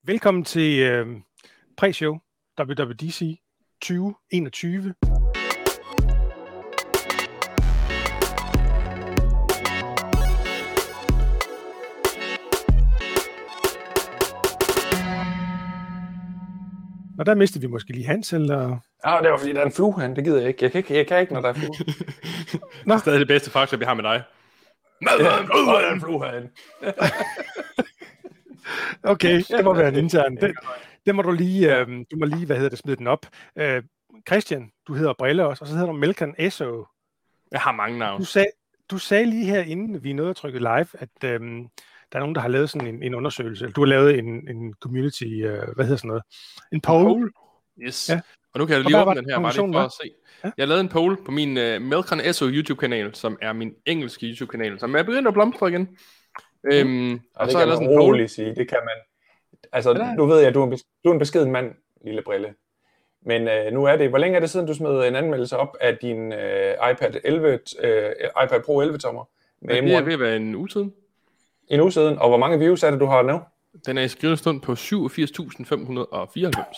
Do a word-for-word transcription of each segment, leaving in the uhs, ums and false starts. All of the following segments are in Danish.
Velkommen til øh, pre-show W W D C tyve enogtyve. Og der mistede vi måske lige Hans, eller... Ja, det var fordi, der er en flue han. Det gider jeg ikke. Jeg kan ikke, jeg kan ikke når der er flue. Nå. Det er stadig det bedste faktor, vi har med dig. Med ja, der er en flue han. Okay, det må være en intern. Det, det må du lige, øh, du må lige, hvad hedder det, smide den op. Øh, Christian, du hedder Brille også, og så hedder du Melkan Esso. Jeg har mange navne. Du sagde, du sagde lige her, inden vi nåede at trykke live, at øh, der er nogen, der har lavet sådan en, en undersøgelse. Du har lavet en, en community, øh, hvad hedder sådan noget? En poll. poll. Yes. Ja. Og nu kan jeg lige åbne den her, bare lige for at se. Ja. Jeg lavede en poll på min uh, Melkan Esso YouTube-kanal, som er min engelske YouTube-kanal, som er begyndt at blomstre igen. Mm. Øhm, og, og så har jeg lavet sådan en poll. Sige. Det kan man. Altså, ja, nu ved jeg, at du er, en du er en beskeden mand, lille Brille. Men øh, nu er det, hvor længe er det siden, du smed en anmeldelse op af din øh, iPad elleve, øh, iPad Pro elleve tommer? Med ja, det er ved at være en uge siden. En uge siden, og hvor mange views er det, du har nu? Den er i skrivende stund på syvogfirs tusind fem hundrede fireoghalvfems.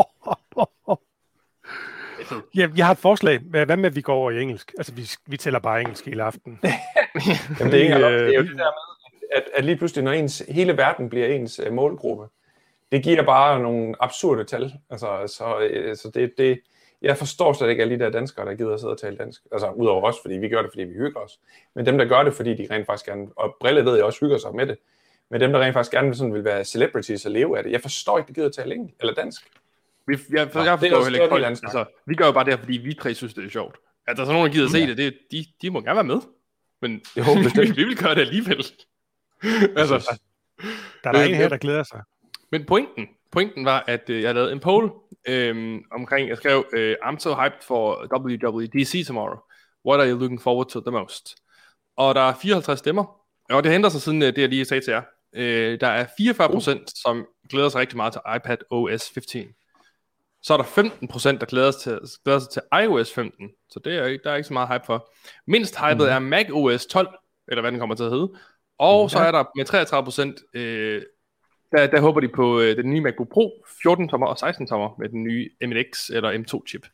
Ja, jeg har et forslag. Hvad med, at vi går over i engelsk? Altså, vi, vi tæller bare engelsk hele aften. Jamen, det, er ikke, det er jo det der med, at, at lige pludselig, når ens, hele verden bliver ens uh, målgruppe, det giver bare nogle absurde tal. Altså, så, så det, det, jeg forstår slet ikke alle de der danskere, der gider at sidde og tale dansk. Altså, udover os, fordi vi gør det, fordi vi hygger os. Men dem, der gør det, fordi de rent faktisk gerne, og Brille ved jeg også, hygger sig med det. Men dem, der rent faktisk gerne sådan, vil være celebrities og leve af det. Jeg forstår ikke, de gider at tale engelsk eller dansk. Vi, jeg, for, jeg forstår heller ikke folk, altså, vi gør jo bare det her, fordi vi tre synes, det er sjovt. At der er så nogen, der gider at se ja. det, det de, de må gerne være med. Men jeg håber, vi, vi vil gøre det alligevel. Altså, der er der en her, der glæder sig. Men pointen, pointen var, at øh, jeg lavede en poll øh, omkring, jeg skrev, øh, I'm so hyped for W W D C tomorrow. What are you looking forward to the most? Og der er fireoghalvtreds stemmer. Og det henter sig siden det, jeg lige sagde til jer. Øh, der er fireogfyrre procent, uh. som glæder sig rigtig meget til iPad O S femten. Så er der femten procent, der glæder sig til, glæder sig til i O S femten. Så det er, der er ikke så meget hype for. Mindst hypet mm. er Mac O S tolv, eller hvad den kommer til at hedde. Og mm. så er der med treogtredive procent, øh, der, der håber de på øh, den nye MacBook Pro, fjorten tommer og seksten tommer, med den nye M et X eller M to chip.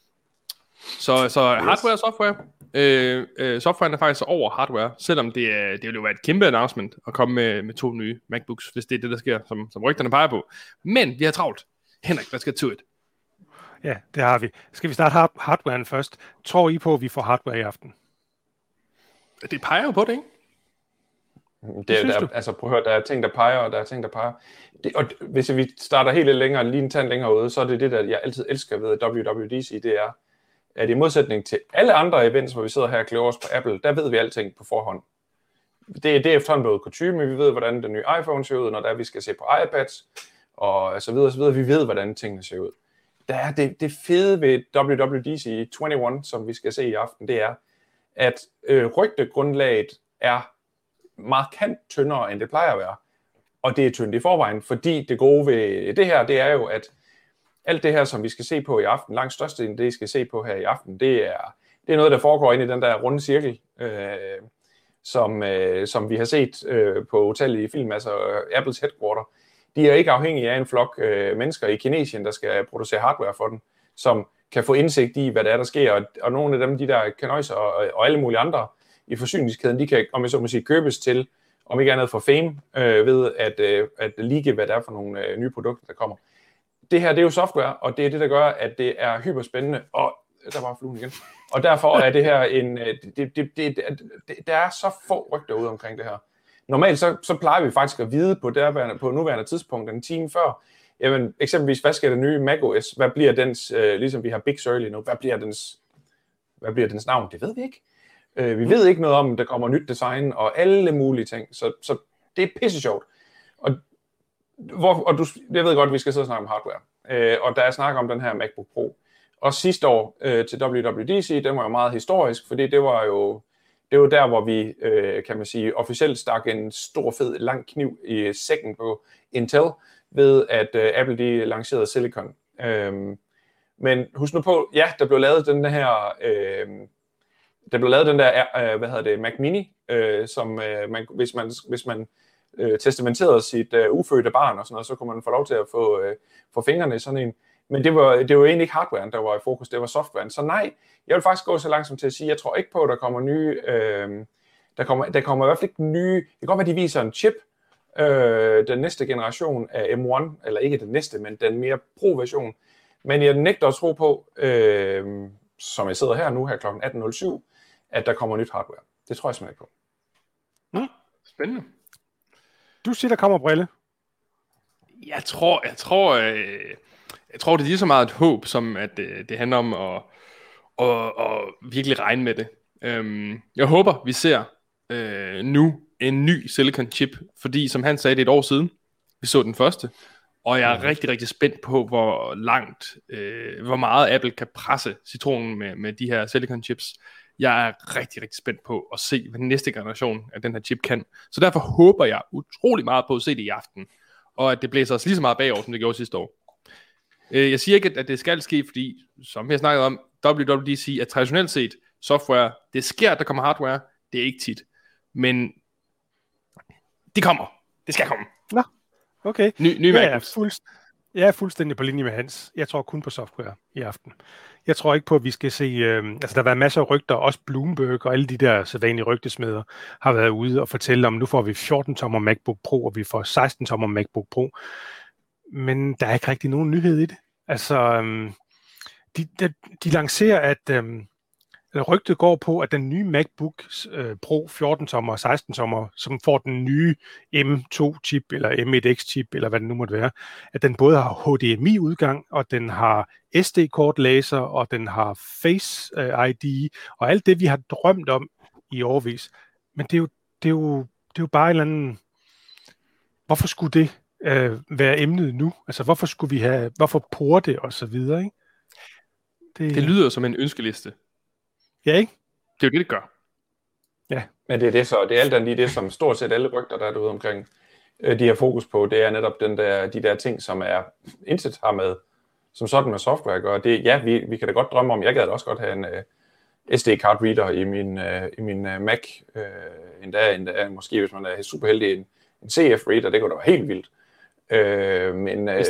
Så, så yes. hardware og software. Øh, øh, softwaren er faktisk over hardware, selvom det, er, det vil jo være et kæmpe announcement at komme med, med to nye MacBooks, hvis det er det, der sker, som, som rygterne peger på. Men vi har travlt. Henrik, let's get to it. Ja, det har vi. Skal vi starte hard- hardwaren først? Tror I på, at vi får hardware i aften? Det peger jo på det, ikke? Det, det der, altså prøv at høre, der er ting, der peger, og der er ting, der peger. Det, og hvis vi starter helt lidt længere, lige en tand længere ude, så er det det, der jeg altid elsker ved W W D C, det er, at i modsætning til alle andre events, hvor vi sidder her og kløver os på Apple, der ved vi alting på forhånd. Det, det er efterhånden blevet kutyme, vi ved, hvordan den nye iPhone ser ud, når der vi skal se på iPads, og så videre, så videre. Vi ved, hvordan tingene ser ud. Der er det, det fede ved W W D C enogtyve, som vi skal se i aften, det er, at øh, rygtegrundlaget er markant tyndere, end det plejer at være. Og det er tyndt i forvejen, fordi det gode ved det her, det er jo, at alt det her, som vi skal se på i aften, langt størstedelen af det, vi skal se på her i aften, det er, det er noget, der foregår inde i den der runde cirkel, øh, som, øh, som vi har set øh, på utallige film, altså øh, Apples headquarter. De er ikke afhængige af en flok øh, mennesker i Kinesien, der skal producere hardware for den, som kan få indsigt i, hvad der er, der sker. Og, og nogle af dem, de der kanøjser og, og alle mulige andre i forsyningskæden, de kan, om jeg så må sige, købes til, om ikke andet for fame, øh, ved at, øh, at leake, hvad der er for nogle øh, nye produkter, der kommer. Det her, det er jo software, og det er det, der gør, at det er hyperspændende. Og der var fluen igen. Og derfor er det her en... Det, det, det, det, det, der er så få rygter ude omkring det her. Normalt så, så plejer vi faktisk at vide på, derværende, på nuværende tidspunkt, en time før, jamen eksempelvis, hvad skal det nye Mac O S? Hvad bliver dens, øh, ligesom vi har Big Sur lige nu, hvad bliver dens, hvad bliver dens navn? Det ved vi ikke. Øh, vi ved ikke noget om, der kommer nyt design og alle mulige ting, så, så det er pisse sjovt. Og, hvor, og du, jeg ved godt, at vi skal sidde og snakke om hardware, øh, og der er snak om den her MacBook Pro. Og sidste år øh, til W W D C, den var jo meget historisk, fordi det var jo Det var der, hvor vi, øh, kan man sige, officielt stak en stor, fed, lang kniv i sækken på Intel, ved at øh, Apple de lancerede Silicon. Øhm, men husk nu på, ja, der blev lavet den her, øh, der blev lavet den der, øh, hvad hedder det, Mac Mini, øh, som øh, man, hvis man, hvis man øh, testamenteret sit øh, ufødte barn og sådan noget, så kunne man få lov til at få, øh, få fingrene i sådan en. Men det var, det var egentlig ikke hardwaren, der var i fokus, det var softwaren. Så nej, jeg vil faktisk gå så langsomt til at sige, jeg tror ikke på, at der kommer nye, øh, der, kommer, der kommer i hvert fald ikke nye, det kan godt være, de viser en chip, øh, den næste generation af M et, eller ikke den næste, men den mere pro-version. Men jeg nægter at tro på, øh, som jeg sidder her nu her klokken atten nul syv, at der kommer nyt hardware. Det tror jeg simpelthen ikke på. Mm. Spændende. Du siger, der kommer brille. Jeg tror, jeg tror, øh, jeg tror, det er lige så meget et håb, som at øh, det handler om at, at, at virkelig regne med det. Øhm, jeg håber, vi ser øh, nu en ny silicon chip, fordi som han sagde, det er et år siden, vi så den første, og jeg er mm. rigtig, rigtig spændt på, hvor langt, øh, hvor meget Apple kan presse citronen med, med de her silicon chips. Jeg er rigtig, rigtig spændt på at se, hvad den næste generation af den her chip kan. Så derfor håber jeg utrolig meget på at se det i aften, og at det blæser os lige så meget bagover, som det gjorde sidste år. Jeg siger ikke, at det skal ske, fordi, som vi har snakket om, W W D C er traditionelt set software. Det sker, at der kommer hardware. Det er ikke tit. Men det kommer. Det skal komme. Nå, okay. Ny, ny jeg, er fuldst- jeg er fuldstændig på linje med Hans. Jeg tror kun på software i aften. Jeg tror ikke på, at vi skal se... Øh, altså, der har været masser af rygter. Også Bloomberg og alle de der sædvanlige rygtesmeder har været ude og fortælle om, nu får vi fjorten tommer MacBook Pro, og vi får seksten tommer MacBook Pro. Men der er ikke rigtig nogen nyhed i det. Altså, øhm, de, de, de lancerer, at øhm, rygtet går på, at den nye MacBook øh, Pro fjorten tommer og seksten tommer, som får den nye M to chip eller M et X chip, eller hvad det nu måtte være, at den både har H D M I-udgang, og den har S D-kortlæser, og den har Face øh, I D, og alt det, vi har drømt om i årevis. Men det er jo, det er jo, det er jo bare en eller anden... Hvorfor skulle det øh, være emnet nu? Altså, hvorfor skulle vi have... Hvorfor porte og så videre, ikke? Det, det lyder som en ønskeliste. Ja, ikke? Det er jo det, det gør. Ja. Men det er det så, det er alt andet lige det, som stort set alle rygter, der er derude omkring, øh, de har fokus på, det er netop den der, de der ting, som er intet har med, som sådan med software at gøre. Det, ja, vi, vi kan da godt drømme om, jeg gad da også godt have en uh, S D-card reader i min, uh, i min uh, Mac, uh, endda, endda, måske hvis man er super heldig, en, en C F reader, det kunne da være helt vildt. Uh, men, uh, S D.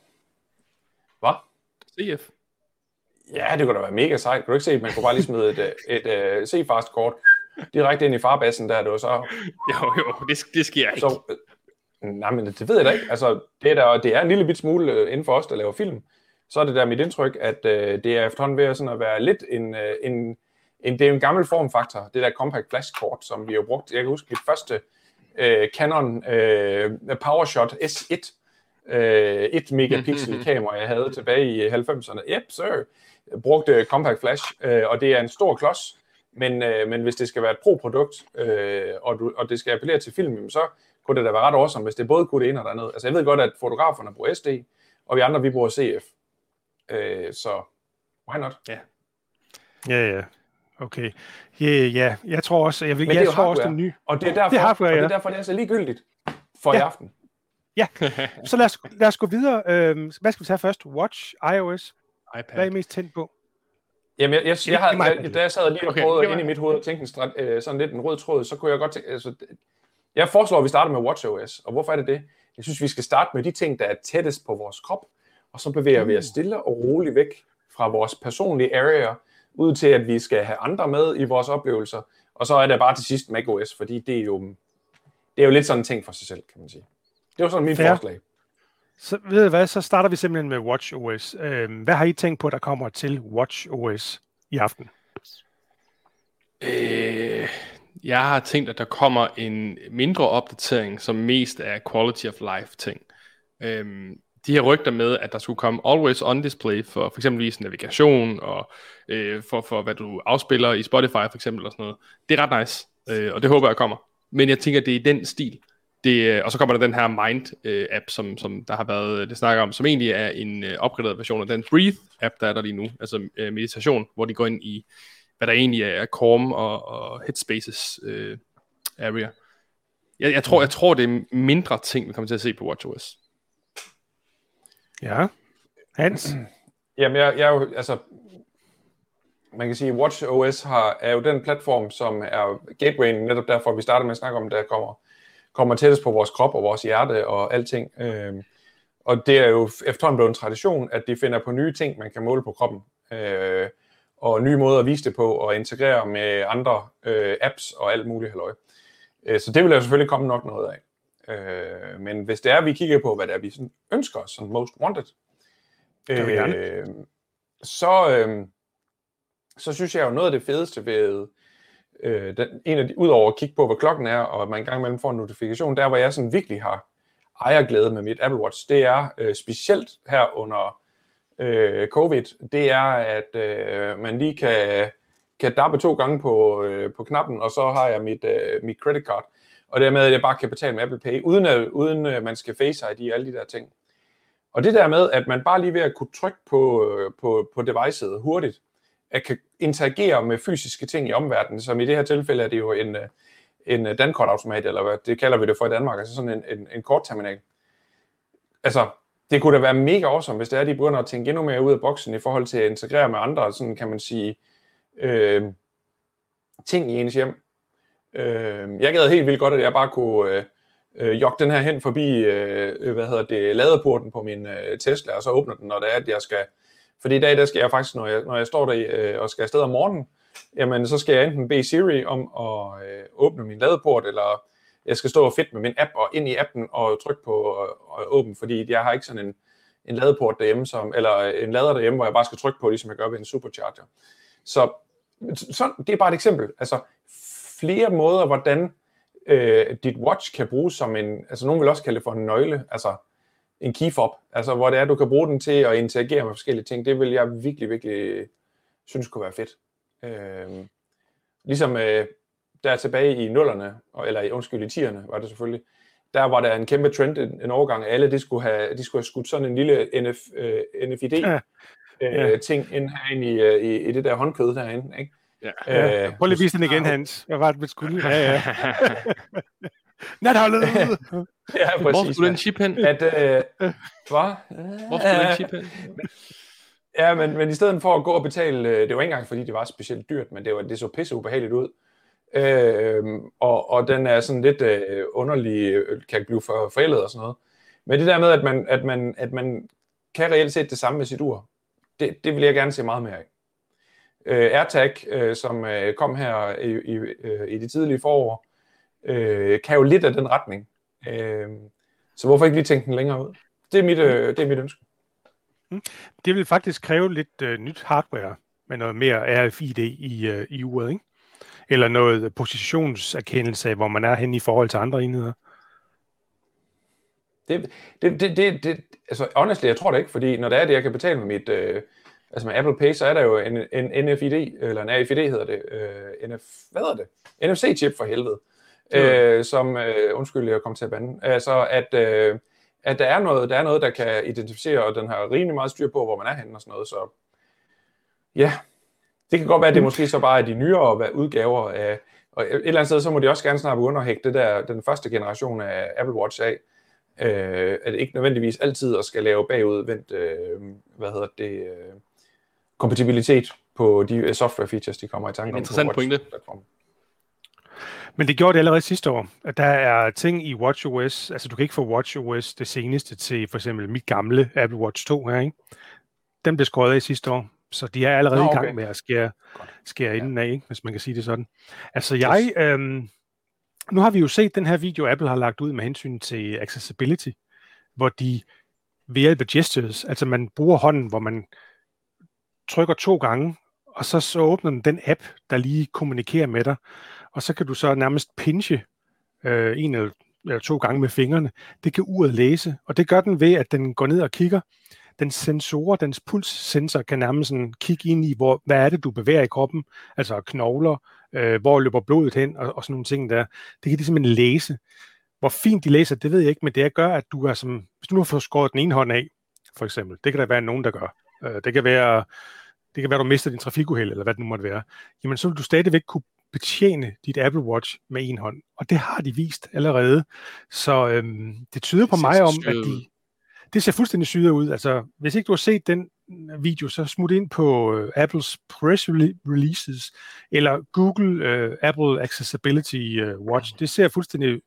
Hvad? C F. Ja, det kunne da være mega sejt. Kan du ikke se, at man kunne bare lige smide et, et, et uh, C-fast-kort direkte ind i farbassen der, det var så... Jo, jo, det, det sker ikke. Så, nej, men det ved jeg da ikke. Altså, det er, der, det er en lille bit smule uh, inden for os, der laver film. Så er det der mit indtryk, at uh, det er efterhånden ved at, sådan at være lidt en, uh, en, en... Det er en gammel formfaktor, det der compact flash-kort, som vi har brugt. Jeg kan huske mit første uh, Canon uh, PowerShot S et, uh, et megapixel kamera, jeg havde tilbage i halvfemserne. Yep, sir. Brugte compact flash, øh, og det er en stor klods, men, øh, men hvis det skal være et pro-produkt, øh, og, du, og det skal appellere til film, så kunne det da være ret awesome, hvis det både kunne det ene og det andet. Altså jeg ved godt, at fotograferne bruger S D, og vi andre, vi bruger C F. Øh, så why not? Ja, ja, ja. Okay. Ja, yeah, ja. Yeah. Jeg tror også, jeg, vil, men jeg det tror også den nye. Og det er derfor, det er, hardware, og ja. det er derfor, det er så ligegyldigt for ja. i aften. Ja, så lad os, lad os gå videre. Øh, hvad skal vi tage først? Watch, iOS? iPad. Hvad er I mest tændt på? Jamen, jeg, jeg, jeg, jeg, jeg, da jeg sad lige og okay, prøvede ind i mit hoved og tænkte en strat, øh, sådan lidt en rød tråd, så kunne jeg godt tænke, altså, jeg foreslår, at vi starter med WatchOS. Og hvorfor er det det? Jeg synes, vi skal starte med de ting, der er tættest på vores krop, og så bevæger mm. vi os stille og roligt væk fra vores personlige area, ud til, at vi skal have andre med i vores oplevelser, og så er det bare til sidst macOS, fordi det er jo, det er jo lidt sådan en ting for sig selv, kan man sige. Det var sådan min Fair. forslag. Så ved du hvad, så starter vi simpelthen med WatchOS. Øh, hvad har I tænkt på, der kommer til WatchOS i aften? Øh, jeg har tænkt, at der kommer en mindre opdatering, som mest er quality of life ting. Øh, de her rygter med, at der skulle komme always on display for for eksempelvis navigation og øh, for, for hvad du afspiller i Spotify for eksempel og sådan noget. Det er ret nice, øh, og det håber jeg kommer. Men jeg tænker, at det er den stil. Det, og så kommer der den her Mind-app, øh, som, som der har været, det snakker om, som egentlig er en øh, opgraderet version af den Breathe-app, der er der lige nu, altså øh, meditation, hvor de går ind i, hvad der egentlig er Calm og, og Headspaces øh, area. Jeg, jeg, tror, jeg tror, det er mindre ting, vi kommer til at se på WatchOS. Ja. Hans? Jamen, jeg, jeg er jo, altså, man kan sige, at WatchOS har, er jo den platform, som er gatewayen, netop derfor, vi starter med at snakke om, der kommer kommer tættest på vores krop og vores hjerte og alting. Øh, og det er jo efterhånden blevet en tradition, at de finder på nye ting, man kan måle på kroppen. Øh, og nye måder at vise det på, og integrere med andre øh, apps og alt muligt halløj. Øh, så det vil der selvfølgelig komme nok noget af. Øh, men hvis det er, vi kigger på, hvad det er, vi sådan ønsker os som most wanted, øh, så, øh, så synes jeg jo noget af det fedeste ved, øh, den, en af de, udover at kigge på, hvad klokken er, og man en gang imellem får en notifikation, der hvor jeg sådan virkelig har ejerglæde med mit Apple Watch, det er øh, specielt her under øh, covid, det er, at øh, man lige kan, kan dappe to gange på, øh, på knappen, og så har jeg mit, øh, mit credit card, og dermed at jeg bare kan betale med Apple Pay, uden at, uden at man skal Face I D og alle de der ting. Og det der med, at man bare lige ved at kunne trykke på, på, på devicet hurtigt, at kan interagere med fysiske ting i omverdenen, som i det her tilfælde er det jo en, en dankortautomat, eller hvad det kalder vi det for i Danmark, altså sådan en, en, en kortterminal. Altså, det kunne da være mega awesome, hvis det er, at de begynder at tænke endnu mere ud af boksen i forhold til at integrere med andre, sådan kan man sige, øh, ting i ens hjem. Øh, jeg gad helt vildt godt, at jeg bare kunne øh, øh, jogge den her hen forbi, øh, hvad hedder det, ladeporten på min øh, Tesla, og så åbner den, når det er, at jeg skal. Fordi i dag, der skal jeg faktisk, når jeg, når jeg står der øh, og skal afsted om morgenen, jamen så skal jeg enten bede Siri om at øh, åbne min ladeport, eller jeg skal stå og fedt med min app og ind i appen og trykke på og åbne, fordi jeg har ikke sådan en, en ladeport derhjemme, som, eller en lader derhjemme, hvor jeg bare skal trykke på, ligesom jeg gør ved en supercharger. Så, så det er bare et eksempel. Altså flere måder, hvordan øh, dit watch kan bruges som en, altså nogen vil også kalde det for en nøgle, altså en key fob, altså hvor det er, du kan bruge den til at interagere med forskellige ting. Det vil jeg virkelig, virkelig synes kunne være fedt. Øh, ligesom øh, der tilbage i nullerne, eller i, undskyld, i tierne var det selvfølgelig, der var der en kæmpe trend, en, en overgang, alle de skulle have, de skulle have skudt sådan en lille N F, øh, N F I D ja. øh, ja. ting ind herinde i, i, i det der håndkød derinde, ikke? Ja. Ja. Prøv lige at vise den igen, Hans. Hvad var det med skulle? Ja, ja. Natholdet! Ja, præcis. Hvor skulle den chip hen? At, øh, hvad? Hvor skulle den chip hen? Ja, men, men i stedet for at gå og betale, det var ikke engang fordi det var specielt dyrt, men det, var, det så pisse ubehageligt ud. Øh, og, og den er sådan lidt øh, underlig, kan blive for forældet og sådan noget. Men det der med, at man, at man, at man kan reelt set det samme med sit ur, det, det vil jeg gerne se meget mere af. Øh, AirTag, øh, som øh, kom her i, i, øh, i de tidlige forår, øh, kan jo lidt af den retning. Øh, så hvorfor ikke lige tænke den længere ud? Det er mit, øh, det er mit ønske. Det vil faktisk kræve lidt øh, nyt hardware med noget mere R F I D i, øh, i uret, ikke? Eller noget positionserkendelse af, hvor man er henne i forhold til andre enheder. Det, det, det, det, det altså honestly, jeg tror det ikke, fordi når det er det, jeg kan betale med mit, øh, altså med Apple Pay, så er der jo en, en N F I D, eller en R F I D hedder det, øh, N F, hvad hedder det? N F C-chip for helvede, mm. øh, som, øh, undskyld, jeg kom til at bande, altså at, øh, at der er noget, der er noget, der kan identificere, og den har rimelig meget styr på, hvor man er henne og sådan noget, så ja, det kan godt være, at det måske så bare er de nyere udgaver af, og et eller andet sted, så må de også gerne snart begynde at hække det der, den første generation af Apple Watch af, øh, at det ikke nødvendigvis altid at skal lave bagudvendt, øh, hvad hedder det, øh, kompatibilitet på de software features, de kommer i tanke om. Interessant pointe. Men det gjorde det allerede sidste år. At der er ting i WatchOS, altså du kan ikke få WatchOS det seneste til for eksempel mit gamle Apple Watch to her, ikke? Den blev skåret af sidste år, så de er allerede Nå, okay. i gang med at skære, skære inden af, ikke? Hvis man kan sige det sådan. Altså jeg, yes. øhm, nu har vi jo set den her video, Apple har lagt ud med hensyn til accessibility, hvor de ved hjælp af gestures, altså man bruger hånden, hvor man trykker to gange, og så, så åbner den den app, der lige kommunikerer med dig, og så kan du så nærmest pinche øh, en eller, eller to gange med fingrene. Det kan uret læse, og det gør den ved, at den går ned og kigger. Den sensorer, dens pulssensor kan nærmest sådan kigge ind i, hvor, hvad er det, du bevæger i kroppen, altså knogler, øh, hvor løber blodet hen, og, og sådan nogle ting der. Det kan de simpelthen læse. Hvor fint de læser, det ved jeg ikke, men det gør, at du er som, hvis du nu har fået skåret den ene hånd af, for eksempel, det kan der være nogen, der gør. Øh, det kan være, det kan være, du mister din trafikuheld, eller hvad det nu måtte være. Jamen, så vil du stadigvæk kunne betjene dit Apple Watch med en hånd. Og det har de vist allerede. Så øhm, det tyder på mig om, at de... Det ser fuldstændig syret ud. Altså, hvis ikke du har set den video, så smut ind på uh, Apples press releases, eller Google uh, Apple Accessibility uh, Watch. Det ser fuldstændig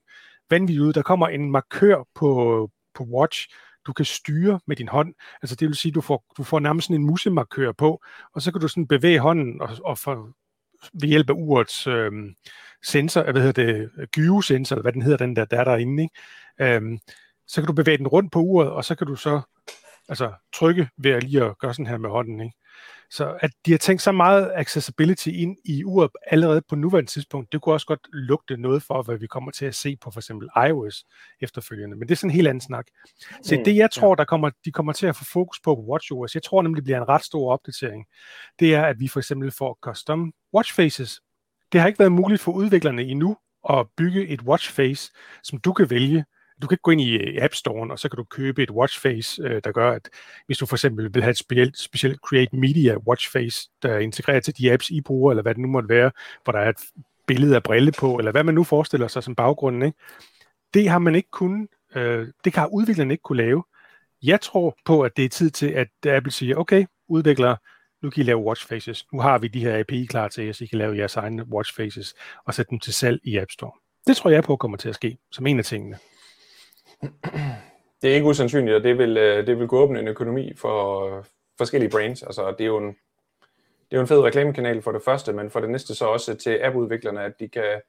vanvittigt ud. Der kommer en markør på, på Watch, du kan styre med din hånd. Altså det vil sige, du får, du får nærmest sådan en musemarkør på, og så kan du sådan bevæge hånden og, og for, ved hjælp af urets øh, sensor, hvad hedder det, gyvesensor, eller hvad den hedder, den der, der er derinde, ikke? Øhm, så kan du bevæge den rundt på uret, og så kan du så altså, trykke ved at lige at gøre sådan her med hånden, ikke? Så at de har tænkt så meget accessibility ind i uret allerede på nuværende tidspunkt, det kunne også godt lugte noget for, hvad vi kommer til at se på for eksempel iOS efterfølgende. Men det er sådan en helt anden snak. Så mm, det, jeg tror, der kommer, de kommer til at få fokus på på WatchOS, jeg tror nemlig, det bliver en ret stor opdatering, det er, at vi for eksempel får custom watch faces. Det har ikke været muligt for udviklerne endnu at bygge et watch face, som du kan vælge. Du kan ikke gå ind i App Store'en, og så kan du købe et watchface, øh, der gør, at hvis du for eksempel vil have et specielt, specielt Create Media watchface, der er integreret til de apps, I bruger, eller hvad det nu måtte være, hvor der er et billede af brille på, eller hvad man nu forestiller sig som baggrunden, ikke? Det har man ikke kunnet, øh, det kan udviklerne ikke kunne lave. Jeg tror på, at det er tid til, at Apple siger, okay, udviklere, nu kan I lave watchfaces. Nu har vi de her A P I klar til jer, så I kan lave jeres egne watchfaces, og sætte dem til salg i App Store. Det tror jeg på kommer til at ske, som en af tingene. Det er ikke usandsynligt, og det vil, det vil gå åbne en økonomi for forskellige brands. Altså, det er jo en, det er jo en fed reklamekanal for det første, men for det næste så også til app-udviklerne, at de kan,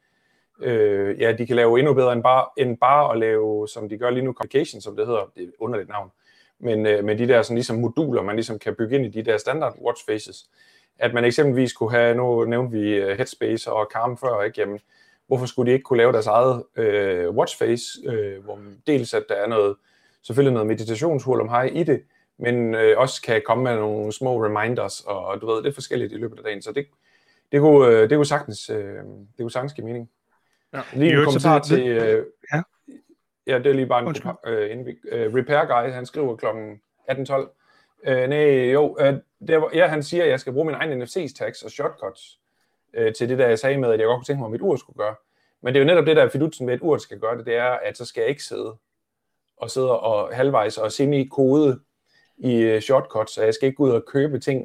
øh, ja, de kan lave endnu bedre end bare, end bare at lave, som de gør lige nu, complications, som det hedder. Det er et underligt navn. Men øh, med de der sådan, ligesom moduler, man ligesom kan bygge ind i de der standard watch faces. At man eksempelvis kunne have, nu nævnte vi Headspace og Calm før, ikke? Jamen, hvorfor skulle de ikke kunne lave deres eget øh, watchface, øh, hvor dels at der er noget, selvfølgelig noget meditationshul om hej i det, men øh, også kan komme med nogle små reminders, og du ved, det er forskelligt i løbet af dagen, så det, det, kunne, øh, det kunne sagtens, øh, det kunne sagtens give mening. Ja. Lige en kommentar til, øh, ja. ja, det er lige bare en øh, indvig, øh, Repair Guy, han skriver klokken atten tolv. Øh, nej, jo, øh, der, ja, han siger, at jeg skal bruge min egen N F C-tags og shortcuts, til det der, jeg sagde med, at jeg godt kunne tænke mig, at mit ur skulle gøre. Men det er jo netop det, der er fidusen med, at et ur skal gøre det, det er, at så skal jeg ikke sidde og sidde og halvvejs og se ind i kode i shortcuts, så jeg skal ikke gå ud og købe ting,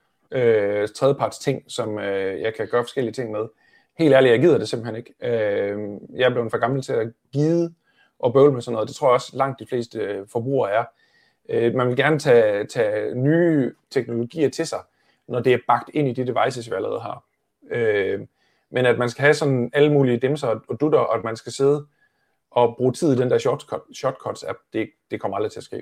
øh, tredjeparts ting, som øh, jeg kan gøre forskellige ting med. Helt ærligt, jeg gider det simpelthen ikke. Øh, jeg er blevet for gammel til at gide og bøvle med sådan noget. Det tror jeg også langt de fleste forbrugere er. Øh, man vil gerne tage, tage nye teknologier til sig, når det er bagt ind i de devices, vi allerede har. Øh, men at man skal have sådan alle mulige dimser og dutter, og at man skal sidde og bruge tid i den der shortcut, shortcuts-app, det, det kommer aldrig til at ske.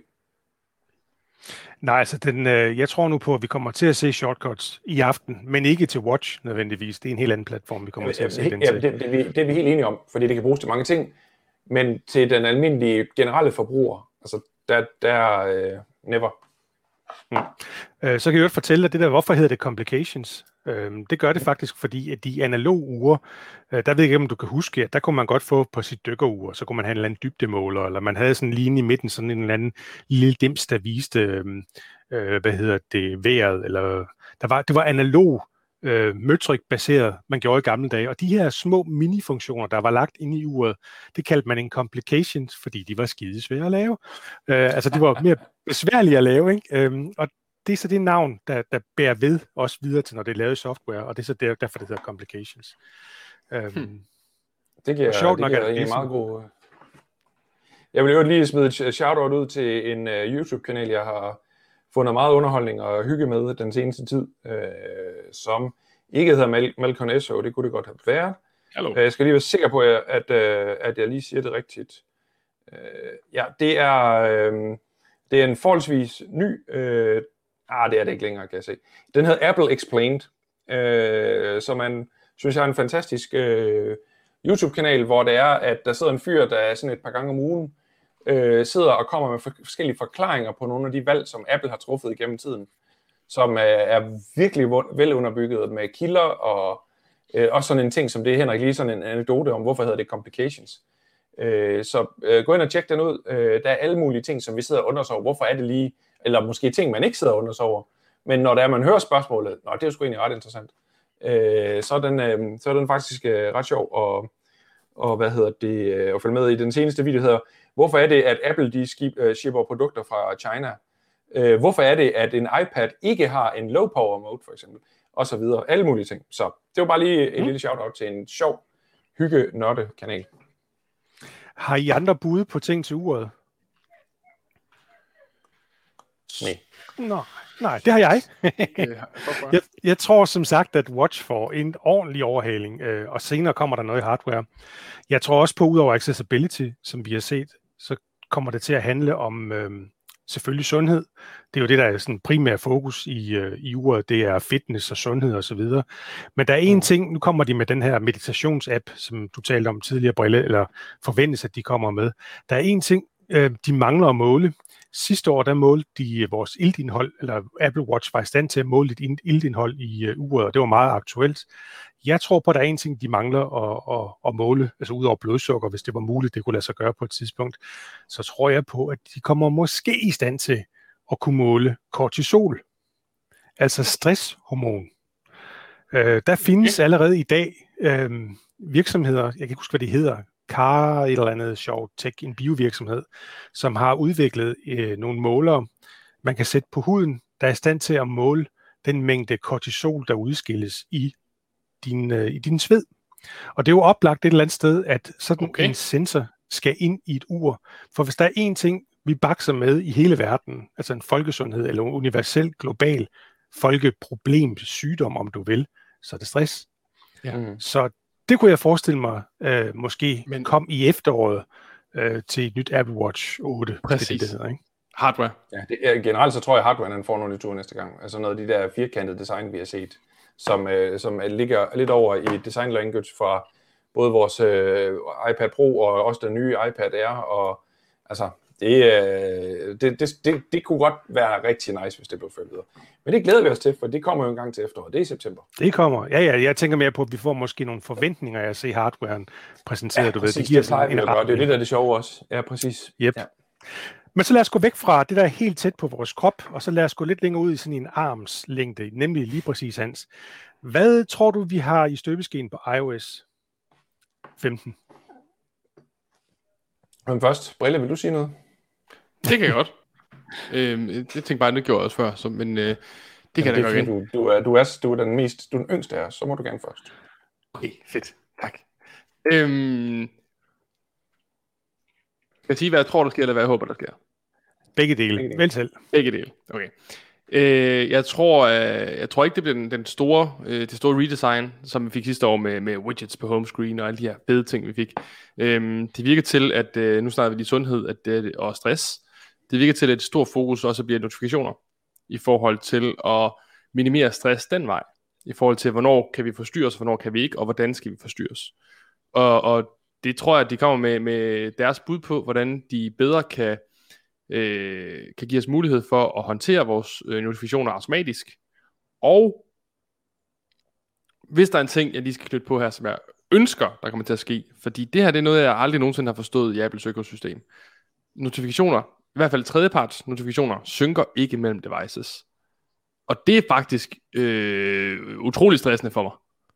Nej, altså den, øh, jeg tror nu på, at vi kommer til at se shortcuts i aften, men ikke til Watch nødvendigvis. Det er en helt anden platform, vi kommer ja, til at se ja, den ja, til. Det, det, det, det er vi helt enige om, fordi det kan bruges til mange ting, men til den almindelige generelle forbruger, altså der, der øh, never. Hmm. Øh, så kan jeg jo fortælle dig det der, hvorfor hedder det complications? Øhm, det gør det faktisk, fordi at de analoge ure, øh, der ved jeg ikke, om du kan huske, at der kunne man godt få på sit dykkerur, så kunne man have en eller anden dybdemåler, eller man havde sådan en linje i midten, sådan en eller anden lille dims, der viste, øh, hvad hedder det, vejret, eller der var, det var analog øh, møtrik-baseret, man gjorde i gamle dage, og de her små mini-funktioner, der var lagt inde i uret, det kaldte man en complications, fordi de var skidesvære at lave. Øh, altså, de var mere besværlige at lave, ikke? Øhm, og det er så det navn, der, der bærer ved også videre til, når det er lavet i software, og det er så der, derfor, det hedder complications. Øhm, hmm. Det giver, sjovt det nok, giver en meget god... Jeg vil jo lige smide et shout-out ud til en uh, YouTube-kanal, jeg har fundet meget underholdning og hygge med den seneste tid, øh, som ikke hedder Mal- Malcolm S O, det kunne det godt have været. Hello. Jeg skal lige være sikker på, at, at, at jeg lige siger det rigtigt. Uh, ja, det er, øh, det er en forholdsvis ny... Øh, Ah, det er det ikke længere, kan jeg se. Den hedder Apple Explained, øh, som man synes jeg er en fantastisk øh, YouTube-kanal, hvor det er, at der sidder en fyr, der er sådan et par gange om ugen, øh, sidder og kommer med forskellige forklaringer på nogle af de valg, som Apple har truffet igennem tiden, som er, er virkelig velunderbygget med kilder, og øh, også sådan en ting som det, Henrik, lige sådan en anekdote om, hvorfor hedder det complications. Øh, så øh, gå ind og tjek den ud. Øh, der er alle mulige ting, som vi sidder og undrer os over, hvorfor er det lige, eller måske ting, man ikke sidder og undrer sig over. Men når der man hører spørgsmålet, nå, det er jo sgu egentlig ret interessant, øh, så, er den, øh, så er den faktisk øh, ret sjov og, og hvad hedder det, øh, at følge med i. Den seneste video hedder, hvorfor er det, at Apple de skip, øh, shipper produkter fra China? Øh, hvorfor er det, at en iPad ikke har en low power mode, for eksempel? Og så videre. Alle mulige ting. Så det var bare lige en mm. lille shout-out til en sjov, hygge-nørde-kanal. Har I andre bud på ting til uret? Nej. Nå, nej, det har jeg. jeg. Jeg tror som sagt, at Watch får en ordentlig overhaling, øh, og senere kommer der noget i hardware. Jeg tror også på, udover accessibility, som vi har set, så kommer det til at handle om øh, selvfølgelig sundhed. Det er jo det, der er sådan primær fokus i, øh, i uret. Det er fitness og sundhed og så videre. Men der er en ting, nu kommer de med den her meditationsapp, som du talte om tidligere, Brille, eller forventes, at de kommer med. Der er en ting, øh, de mangler at måle. Sidste år, der målte de vores iltindhold, eller Apple Watch var i stand til at måle dit iltindhold i uh, uret, og det var meget aktuelt. Jeg tror på, at der er en ting, de mangler at, at, at måle, altså ud over blodsukker, hvis det var muligt, det kunne lade sig gøre på et tidspunkt. Så tror jeg på, at de kommer måske i stand til at kunne måle kortisol, altså stresshormon. Uh, der findes okay. allerede i dag uh, virksomheder, jeg kan ikke huske, hvad de hedder, Car, et eller andet sjovt tech, en biovirksomhed, som har udviklet øh, nogle målere, man kan sætte på huden, der er i stand til at måle den mængde kortisol, der udskilles i din, øh, i din sved. Og det er jo oplagt et eller andet sted, at sådan okay. en sensor skal ind i et ur. For hvis der er én ting, vi bakser med i hele verden, altså en folkesundhed eller en universel, global folkeproblem, sygdom, om du vil, så er det stress. Ja. Så det kunne jeg forestille mig, øh, måske Men... kom i efteråret øh, til et nyt Apple Watch otte. Præcis. Det, det hedder, ikke? Hardware. Ja, det er, generelt så tror jeg, at hardware får nogle tur næste gang. Altså noget af de der firkantede design, vi har set, som, øh, som ligger lidt over i design language fra både vores øh, iPad Pro og også den nye iPad Air. Og altså, det, øh, det, det, det, det kunne godt være rigtig nice, hvis det blev ført videre. Men det glæder vi os til, for det kommer jo en gang til efteråret. Det er i september. Det kommer. Ja, ja, jeg tænker mere på, at vi får måske nogle forventninger af at se hardwaren præsenteret. Ja, du præcis, ved. Det giver det plejer vi at gøre. Det er lidt af det sjove også. Ja, præcis. Yep. Ja. Men så lad os gå væk fra det, der er helt tæt på vores krop, og så lad os gå lidt længere ud i sådan en armslængde, nemlig lige præcis Hans. Hvad tror du, vi har i støbeskeen på iOS femten? Men først, Brille, vil du sige noget? Det kan jeg godt. øhm, jeg tænkte bare, at det gjorde jeg også før, så, men øh, det kan Jamen, jeg da godt igen. Du, du, er, du, er, du er den mest, du er den yngste af os, så må du gerne først. Okay, fedt. Tak. Øhm, skal jeg sige, hvad jeg tror, der sker, eller hvad jeg håber, der sker? Begge dele. Begge dele. Vel selv. Begge dele. Okay. Øh, jeg tror, øh, jeg tror ikke, det bliver den, den store, øh, det store redesign, som vi fik sidste år med, med widgets på homescreen og alle de her fede ting, vi fik. Øh, det virker til, at øh, nu snakker vi lige sundhed at, øh, og stress. Det virker til, at et stort fokus også bliver notifikationer i forhold til at minimere stress den vej. I forhold til, hvornår kan vi forstyrres, og hvornår kan vi ikke, og hvordan skal vi forstyrres. Og, og det tror jeg, at de kommer med, med deres bud på, hvordan de bedre kan Øh, kan give os mulighed for at håndtere vores øh, notifikationer automatisk. Og hvis der er en ting, jeg lige skal knytte på her, som jeg ønsker, der kommer til at ske, fordi det her, det er noget, jeg aldrig nogensinde har forstået i Apples økosystem. Notifikationer, i hvert fald tredjeparts notifikationer, synker ikke mellem devices. Og det er faktisk øh, utrolig stressende for mig.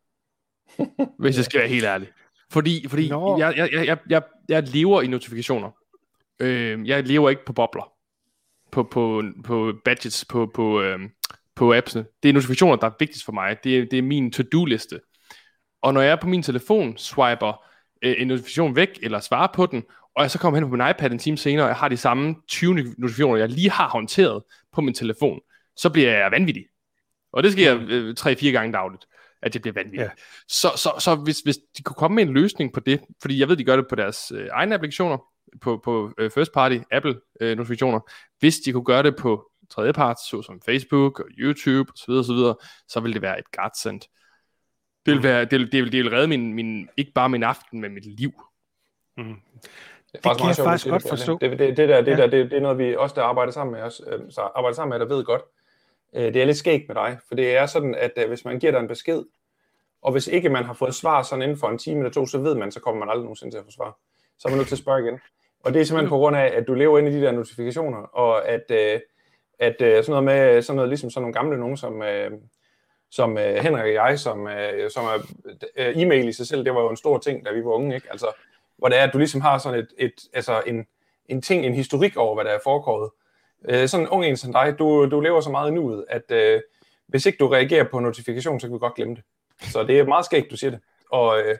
Hvis jeg skal være helt ærlig. Fordi, fordi no. jeg, jeg, jeg, jeg, jeg lever i notifikationer. Øh, jeg lever ikke på bobler, på, på, på badges, på, på, øh, på appsene. Det er notifikationer, der er vigtigst for mig. Det er, det er min to-do-liste. Og når jeg er på min telefon, swiper øh, en notifikation væk, eller svarer på den, og jeg så kommer hen på min iPad en time senere, og jeg har de samme tyve notifikationer, jeg lige har håndteret på min telefon, så bliver jeg vanvittig. Og det sker øh, tre-fire gange dagligt, at det bliver vanvittigt. Ja. Så, så, så hvis, hvis de kunne komme med en løsning på det, fordi jeg ved, de gør det på deres øh, egne applikationer, på, på uh, first party Apple uh, notifikationer, hvis de kunne gøre det på tredjeparts, såsom Facebook og YouTube osv., osv., så ville det være et godsend. Det vil være, det vil, det vil, det vil redde min, min, ikke bare min aften, men mit liv. Mm. Det, det kan jeg faktisk godt det, forstå. Det, det, det, der, det, ja. der, det, det er noget, vi også der arbejder sammen med os, øh, så arbejder sammen med, der ved godt. Øh, det er lidt skægt med dig, for det er sådan, at øh, hvis man giver dig en besked, og hvis ikke man har fået svar sådan inden for en time eller to, så ved man, så kommer man aldrig nogensinde til at få svar. Så er man nødt til at spørge igen. Og det er simpelthen på grund af, at du lever inde i de der notifikationer, og at, øh, at øh, sådan noget med, sådan noget ligesom sådan nogle gamle nogen, som, øh, som øh, Henrik og jeg, som, øh, som er øh, e-mail i sig selv, det var jo en stor ting, da vi var unge, ikke? Altså, hvor det er, at du ligesom har sådan et, et altså en, en ting, en historik over, hvad der er foregået. Øh, sådan en ung en som dig, du, du lever så meget i nuet, at øh, hvis ikke du reagerer på notifikation, så kan vi godt glemme det. Så det er meget skægt, du siger det. Og, øh,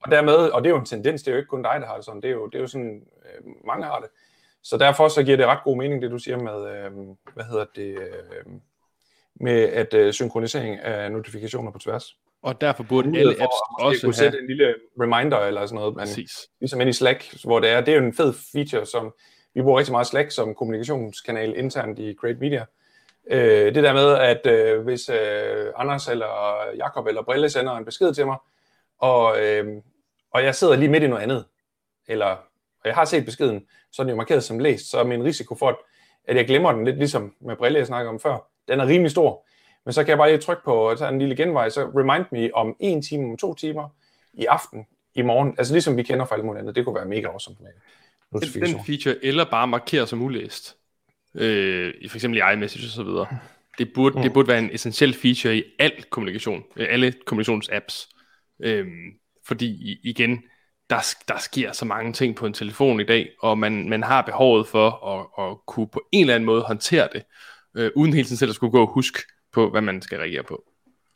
Og dermed, og det er jo en tendens, det er jo ikke kun dig, der har det sådan, det er jo, det er jo sådan, øh, mange har det. Så derfor så giver det ret god mening, det du siger med, øh, hvad hedder det, øh, med at øh, synkronisering af notifikationer på tværs. Og derfor burde alle apps også kunne sætte en lille reminder eller sådan noget, man, ligesom ind i Slack, hvor det er, det er jo en fed feature, som vi bruger rigtig meget Slack som kommunikationskanal internt i Create Media. Øh, det der med, at øh, hvis øh, Anders eller Jakob eller Brille sender en besked til mig, og, øh, og jeg sidder lige midt i noget andet, eller og jeg har set beskeden, så er den jo markeret som læst, så er min risiko for, at jeg glemmer den lidt ligesom med Brille, jeg snakkede om før, den er rimelig stor. Men så kan jeg bare lige trykke på at tage en lille genvej, så remind me om en time, om to timer, i aften, i morgen. Altså ligesom vi kender fra alle mulige andet. Det kunne være mega awesome med notifikation. Den feature, eller bare markere som ulæst, øh, for eksempel i iMessage og så videre. Det burde, mm. det burde være en essentiel feature i al kommunikation, alle kommunikationsapps. Øh, fordi igen, der, der sker så mange ting på en telefon i dag, og man, man har behovet for at, at kunne på en eller anden måde håndtere det, øh, uden hele tiden selv at skulle gå og huske på, hvad man skal reagere på.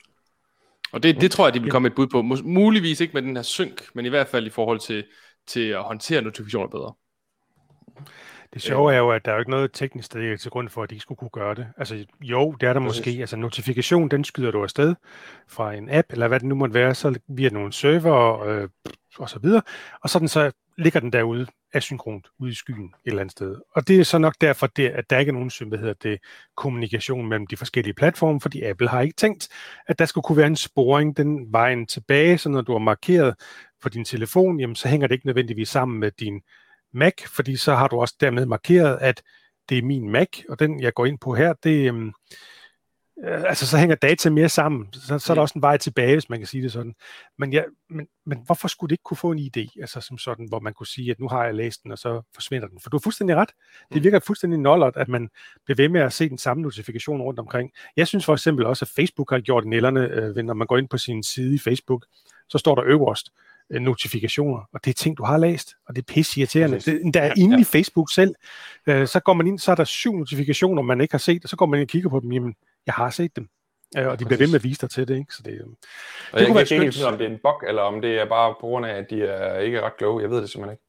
Og det, det tror jeg, de vil komme et bud på. Muligvis ikke med den her synk, men i hvert fald i forhold til, til at håndtere notifikationer bedre. Det sjove er jo, at der er jo ikke noget teknisk, der er til grund for, at de ikke skulle kunne gøre det. Altså jo, det er der måske. Altså notifikation, den skyder du afsted fra en app, eller hvad det nu måtte være, så via nogle server øh, og så videre. Og sådan så ligger den derude asynkront ude i skyen et eller andet sted. Og det er så nok derfor, det, at der ikke er nogen hvad hedder det, kommunikation mellem de forskellige platforme, fordi Apple har ikke tænkt, at der skulle kunne være en sporing den vejen tilbage, så når du har markeret på din telefon, jamen, så hænger det ikke nødvendigvis sammen med din Mac, fordi så har du også dermed markeret, at det er min Mac, og den jeg går ind på her, det øhm, øh, altså så hænger data mere sammen, så, så er der også en vej tilbage, hvis man kan sige det sådan. Men, ja, men, men hvorfor skulle det ikke kunne få en idé, altså som sådan, hvor man kunne sige, at nu har jeg læst den, og så forsvinder den? For du har fuldstændig ret. Det virker fuldstændig nollert, at man bliver ved med at se den samme notifikation rundt omkring. Jeg synes for eksempel også, at Facebook har gjort nælderne, øh, når man går ind på sin side i Facebook, så står der øverst notifikationer, og det er ting, du har læst, og det er pisseirriterende. Det, der er inde ja. i Facebook selv, øh, så går man ind, så er der syv notifikationer, man ikke har set, og så går man ind og kigger på dem, jamen, jeg har set dem, øh, og de bliver ved med at vise dig til det, ikke? Så det, øh, og det jeg kan ikke helt om det er en bug, eller om det er bare på grund af, at de er ikke ret kloge. Jeg ved det simpelthen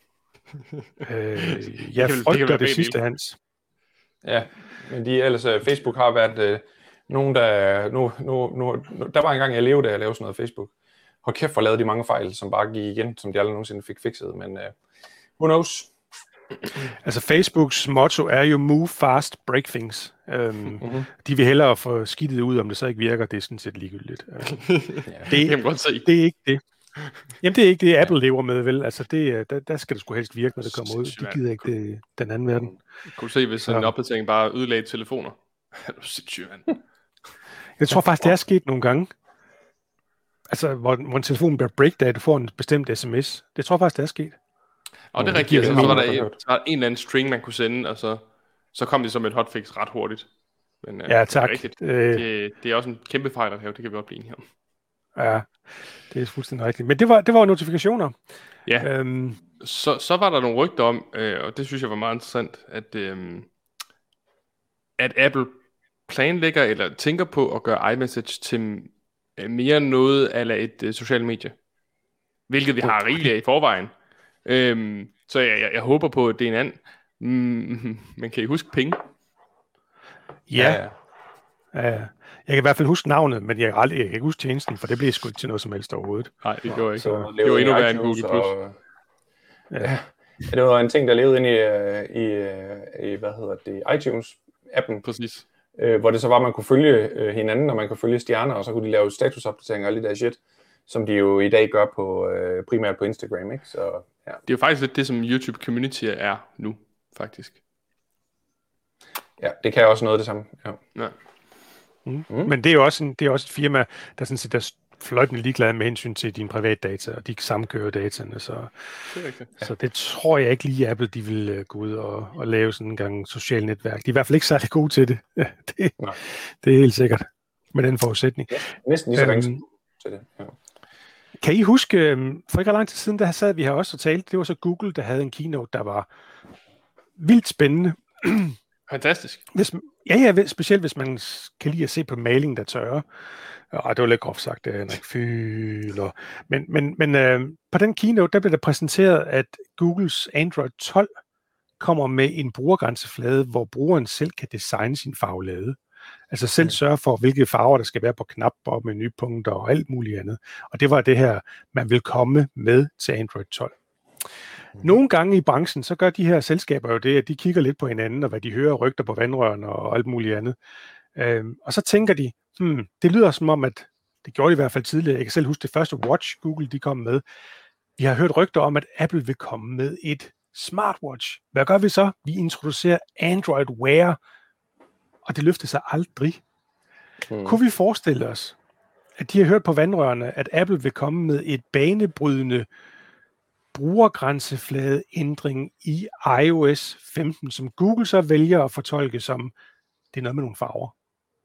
ikke. øh, jeg frygter det, det sidste, Hans. Ja, men de ellers, Facebook har været øh, nogen, der... Nu, nu, nu, der var engang, jeg levede, da jeg lavede sådan noget Facebook. Hold kæft for lavet de mange fejl, som bare gik igen, som de aldrig nogensinde fik fikset, men uh, who knows? Altså Facebooks motto er jo move fast, break things. Um, mm-hmm. De vil hellere få skidtet ud, om det så ikke virker, det er sådan set ligegyldigt. Uh, ja. det, det er ikke det. Jamen det er ikke det, Apple lever med, vel? Altså det, der, der skal det sgu helst virke, når det kommer ud. De gider ikke det, den anden verden. Kunne du se, hvis en opdatering bare ødelagde telefoner? Er du sindssygt, mand? Jeg tror faktisk, det er sket nogle gange. Altså, hvor, hvor en telefon bliver break, da du får en bestemt sms. Det tror jeg faktisk, det er sket. Og det er rigtigt. Altså, så var der en, så var der en eller anden string, man kunne sende, og så, så kom det som et hotfix ret hurtigt. Men, uh, ja, tak. Det er, det, det er også en kæmpe fejl at have, det kan vi godt blive enige om. Ja, det er fuldstændig rigtigt. Men det var, det var notifikationer. Ja, øhm. så, så var der nogle rygter om, øh, og det synes jeg var meget interessant, at, øh, at Apple planlægger eller tænker på at gøre iMessage til mere noget eller et uh, socialt medie, hvilket vi har rigeligt af i forvejen. Øhm, så jeg, jeg, jeg håber på, at det er en anden. Mm, men kan I huske penge? Ja. Ja. Jeg kan i hvert fald huske navnet, men jeg kan, aldrig, jeg kan ikke huske tjenesten, for det bliver sgu ikke til noget som helst overhovedet. Nej, det gjorde jeg ikke. Så det var endnu værre end Google Plus. Og... Ja. Ja, det var en ting, der levede ind i, i, i hvad hedder det, iTunes-appen. Præcis. Øh, hvor det så var, at man kunne følge øh, hinanden, og man kunne følge stjerner, og så kunne de lave statusopdateringer og alle det der shit, som de jo i dag gør på øh, primært på Instagram, ikke? Så, ja. Det er jo faktisk lidt det, som YouTube Community er nu, faktisk. Ja, det kan også noget det samme. Ja. Ja. Mm. Mm. Men det er jo også, en, det er også et firma, der sådan set der fløjtende ligeglade med hensyn til dine privatdata, og de samkører dataene, så det, ja. så det tror jeg ikke lige, Apple de vil uh, gå ud og, og lave sådan en gang social netværk. De er i hvert fald ikke særlig gode til det. det, det er helt sikkert, med den forudsætning. Ja, næsten lige så øhm, til det. Ja. Kan I huske, for ikke lang tid siden, der sad vi her også og talte, det var så Google, der havde en keynote, der var vildt spændende, Fantastisk. Hvis, ja, ja, specielt hvis man kan lide at se på maling, der tørrer. Ej, det var lidt groft sagt, Henrik. Fy, no. Men, men, men øh, på den keynote, der blev der præsenteret, at Googles Android tolv kommer med en brugergrænseflade, hvor brugeren selv kan designe sin farvelade. Altså selv sørge for, hvilke farver der skal være på knapper og menupunkter og alt muligt andet. Og det var det her, man vil komme med til Android tolv. Nogle gange i branchen, så gør de her selskaber jo det, at de kigger lidt på hinanden, og hvad de hører, rygter på vandrørene og alt muligt andet. Øhm, og så tænker de, hmm, det lyder som om, at det gjorde de i hvert fald tidligere. Jeg kan selv huske det første Watch, Google de kom med. Vi har hørt rygter om, at Apple vil komme med et smartwatch. Hvad gør vi så? Vi introducerer Android Wear, og det løfter sig aldrig. Hmm. Kunne vi forestille os, at de har hørt på vandrørene, at Apple vil komme med et banebrydende brugergrænsefladeændring i i O S femten, som Google så vælger at fortolke som, det er noget med nogle farver.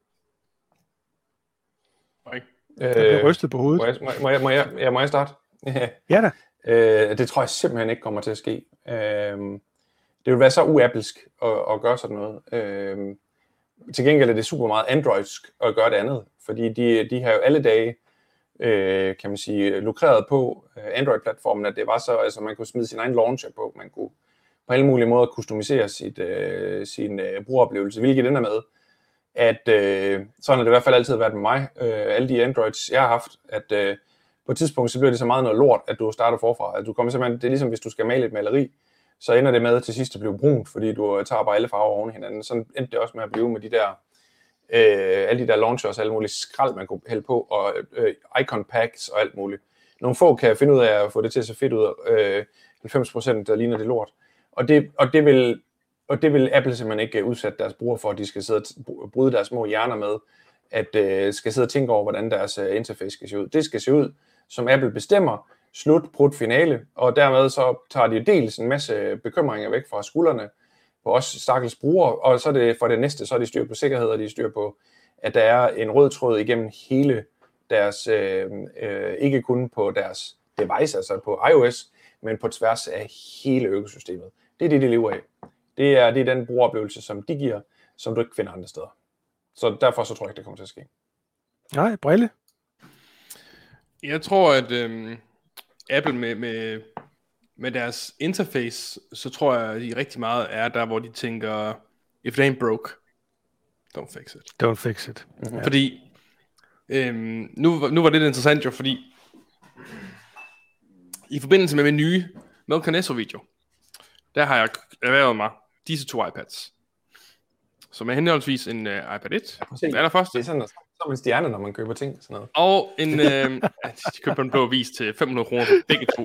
Okay. Der bliver rystet på hovedet. Må jeg, må jeg, må jeg, jeg, må jeg starte? Ja da. Øh, det tror jeg simpelthen ikke kommer til at ske. Øh, det vil være så uappelsk at, at gøre sådan noget. Øh, til gengæld er det super meget androidsk at gøre det andet, fordi de, de har jo alle dage, øh, kan man sige, lukreret på Android-platformen, at det var så, altså man kunne smide sin egen launcher på, man kunne på alle mulige måder customisere sit, øh, sin øh, brugeroplevelse, hvilket ender med, at øh, sådan har det i hvert fald altid været med mig, øh, alle de Androids, jeg har haft, at øh, på et tidspunkt, så bliver det så meget noget lort, at du starter forfra. At du kommer simpelthen, det er ligesom, hvis du skal male et maleri, så ender det med til sidst at blive brunt, fordi du tager bare alle farver oven i hinanden. Sådan endte det også med at blive med de der, øh, alle de der launchers, alle mulige skrald, man kunne hælde på, og øh, icon packs og alt muligt. Nogle få kan finde ud af at få det til at se fedt ud, øh, halvfems procent der ligner det lort. Og det, og det vil, og det vil Apple simpelthen ikke udsætte deres brugere for, at de skal sidde og bryde deres små hjerner med, at øh, skal sidde og tænke over, hvordan deres øh, interface skal se ud. Det skal se ud, som Apple bestemmer, slut, prut, finale, og dermed så tager de dels en masse bekymringer væk fra skuldrene på os stakkels brugere, og så er det for det næste, så er de styr på sikkerhed, og de er styr på, at der er en rød tråd igennem hele deres, øh, øh, ikke kun på deres device, altså på iOS, men på tværs af hele økosystemet. Det er det, de lever af. Det er, det er den brugeroplevelse, som de giver, som du ikke finder andre steder. Så derfor så tror jeg ikke, det kommer til at ske. Nej, brille. Jeg tror, at øhm, Apple med, med, med deres interface, så tror jeg, at de rigtig meget er der, hvor de tænker, if it ain't broke, don't fix it. Don't fix it. Mm-hmm. Fordi, øhm, nu, nu var det interessant jo, fordi i forbindelse med min nye Melker Nesso video, der har jeg erhvervet mig disse to iPads, som er henholdsvis en uh, iPad et, ja, den allerførste. Det er sådan, som en stjerne, når man køber ting. Sådan noget. Og en, øh, de køber en blå vis til fem hundrede kroner for begge to.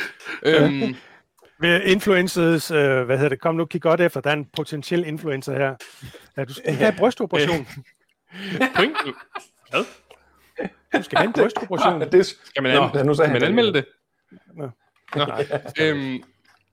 øhm, Influencers, øh, hvad hedder det, kom nu, kig godt efter, der er en potentiel influencer her. Ja, du skal have brystoperation. Point. Hvad? Du skal have en brystoperation. Det skal man, an- Nå, skal man anmelde det? Nå. Nå. øhm,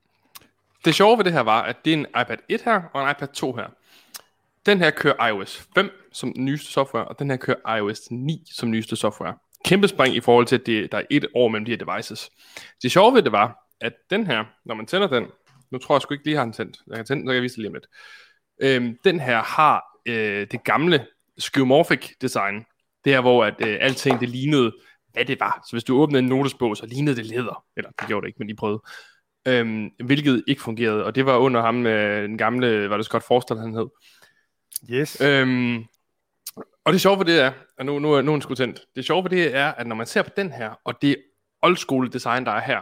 det sjove ved det her var, at det er en iPad et her, og en iPad to her. Den her kører iOS fem som den nyeste software, og den her kører iOS ni som nyeste software. Kæmpe spring i forhold til, at det, der er et år mellem de her devices. Det sjove ved det var, at den her, når man tænder den, nu tror jeg sgu ikke lige har den tændt, jeg kan tænde den, så kan jeg vise det lige om lidt. Øhm, den her har øh, det gamle skeuomorphic design. Det her, hvor at, øh, alting det lignede, hvad det var. Så hvis du åbnede en notesbog, så lignede det læder. Eller det gjorde det ikke, men de prøvede. Øhm, hvilket ikke fungerede, og det var under ham, øh, den gamle, var det Scott Forstall, han hed. Yes. Øhm, og det sjove for det er, og nu, nu, nu er den sgu tændt, det sjove for det er, at når man ser på den her, og det old school design, der er her,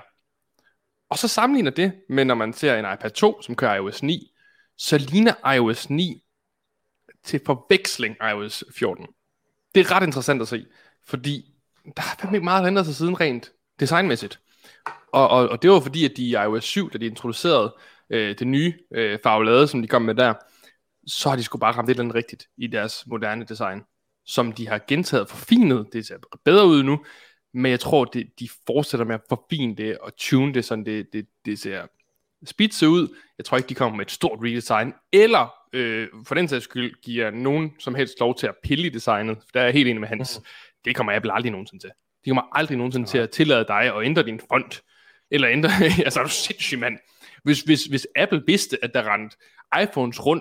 og så sammenligner det med, når man ser en iPad to, som kører iOS ni, så ligner iOS ni til forveksling iOS fjorten. Det er ret interessant at se, fordi der har fandme ikke meget ændret sig siden rent designmæssigt. Og, og, og det var fordi, at de i iOS syv, da de introducerede øh, det nye øh, farvelade, som de kom med der, så har de sgu bare ramt et eller andet rigtigt i deres moderne design, som de har gentaget forfinet. Det ser bedre ud nu, men jeg tror, det, de fortsætter med at forfine det og tune det, sådan det, det, det ser spidse ud. Jeg tror ikke, de kommer med et stort redesign, eller øh, for den sags skyld giver nogen som helst lov til at pille i designet. For der er jeg helt enig med Hans. Mm. Det kommer Apple aldrig nogensinde til. De kommer aldrig nogensinde ja. til at tillade dig at ændre din font, eller ændre, altså er du sindssyg mand. Hvis, hvis, hvis Apple vidste, at der rendte iPhones rundt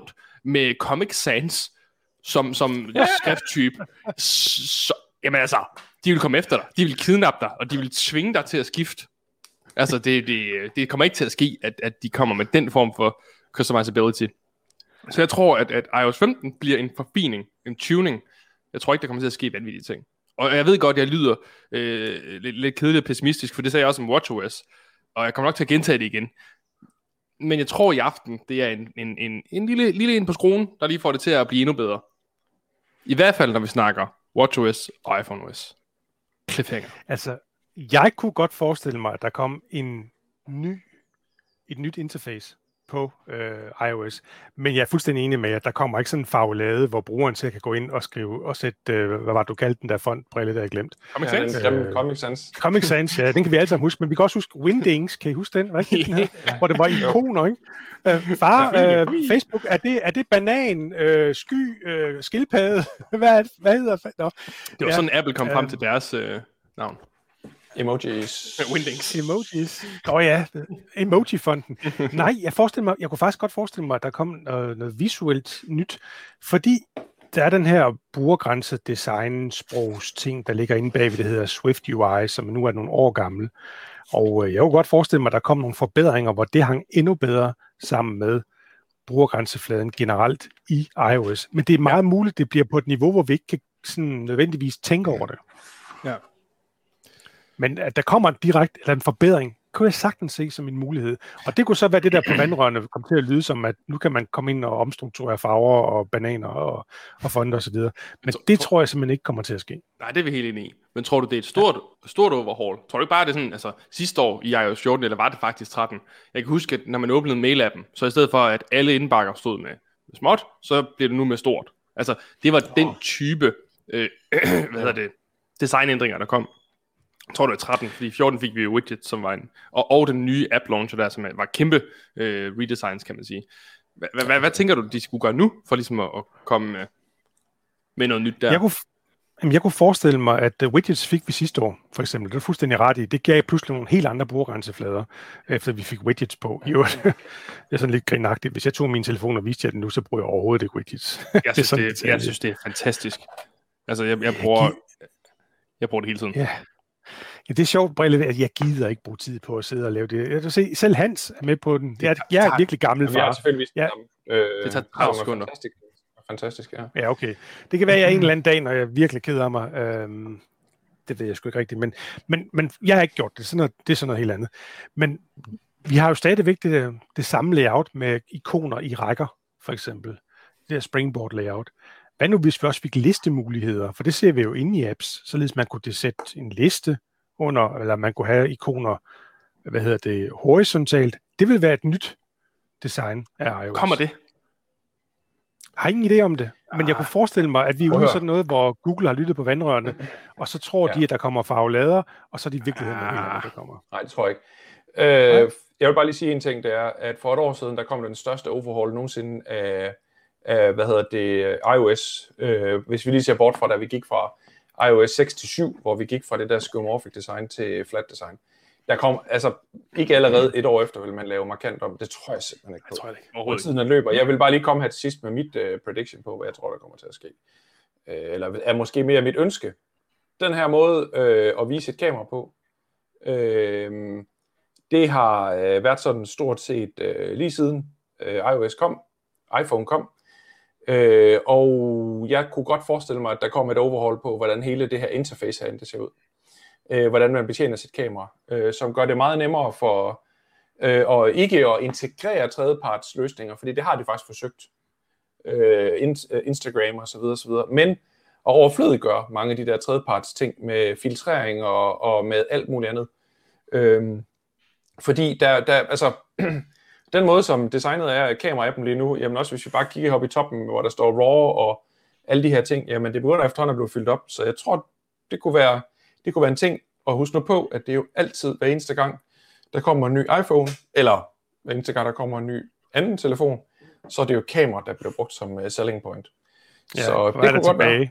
med Comic Sans som, som skrifttype, så, jamen altså, de vil komme efter dig, de vil kidnappe dig, og de vil tvinge dig til at skifte. Altså, det, det, det kommer ikke til at ske, at, at de kommer med den form for customizability. Så jeg tror, at, at i O S femten bliver en forfining, en tuning. Jeg tror ikke, der kommer til at ske vanvittige ting. Og jeg ved godt, jeg lyder øh, lidt, lidt kedeligt og pessimistisk, for det sagde jeg også om WatchOS, og jeg kommer nok til at gentage det igen. Men jeg tror i aften, det er en, en, en, en lille, lille en på skruen, der lige får det til at blive endnu bedre. I hvert fald, når vi snakker WatchOS og iPhoneOS. Cliffhanger. Altså, jeg kunne godt forestille mig, at der kom en ny, et nyt interface på øh, iOS. Men jeg er fuldstændig enig med, at der kommer ikke sådan en farvelade, hvor brugeren selv kan gå ind og skrive og sætte, øh, hvad var det, du kaldte den der fontbrille, der jeg glemt. Comic Sans. Ja, øh, Comic Sans. Comic Sans, ja, den kan vi alle sammen huske, men vi kan også huske Wingdings, kan I huske den? Hvad den her? Hvor det var ikoner, ikke? Øh, far, øh, Facebook, er det, er det banan, øh, sky, øh, skildpadde? hvad, hvad hedder det? Nå. Det var ja. Sådan, Apple kom øh, frem til deres øh, navn. Emojis. Windings. Emojis. Åh oh, ja, emoji-fonden. Nej, jeg forestiller mig, jeg kunne faktisk godt forestille mig, at der kom noget, noget visuelt nyt, fordi der er den her brugergrænse design sprogs ting, der ligger inde bagved, det hedder Swift U I, som nu er nogle år gammel. Og jeg kunne godt forestille mig, at der kom nogle forbedringer, hvor det hang endnu bedre sammen med brugergrænsefladen generelt i iOS. Men det er meget muligt, det bliver på et niveau, hvor vi ikke kan sådan nødvendigvis tænke over det. Ja. Men at der kommer en direkte eller en forbedring, kunne jeg sagtens se som en mulighed. Og det kunne så være det der på vandrørene kom til at lyde som, at nu kan man komme ind og omstrukturere farver og bananer og, og fonde osv. Men så, det tror jeg simpelthen ikke kommer til at ske. Nej, det er vi helt enige i. Men tror du, det er et stort, ja. stort overhaul? Tror du ikke bare, det er sådan, altså sidste år i iOS fjorten, eller var det faktisk tretten? Jeg kan huske, at når man åbnede mail-appen, så i stedet for, at alle indbakker stod med småt, så bliver det nu med stort. Altså, det var oh. den type, øh, hvad hedder det, designændringer, der kom. Jeg tror det var tretten, fordi fjorten fik vi jo widget, som var en, og, og den nye app launcher der, som var kæmpe øh, redesigns, kan man sige. Hvad tænker du, de skulle gøre nu, for ligesom at, at komme med, med noget nyt der? Jeg kunne, jamen jeg kunne forestille mig, at uh, widgets fik vi sidste år, for eksempel. Det er fuldstændig ret i. Det gav pludselig nogle helt andre brugergrænseflader, efter vi fik widgets på. Jo, det er sådan lidt grinagtigt. Hvis jeg tog min telefon og viste jer den nu, så bruger jeg overhovedet ikke widgets. Jeg synes, det, det, jeg synes det er fantastisk. Altså, jeg, jeg, bruger, jeg bruger det hele tiden. Ja. Ja, det er sjovt, Brille, at jeg gider ikke bruge tid på at sidde og lave det. Jeg kan se, selv Hans er med på den. Jeg, jeg er virkelig gammel far. Jeg er selvfølgelig ja. øh, det tager tredive sekunder. Fantastisk, fantastisk, ja. Ja, okay. Det kan være, at jeg en eller anden dag, når jeg virkelig keder mig. Øhm, det ved jeg sgu ikke rigtigt. Men, men, men jeg har ikke gjort det. Sådan noget, det er sådan noget helt andet. Men vi har jo stadigvæk det, det samme layout med ikoner i rækker, for eksempel. Det der Springboard layout. Hvad nu, hvis vi også fik listemuligheder? For det ser vi jo inde i apps, således man kunne sætte en liste under, eller man kunne have ikoner, hvad hedder det, horisontalt. Det vil være et nyt design af iOS. Kommer det? Har ingen idé om det, men jeg kunne forestille mig, at vi er ude i sådan noget, hvor Google har lyttet på vandrørene, og så tror ja. de, at der kommer farvelader, og så er de i virkeligheden noget helt andet, der kommer. Nej, det tror jeg ikke. Øh, jeg vil bare lige sige en ting, det er, at for et år siden, der kom den største overhaul nogensinde af, af hvad hedder det, iOS. Øh, hvis vi lige ser bort fra, da vi gik fra iOS seks til syv, hvor vi gik fra det der skeuomorphic design til flat design. Der kom, altså ikke allerede et år efter, vil man lave markant om. Det tror jeg simpelthen ikke på. Jeg tror det ikke. Overhovedet tiden er løber. Jeg vil bare lige komme her til sidst med mit uh, prediction på, hvad jeg tror, der kommer til at ske. Uh, eller er måske mere mit ønske. Den her måde uh, at vise et kamera på, uh, det har uh, været sådan stort set uh, lige siden uh, iOS kom, iPhone kom. Øh, og jeg kunne godt forestille mig, at der kommer et overhaul på, hvordan hele det her interface herinde det ser ud. Øh, hvordan man betjener sit kamera, øh, som gør det meget nemmere for øh, og ikke at integrere tredjeparts løsninger, fordi det har de faktisk forsøgt. Øh, Instagram og så videre, så videre. Men at overflødiggøre mange af de der tredjeparts ting med filtrering og, og med alt muligt andet. Øh, fordi der, der altså den måde, som designet er af kamera-appen lige nu, jamen også hvis vi bare kigger op i toppen, hvor der står RAW og alle de her ting, jamen det begynder efterhånden at blive fyldt op. Så jeg tror, det kunne være, det kunne være en ting at huske nu på, at det er jo altid hver eneste gang, der kommer en ny iPhone, eller hver eneste gang, der kommer en ny anden telefon, så er det jo kamera, der bliver brugt som uh, selling point. Ja, så det kunne godt være.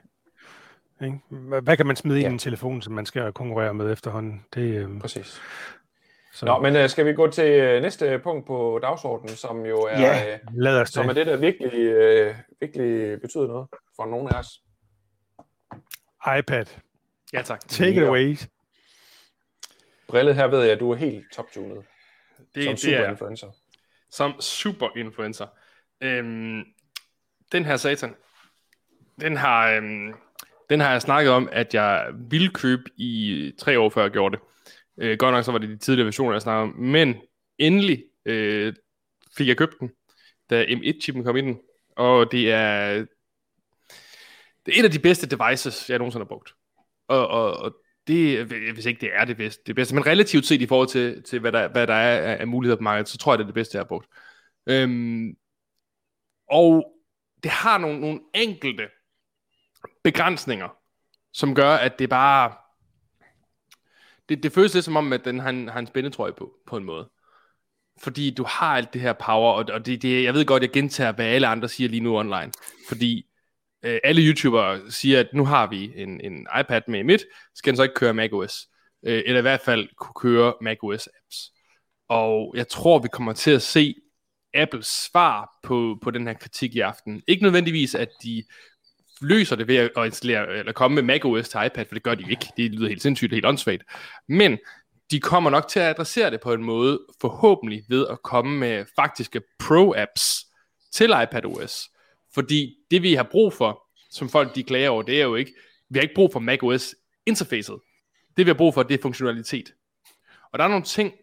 Hvad kan man smide ja. i en telefon, som man skal konkurrere med efterhånden? Det, øh... Præcis. Så. Nå, men uh, skal vi gå til uh, næste punkt på dagsordenen, som jo er, ja, uh, som er det, der virkelig, uh, virkelig betyder noget for nogen af os. iPad. Ja, tak. Take it away. Brillet her ved jeg, at du er helt top-tunet. Det, som super-influencer. Som super-influencer. Øhm, den her satan, den har, øhm, den har jeg snakket om, at jeg ville købe i tre år, før jeg gjorde det. Øh, godt nok så var det de tidligere versioner, jeg snakkede om. Men endelig øh, fik jeg købt den, da M et-chippen kom i den. Og det er, det er et af de bedste devices, jeg nogensinde har brugt. Og, og, og det, hvis ikke det er det bedste, det bedste, men relativt set i forhold til, til hvad, der, hvad der er af, af muligheder på markedet, så tror jeg, det er det bedste, jeg har brugt. Øhm, og det har nogle, nogle enkelte begrænsninger, som gør, at det bare... Det, det føles lidt som om, at den har en, har en spændetrøje på, på en måde. Fordi du har alt det her power, og, og det, det, jeg ved godt, jeg gentager, hvad alle andre siger lige nu online. Fordi øh, alle YouTubere siger, at nu har vi en, en iPad med midt, skal den så ikke køre macOS. Øh, eller i hvert fald kunne køre macOS apps. Og jeg tror, vi kommer til at se Apples svar på, på den her kritik i aften. Ikke nødvendigvis, at de løser det ved at installere, eller komme med macOS til iPad, for det gør de ikke. Det lyder helt sindssygt og helt åndssvagt. Men de kommer nok til at adressere det på en måde, forhåbentlig ved at komme med faktiske Pro-apps til iPadOS. Fordi det vi har brug for, som folk de klager over, det er jo ikke, vi har ikke brug for macOS-interfacet. Det vi har brug for, det er funktionalitet. Og der er nogle ting,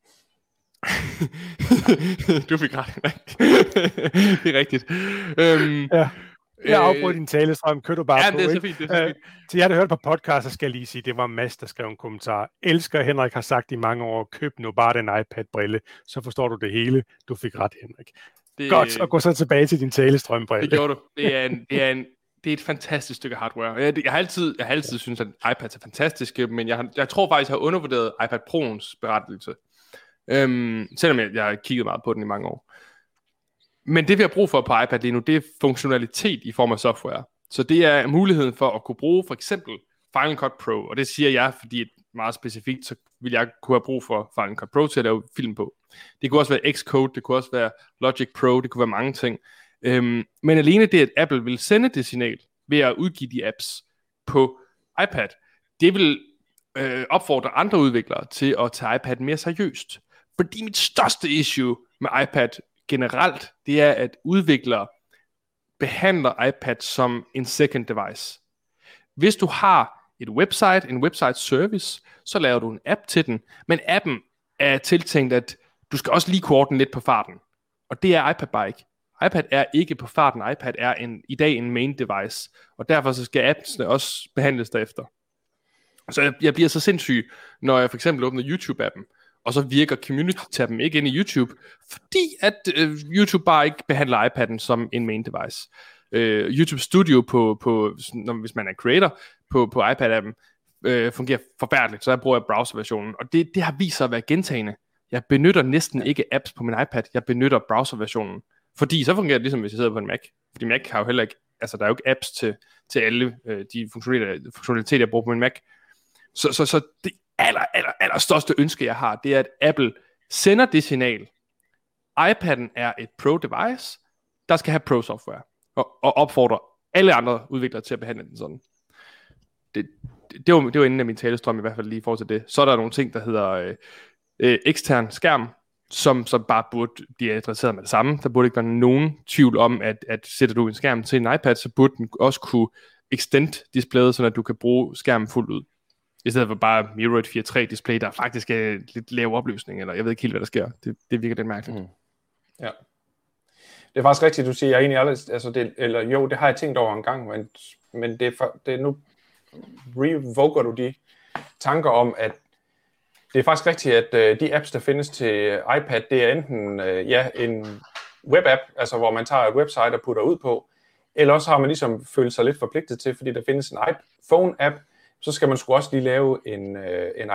du fik ret. Det er rigtigt. Øhm, ja. Jeg afbryder din talestrøm, kører du bare ja, på, det er så ikke? fint, det er så fint. Uh, til jer, der hørte på podcast, så skal jeg lige sige, det var Mads, der skrev en kommentar. Elsker, Henrik har sagt i mange år, køb nu bare den iPad-brille, så forstår du det hele. Du fik ret, Henrik. Det... Godt, og gå så tilbage til din talestrømbrille. Det gjorde du. Det er, en, det er, en, det er et fantastisk stykke hardware. Jeg, jeg har altid, jeg har altid syntes, at iPads er fantastiske, men jeg, har, jeg tror faktisk, jeg har undervurderet iPad Pro'ens berettigelse. Øhm, selvom jeg, jeg har kigget meget på den i mange år. Men det vi har brug for på iPad lige nu, det er funktionalitet i form af software. Så det er muligheden for at kunne bruge for eksempel Final Cut Pro, og det siger jeg, fordi meget specifikt, så vil jeg kunne have brug for Final Cut Pro til at lave film på. Det kunne også være Xcode, det kunne også være Logic Pro, det kunne være mange ting. Øhm, men alene det, at Apple vil sende det signal ved at udgive de apps på iPad, det vil øh, opfordre andre udviklere til at tage iPad mere seriøst. Fordi mit største issue med iPad generelt, det er, at udviklere behandler iPad som en second device. Hvis du har et website, en website service, så laver du en app til den, men appen er tiltænkt, at du skal også lige kunne ordne lidt på farten. Og det er iPad bare ikke. iPad er ikke på farten. iPad er en, i dag en main device, og derfor så skal appsene også behandles derefter. Så jeg, jeg bliver så sindssyg, når jeg for eksempel åbner YouTube-appen, og så virker Community-tabben ikke ind i YouTube, fordi at øh, YouTube bare ikke behandler iPad'en som en main device. Øh, YouTube Studio, på, på, når, hvis man er creator, på, på iPad-appen, øh, fungerer forfærdeligt, så jeg bruger browser-versionen, og det, det har vist sig at være gentagende. Jeg benytter næsten ikke apps på min iPad, jeg benytter browser-versionen, fordi så fungerer det ligesom, hvis jeg sidder på en Mac. Fordi Mac har jo heller ikke, altså der er jo ikke apps til, til alle øh, de funktionaliteter, funktionaliteter, jeg bruger på min Mac. Så, så, så det aller, aller, aller største ønske, jeg har, det er, at Apple sender det signal. iPad'en er et Pro-device, der skal have Pro-software, og, og opfordrer alle andre udviklere til at behandle den sådan. Det, det, det, var, det var inden af min talestrøm, i hvert fald lige i forhold til det. Så er der nogle ting, der hedder øh, øh, ekstern skærm, som, som bare burde blive adresseret med det samme. Der burde ikke være nogen tvivl om, at, at sætter du en skærm til en iPad, så burde den også kunne extend displayet, så at du kan bruge skærmen fuldt ud. I stedet for bare Mirror fire tre display, der faktisk er lidt lav opløsning, eller jeg ved ikke helt, hvad der sker. Det, det virker lidt mærkeligt. Mm. Ja. Det er faktisk rigtigt, du siger, jeg er egentlig aldrig, altså det, eller jo, det har jeg tænkt over en gang, men, men det, er, det er nu revoker du de tanker om, at det er faktisk rigtigt, at uh, de apps, der findes til iPad, det er enten uh, ja, en webapp, altså hvor man tager et website og putter ud på, eller også har man ligesom følt sig lidt forpligtet til, fordi der findes en iPhone-app, så skal man sgu også lige lave en, øh, en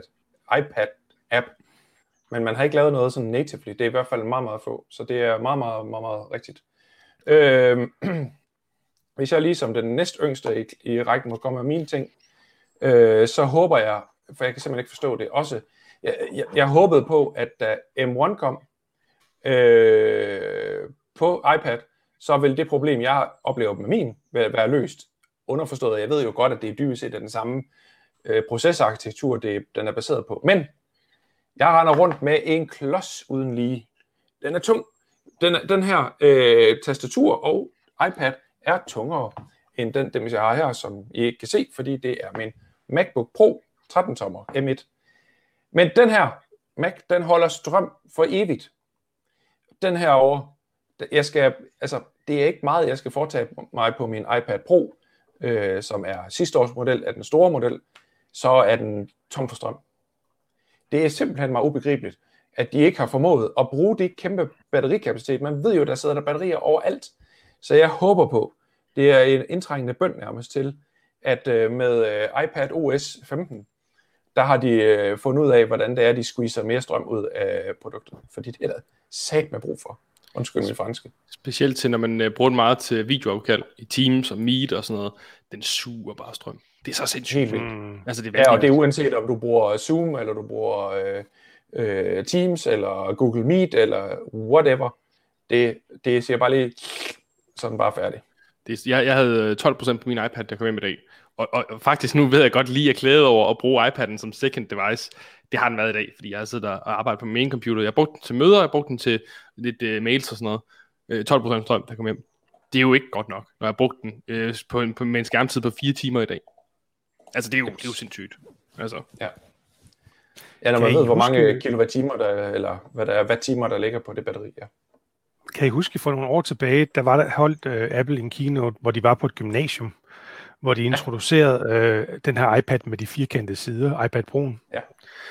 iPad-app. Men man har ikke lavet noget sådan natively. Det er i hvert fald meget, meget få. Så det er meget, meget, meget, meget rigtigt. Øh, hvis jeg lige som den næst yngste i, i rækken må komme med mine ting, øh, så håber jeg, for jeg kan simpelthen ikke forstå det, også jeg, jeg, jeg håbede på, at da M et kom øh, på iPad, så vil det problem, jeg oplever med min, være løst. Underforstået, jeg ved jo godt, at det er dybest set den samme øh, procesarkitektur, det, den er baseret på. Men jeg render rundt med en klods uden lige. Den er tung. Den, den her øh, tastatur og iPad er tungere end den, dem jeg har her, som I ikke kan se, fordi det er min MacBook Pro tretten tommer M et. Men den her Mac, den holder strøm for evigt. Den her over, jeg skal, altså, det er ikke meget, jeg skal foretage mig på min iPad Pro, øh, som er sidste års model af den store model, så er den tom for strøm. Det er simpelthen meget ubegribeligt, at de ikke har formået at bruge det kæmpe batterikapacitet. Man ved jo, der sidder der batterier overalt. Så jeg håber på, det er en indtrængende bøn nærmest til, at øh, med øh, iPad O S femten, der har de øh, fundet ud af, hvordan det er, de squeezer mere strøm ud af produktet. Fordi det er der sat med brug for. Undskyld min franske. Specielt til, når man øh, bruger den meget til videoopkald i Teams og Meet og sådan noget. Den suger bare strøm. Det er så sindssygt. Mm. Altså, det er ja, og det er uanset, om du bruger Zoom, eller du bruger øh, øh, Teams, eller Google Meet, eller whatever. Det, det siger bare lige, sådan bare færdig. Det, jeg, jeg havde tolv procent på min iPad, der kom hjem i dag. Og, og, og faktisk nu ved jeg godt lige at klæde over at bruge iPad'en som second device. Det har den været i dag, fordi jeg har siddet og arbejdet på min main computer. Jeg har brugt den til møder, jeg har brugt den til lidt uh, mails og sådan noget. Uh, tolv procent strøm, der kom hjem. Det er jo ikke godt nok, når jeg har brugt den uh, på, en, på, med en skærmtid på fire timer i dag. Altså, det er jo, det er jo sindssygt. Altså. Ja. Ja, når man kan ved, hvor mange huske... kilowatt-timer, der, eller hvad der er, watt-timer, der ligger på det batteri, ja. Kan I huske, for nogle år tilbage, der var der holdt uh, Apple en keynote, hvor de var på et gymnasium, hvor de introducerede øh, den her iPad med de firkantede sider, iPad Pro'en. Ja.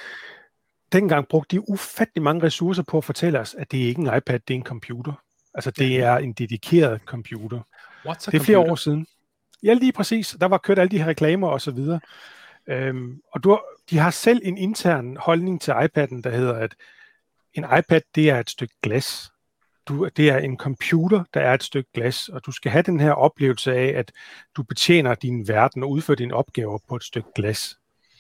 Dengang brugte de ufattelig mange ressourcer på at fortælle os, at det er ikke en iPad, det er en computer. Altså, det er en dedikeret computer. What's a det er flere år siden. Ja, lige præcis. Der var kørt alle de her reklamer og så videre. Øhm, og du, de har selv en intern holdning til iPad'en, der hedder, at en iPad, det er et stykke glas. Du, det er en computer, der er et stykke glas, og du skal have den her oplevelse af, at du betjener din verden og udfører dine opgaver på et stykke glas.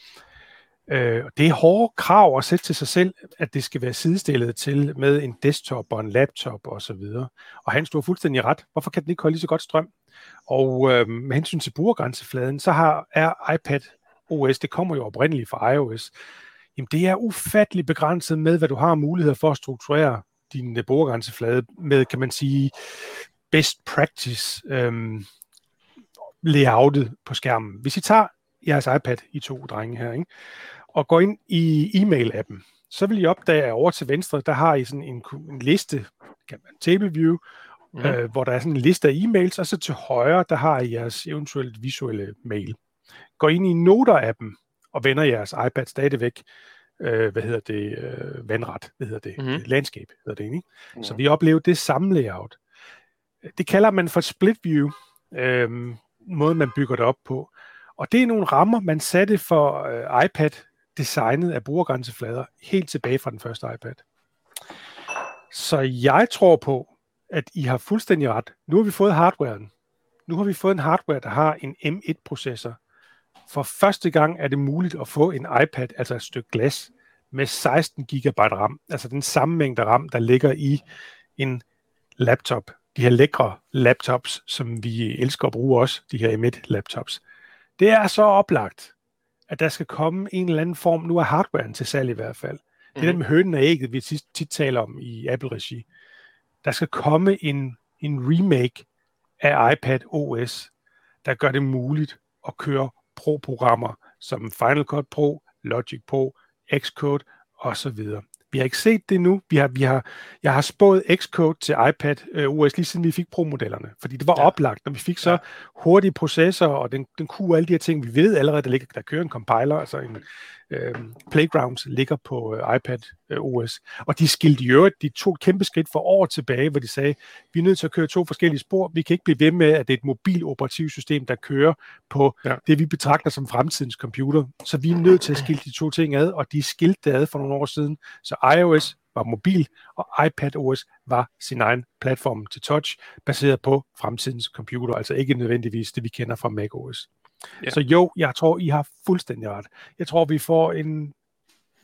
Øh, det er hårde krav at sætte til sig selv, at det skal være sidestillet til med en desktop og en laptop og så videre. Og Hans, du har fuldstændig ret. Hvorfor kan den ikke holde lige så godt strøm? Og øh, med hensyn til brugergrænsefladen, så har er iPad O S, det kommer jo oprindeligt fra iOS, jamen det er ufattelig begrænset med, hvad du har mulighed for at strukturere din brugergrænseflade med, kan man sige, best practice øhm, layoutet på skærmen. Hvis I tager jeres iPad, I to drenge her, ikke, og går ind i e-mail-appen, så vil I opdage, at over til venstre, der har I sådan en, en liste, kan man table view, mm-hmm. øh, hvor der er sådan en liste af e-mails, og så til højre, der har I jeres eventuelt visuelle mail. Går ind i noter-appen og vender jeres iPad stadigvæk, øh, hvad hedder det, øh, vandret, hvad hedder det, mm-hmm. landscape hedder det, ikke? Mm-hmm. Så vi oplever det samme layout. Det kalder man for split view, øh, måden man bygger det op på. Og det er nogle rammer, man satte for øh, iPad, designet af brugergrænseflader, helt tilbage fra den første iPad. Så jeg tror på, at I har fuldstændig ret. Nu har vi fået hardwaren. Nu har vi fået en hardware, der har en M et-processor. For første gang er det muligt at få en iPad, altså et stykke glas, med seksten gigabyte RAM. Altså den samme mængde RAM, der ligger i en laptop. De her lækre laptops, som vi elsker at bruge også, de her M et-laptops. Det er så oplagt, at der skal komme en eller anden form, nu er hardwaren til salg i hvert fald. Det er den med hønen og ægget, vi tit, tit taler om i Apple-regi. Der skal komme en, en remake af iPad O S, der gør det muligt at køre Pro-programmer som Final Cut Pro, Logic Pro, Xcode osv. Vi har ikke set det nu. Vi har, vi har, jeg har spået Xcode til iPad øh, O S lige siden vi fik Pro-modellerne, fordi det var ja. oplagt, når vi fik så ja. hurtige processorer, og den, den kunne alle de her ting. Vi ved allerede, der, ligger, der kører en compiler, altså en øh, Playgrounds ligger på øh, iPad øh, O S. Og de skilte i øvrigt, de tog et kæmpe skridt for år tilbage, hvor de sagde, vi er nødt til at køre to forskellige spor. Vi kan ikke blive ved med, at det er et mobil operativsystem, der kører på ja. det, vi betragter som fremtidens computer. Så vi er nødt til at skille de to ting ad, og de skilte ad for nogle år siden. Så iOS var mobil, og iPad O S var sin egen platform til touch, baseret på fremtidens computer, altså ikke nødvendigvis det, vi kender fra macOS. Ja. Så jo, jeg tror, I har fuldstændig ret. Jeg tror, vi får en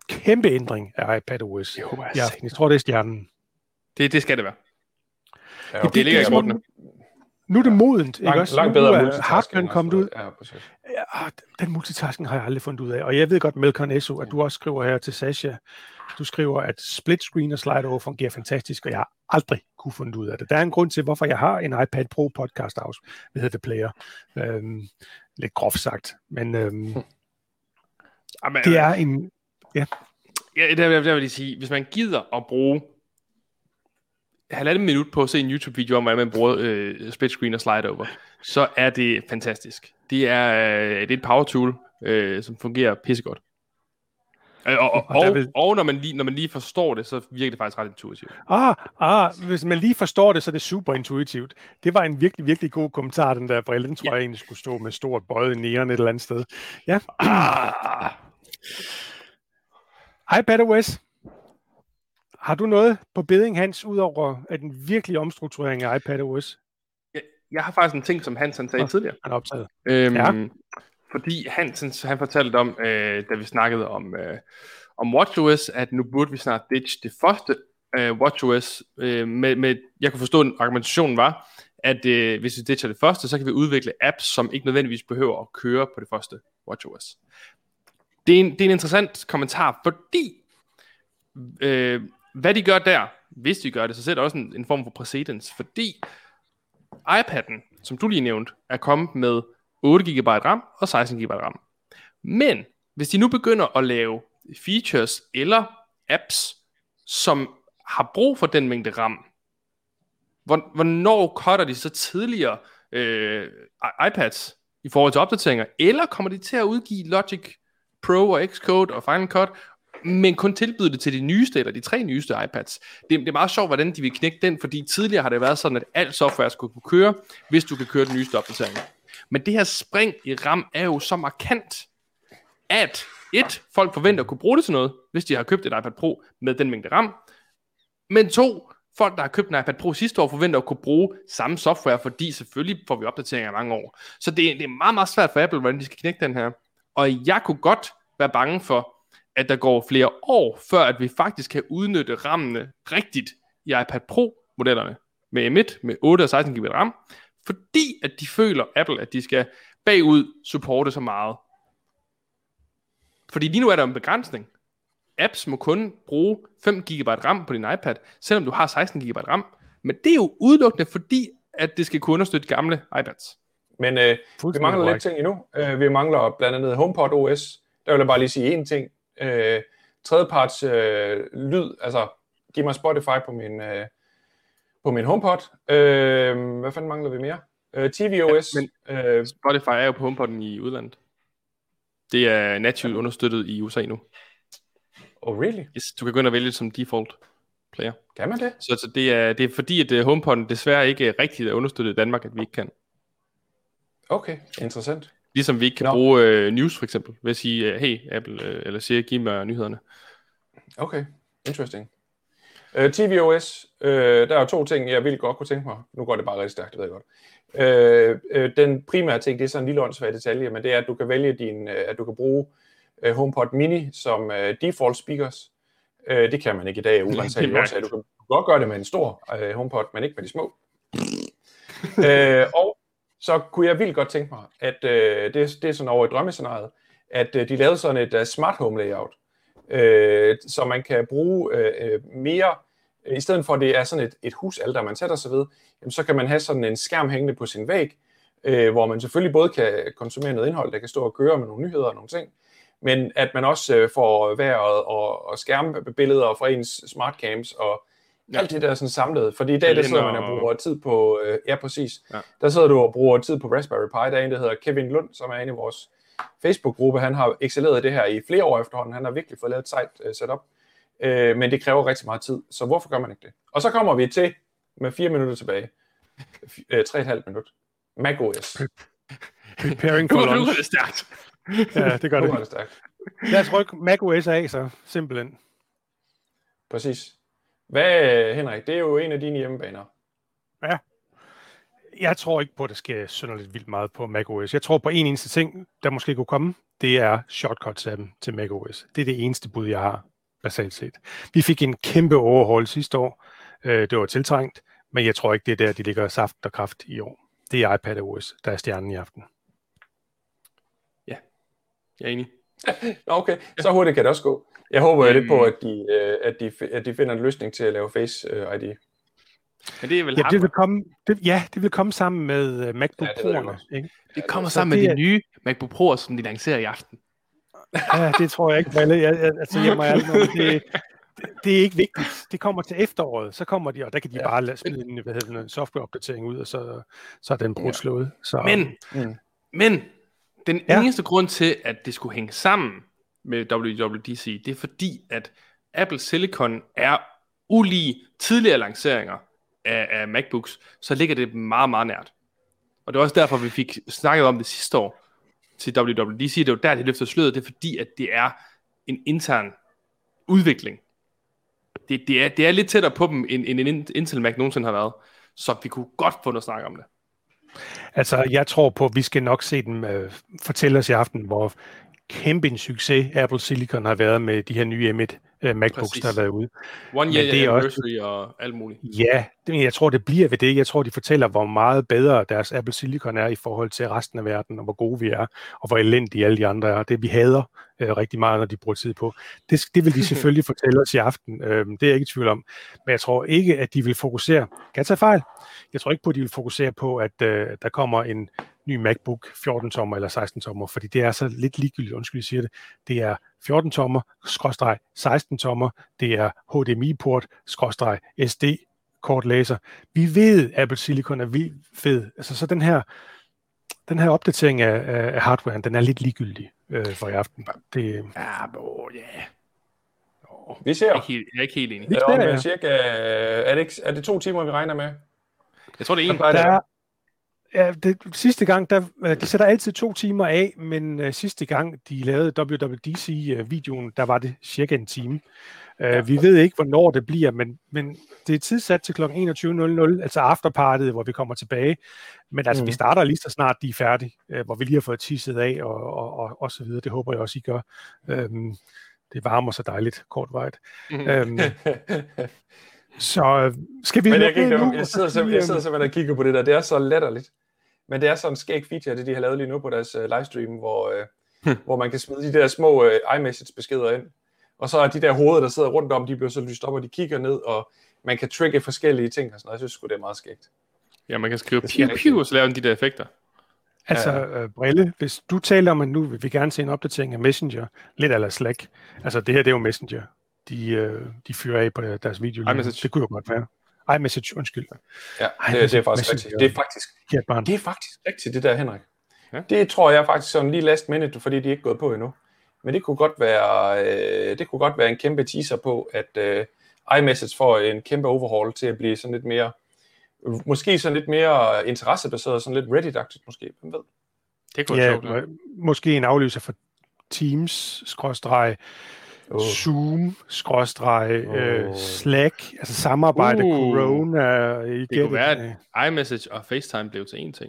kæmpe ændring af iPadOS Jo, i aften. Jeg tror, det er stjernen. Det, det skal det være. Ja, det, det ligger i kortene. Nu er det modent, ikke Lang, også? langt nu bedre er multitasking. Hardman kommet ud. Ja, præcis. Ja, den multitasking har jeg aldrig fundet ud af. Og jeg ved godt, Melkon Esso, at du også skriver her til Sasha, du skriver, at split screen og slide over fungerer fantastisk, og jeg har aldrig kunne finde ud af det. Der er en grund til, hvorfor jeg har en iPad Pro podcast house, hvad hedder det, player. Øhm, lidt groft sagt. Men øhm, Jamen, det er en... Ja, ja der, der, der vil jeg sige, hvis man gider at bruge halvandet minut på at se en YouTube-video om, hvordan man bruger øh, split screen og slide over, så er det fantastisk. Det er, øh, det er et power tool, øh, som fungerer pissegodt. Øh, og, og, og, vil... og når, man lige, når man lige forstår det, så virker det faktisk ret intuitivt. Ah, ah, hvis man lige forstår det, så er det super intuitivt. Det var en virkelig, virkelig god kommentar, den der brille. Den tror ja. jeg egentlig skulle stå med stort bøjet næren et eller andet sted. Ja. Ah. iPadOS. Har du noget på bedding, Hans, udover at den virkelige omstrukturering af iPadOS? Jeg, jeg har faktisk en ting, som Hans han sagde oh, tidligere. Han er optaget. Øhm, ja. Fordi Hans han fortalte om, øh, da vi snakkede om, øh, om WatchOS, at nu burde vi snart ditch det første øh, WatchOS. Øh, med, med, jeg kunne forstå, at argumentationen var, at øh, hvis vi ditcher det første, så kan vi udvikle apps, som ikke nødvendigvis behøver at køre på det første WatchOS. Det er en, det er en interessant kommentar, fordi øh, hvad de gør der, hvis de gør det, så sætter også en, en form for præcedens, fordi iPad'en, som du lige nævnte, er kommet med otte gigabyte RAM og seksten gigabyte RAM. Men hvis de nu begynder at lave features eller apps, som har brug for den mængde RAM, hvornår cutter de så tidligere øh, iPads i forhold til opdateringer, eller kommer de til at udgive Logic Pro og Xcode og Final Cut, men kun tilbyde det til de nyeste, eller de tre nyeste iPads. Det, det er meget sjovt, hvordan de vil knække den, fordi tidligere har det været sådan, at alt software skulle kunne køre, hvis du kan køre den nyeste opdatering. Men det her spring i RAM er jo så markant, at et, folk forventer at kunne bruge det til noget, hvis de har købt et iPad Pro med den mængde RAM. Men to, folk der har købt en iPad Pro sidste år, forventer at kunne bruge samme software, fordi selvfølgelig får vi opdateringer i mange år. Så det, det er meget, meget svært for Apple, hvordan de skal knække den her. Og jeg kunne godt være bange for, at der går flere år, før at vi faktisk kan udnytte rammene rigtigt i iPad Pro-modellerne med M et, med otte og seksten gigabyte RAM, fordi at de føler, Apple, at de skal bagud supporte så meget. Fordi lige nu er der en begrænsning. Apps må kun bruge fem gigabyte RAM på din iPad, selvom du har seksten gigabyte RAM. Men det er jo udelukkende fordi, at det skal kunne understøtte gamle iPads. Men øh, vi mangler lidt ting endnu. Uh, vi mangler blandt andet HomePod O S. Der vil jeg bare lige sige én ting. Uh, tredjeparts uh, lyd, altså giv mig Spotify på min, uh, på min HomePod. Uh, hvad fanden mangler vi mere? Uh, T V O S. Ja, uh, Spotify er jo på HomePod'en i udlandet. Det er nativt understøttet i U S A nu. Oh, really? Yes, du kan gå ind og vælge det som default player. Kan man det? Så, så det, er, det er fordi, at uh, HomePod'en desværre ikke er rigtigt understøttet i Danmark, at vi ikke kan. Okay, interessant. Ligesom vi ikke kan no. bruge uh, news for eksempel, ved at sige, uh, hey Apple, uh, eller sige, giv mig nyhederne. Okay, interesting. Uh, T V O S, uh, der er to ting, jeg virkelig godt kunne tænke mig. Nu går det bare rigtig stærkt, det ved jeg godt. Uh, uh, den primære ting, det er sådan en lille åndssvag detalje, men det er, at du kan vælge din, uh, at du kan bruge uh, HomePod Mini som uh, default speakers. Uh, det kan man ikke i dag, uanset årsag. Du kan godt gøre det med en stor uh, HomePod, men ikke med de små. uh, og så kunne jeg vildt godt tænke mig, at øh, det, det er sådan over i drømmescenariet, at øh, de lavede sådan et uh, smart home layout, øh, så man kan bruge øh, mere, øh, i stedet for at det er sådan et, et husalter, man sætter sig ved, jamen, så kan man have sådan en skærm hængende på sin væg, øh, hvor man selvfølgelig både kan konsumere noget indhold, der kan stå og køre med nogle nyheder og nogle ting, men at man også øh, får vejret og, og skærmbilleder fra ens smartcams og ja. Alt det der er sådan samlet, fordi i dag der sidder man og bruger tid på, øh, ja præcis, ja. Der sidder du og bruger tid på Raspberry Pi, der er en, der hedder Kevin Lund, som er en i vores Facebook-gruppe, han har excelleret det her i flere år efterhånden, han har virkelig fået lavet et sejt uh, setup, uh, men det kræver rigtig meget tid, så hvorfor gør man ikke det? Og så kommer vi til, med fire minutter tilbage, uh, tre og et halvt minut, macOS. Preparing for launch. Nu er det stærkt. Ja, det gør det. Nu er det stærkt. Lad os rykke macOS af, så simpelthen. Præcis. Hvad, Henrik, det er jo en af dine hjemmebaner. Ja. Jeg tror ikke på, at der sker synderligt vildt meget på macOS. Jeg tror på en eneste ting, der måske kunne komme, det er shortcuts-appen til macOS. Det er det eneste bud, jeg har, basalt set. Vi fik en kæmpe overhaul sidste år. Det var tiltrængt, men jeg tror ikke, det er der, de ligger saft og kraft i år. Det er iPadOS, der er stjernen i aften. Ja, jeg er enig. Okay, så hurtigt kan det også gå. Jeg håber øhm, lidt på, at de, at, de, at de finder en løsning til at lave Face I D. Men det er vel ja, det vil komme, det, ja, det vil komme sammen med uh, MacBook ja, Pro'erne. Det, det kommer sammen med de er... nye MacBook Pro'er, som de lancerer i aften. Ja, det tror jeg ikke, Valle. Jeg, jeg, altså, jeg må ærligt noget, det, det, det er ikke vigtigt. Det kommer til efteråret, så kommer de, og der kan de ja. bare smide en, hvad hedder, en softwareopdatering ud, og så, så er den brudt slået. Så, men, mm. men den ja. eneste grund til, at det skulle hænge sammen med W W D C, det er fordi, at Apple Silicon er ulig tidligere lanceringer af, af MacBooks, så ligger det meget, meget nært. Og det var også derfor, vi fik snakket om det sidste år til W W D C. Det var der, de løftede sløret. Det er fordi, at det er en intern udvikling. Det, det, er, det er lidt tættere på dem, end, end en Intel Mac nogensinde har været. Så vi kunne godt få noget snak om det. Altså, jeg tror på, at vi skal nok se dem uh, fortælle os i aften, hvor kæmpe en succes Apple Silicon har været med de her nye M et uh, MacBooks, Præcis. der har været ude. One year det er anniversary også, og alt muligt. Ja, det, jeg tror, det bliver ved det. Jeg tror, de fortæller, hvor meget bedre deres Apple Silicon er i forhold til resten af verden, og hvor gode vi er, og hvor elendige alle de andre er. Det vi hader uh, rigtig meget, når de bruger tid på. Det, det vil de selvfølgelig fortælle os i aften. Uh, det er jeg ikke i tvivl om. Men jeg tror ikke, at de vil fokusere. Kan jeg tage fejl? Jeg tror ikke på, at de vil fokusere på, at uh, der kommer en ny MacBook fjorten tommer eller seksten tommer, fordi det er så lidt ligegyldigt, undskyld, jeg siger det. Det er fjorten tommer, skråstreg seksten tommer, det er H D M I-port, skråstreg S D-kortlæser. Vi ved, Apple Silicon er vi fed. Altså, så den her, den her opdatering af, af hardwaren, den er lidt ligegyldig øh, for i aften. Det, ja, bo, ja. Yeah. Oh, vi ser. Jeg er ikke helt, jeg er ikke helt enig. Det er, ja. cirka, er, det ikke, er det to timer, vi regner med? Jeg tror, det er en. Der, Ja, det, sidste gang, der, de sætter altid to timer af, men uh, sidste gang, de lavede W W D C-videoen, der var det cirka en time. Uh, ja. Vi ved ikke, hvornår det bliver, men, men det er tidsat til klokken enogtyve nul nul, altså afterpartiet, hvor vi kommer tilbage. Men altså, mm. vi starter lige så snart de er færdige, uh, hvor vi lige har fået tisset af, og, og, og, og så videre. Det håber jeg også, I gør. Um, det varmer så dejligt, kortvejt. Mm. Um, så skal vi... Men jeg, ikke, nu, jeg sidder simpelthen, jeg sidder simpelthen og kigger på det der. Det er så latterligt. Men det er sådan en skæg feature, det de har lavet lige nu på deres uh, livestream, hvor, uh, hmm. hvor man kan smide de der små uh, iMessage-beskeder ind. Og så er de der hoveder, der sidder rundt om, de bliver så lyst op, og de kigger ned, og man kan trigge forskellige ting og sådan noget. Jeg synes sgu, det er meget skægt. Ja, man kan skrive piu piu, og så lave de der effekter. Altså, ja. øh, Brille, hvis du taler om, at nu vil vi gerne se en opdatering af Messenger, lidt eller Slack. Altså, det her, det er jo Messenger. De, øh, de fyrer af på deres video. iMessage. Det kunne jo godt være. iMessage, undskyld. Ja, det, det er faktisk rigtigt. Det er faktisk, det er faktisk rigtigt, det der, Henrik. Ja. Det tror jeg faktisk sådan lige last minute, fordi de er ikke gået på endnu. Men det kunne godt være, øh, det kunne godt være en kæmpe teaser på, at øh, iMessage får en kæmpe overhaul til at blive sådan lidt mere, måske sådan lidt mere interessebaseret, sådan lidt Reddit-agtigt måske, hvem ved? Det kunne ja, være må, måske en afløser for Teams, skråstreg, Oh. Zoom, skråstreg, oh. øh, Slack, altså samarbejde, uh. Corona. Det kunne være, at iMessage og FaceTime blev til én ting.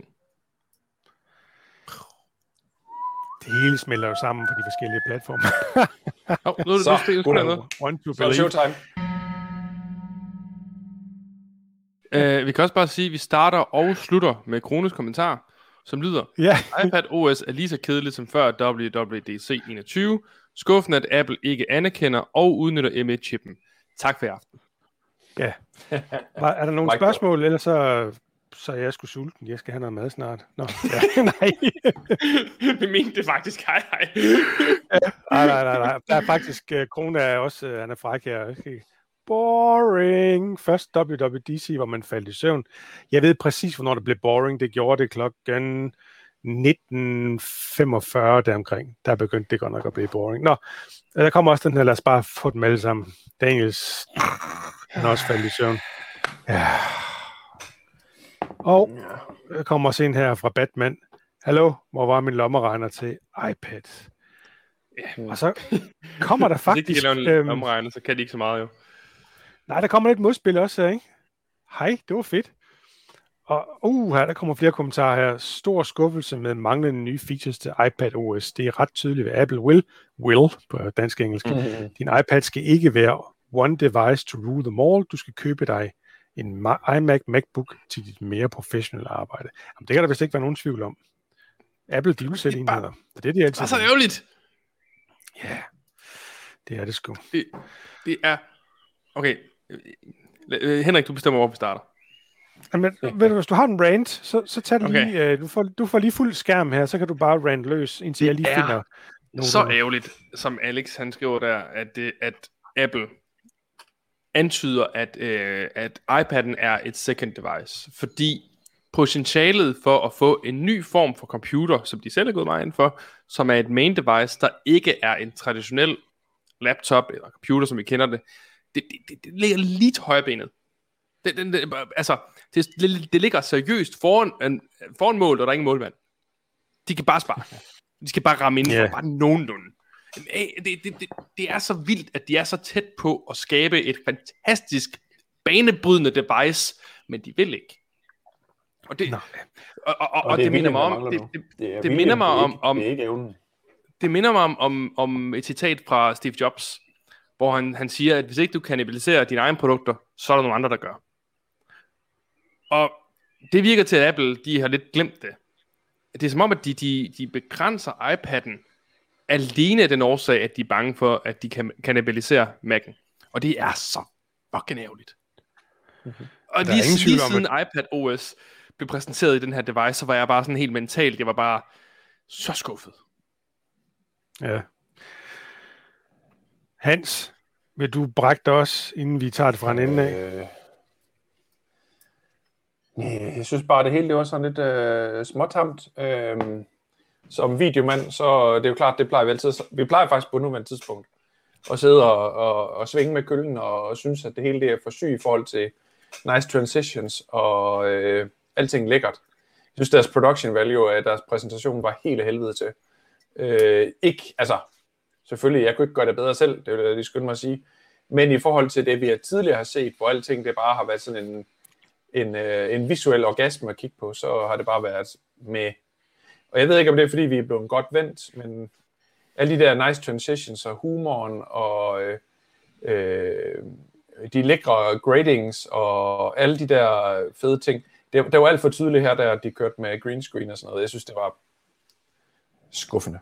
Det hele smelter jo sammen på de forskellige platforme. oh, nu er det så, det, det, det, så er det showtime. Uh, vi kan også bare sige, at vi starter og slutter med Krones kommentar, som lyder, yeah. iPadOS er lige så kedeligt som før W W D C enogtyve. Skuffende, at Apple ikke anerkender og udnytter M et-chippen. Tak for i aften. Ja. Er der nogle spørgsmål, eller så, så er jeg sgu sulten. Jeg skal have noget mad snart. Nå, ja. Nej. Vi mente det faktisk. Hej, hej. nej, nej, nej, nej. Der er faktisk, uh, Krone er også, uh, han er fræk her. Okay. Boring. Først W W D C, hvor man faldt i søvn. Jeg ved præcis, hvornår det blev boring. Det gjorde det klokken nitten femogfyrre deromkring. Der begyndte det godt nok at blive boring. Nå, der kommer også den her, lad os bare få dem alle sammen. Daniels, han er også faldet i søvn. Ja. Og der kommer også en her fra Batman. Hallo, hvor var min lommeregner til iPad? Ja, og så kommer der faktisk... Hvis ikke de lave en lommeregner, så kan de ikke så meget jo. Nej, der kommer lidt modspil også, ikke? Hej, det var fedt. Og uh, her, der kommer flere kommentarer her. Stor skuffelse med manglende nye features til iPadOS. Det er ret tydeligt, hvad Apple will, will på dansk og engelsk. Mm-hmm. Din iPad skal ikke være one device to rule them all. Du skal købe dig en iMac MacBook til dit mere professionelle arbejde. Jamen, det kan der vist ikke være nogen tvivl om. Apple, de vil sælge enheder. Det er det, de altid. Det er så ærgerligt. Ja, det er det sgu. Det, det er... Okay. Henrik, du bestemmer, hvor vi starter. Jamen, ved du, hvis du har en rant, så, så tag den okay. lige, uh, du, får, du får lige fuld skærm her, så kan du bare rant løs, indtil det jeg lige finder noget. Så ærgerligt, som Alex han skriver der, at, det, at Apple antyder, at, øh, at iPad'en er et second device, fordi potentialet for at få en ny form for computer, som de selv er gået meget ind for, som er et main device, der ikke er en traditionel laptop eller computer, som vi kender det, det, det, det, det ligger lige til højrebenet. Det, det, det, altså, det, det, det ligger seriøst foran, en, foran mål, og der er ingen målmand. De kan bare spare. De skal bare ramme inden for, yeah. bare nogenlunde. Det, det, det, det er så vildt, at de er så tæt på at skabe et fantastisk, banebrydende device, men de vil ikke. Og det, og, og, og, og det, det minder mig om, det, det, det, det minder mig om, om, det minder mig om, om, om et citat fra Steve Jobs, hvor han, han siger, at hvis ikke du kannibaliserer dine egne produkter, så er der nogle andre, der gør. Og det virker til, at Apple, de har lidt glemt det. Det er som om, at de, de, de begrænser iPad'en alene af den årsag, at de er bange for, at de kan kannibalisere Mac'en. Og det er så fucking ærgerligt. Mm-hmm. Og lige, lige siden at... iPadOS blev præsenteret i den her device, så var jeg bare sådan helt mentalt, jeg var bare så skuffet. Ja. Hans, vil du brække det også, inden vi tager det fra en ende af? Øh... Jeg synes bare, det hele det var sådan lidt øh, småtamt. Øh, som videomand, så det er jo klart, det plejer vi altid. Vi plejer faktisk på nuværende tidspunkt at sidde og, og, og svinge med køllen og, og synes, at det hele det er for sygt i forhold til nice transitions og øh, alting lækkert. Jeg synes, deres production value af deres præsentation var helt af helvede til. Øh, ikke, altså, selvfølgelig, jeg kunne ikke gøre det bedre selv, det er jo det, de skyndte mig at sige. Men i forhold til det, vi har tidligere har set, hvor alting det bare har været sådan en En, øh, en visuel orgasme at kigge på, så har det bare været med. Og jeg ved ikke, om det er, fordi vi er blevet godt vendt, men alle de der nice transitions og humoren og øh, øh, de lækre gradings og alle de der fede ting, det, det var alt for tydeligt her, da de kørte med green screen og sådan noget. Jeg synes, det var skuffende.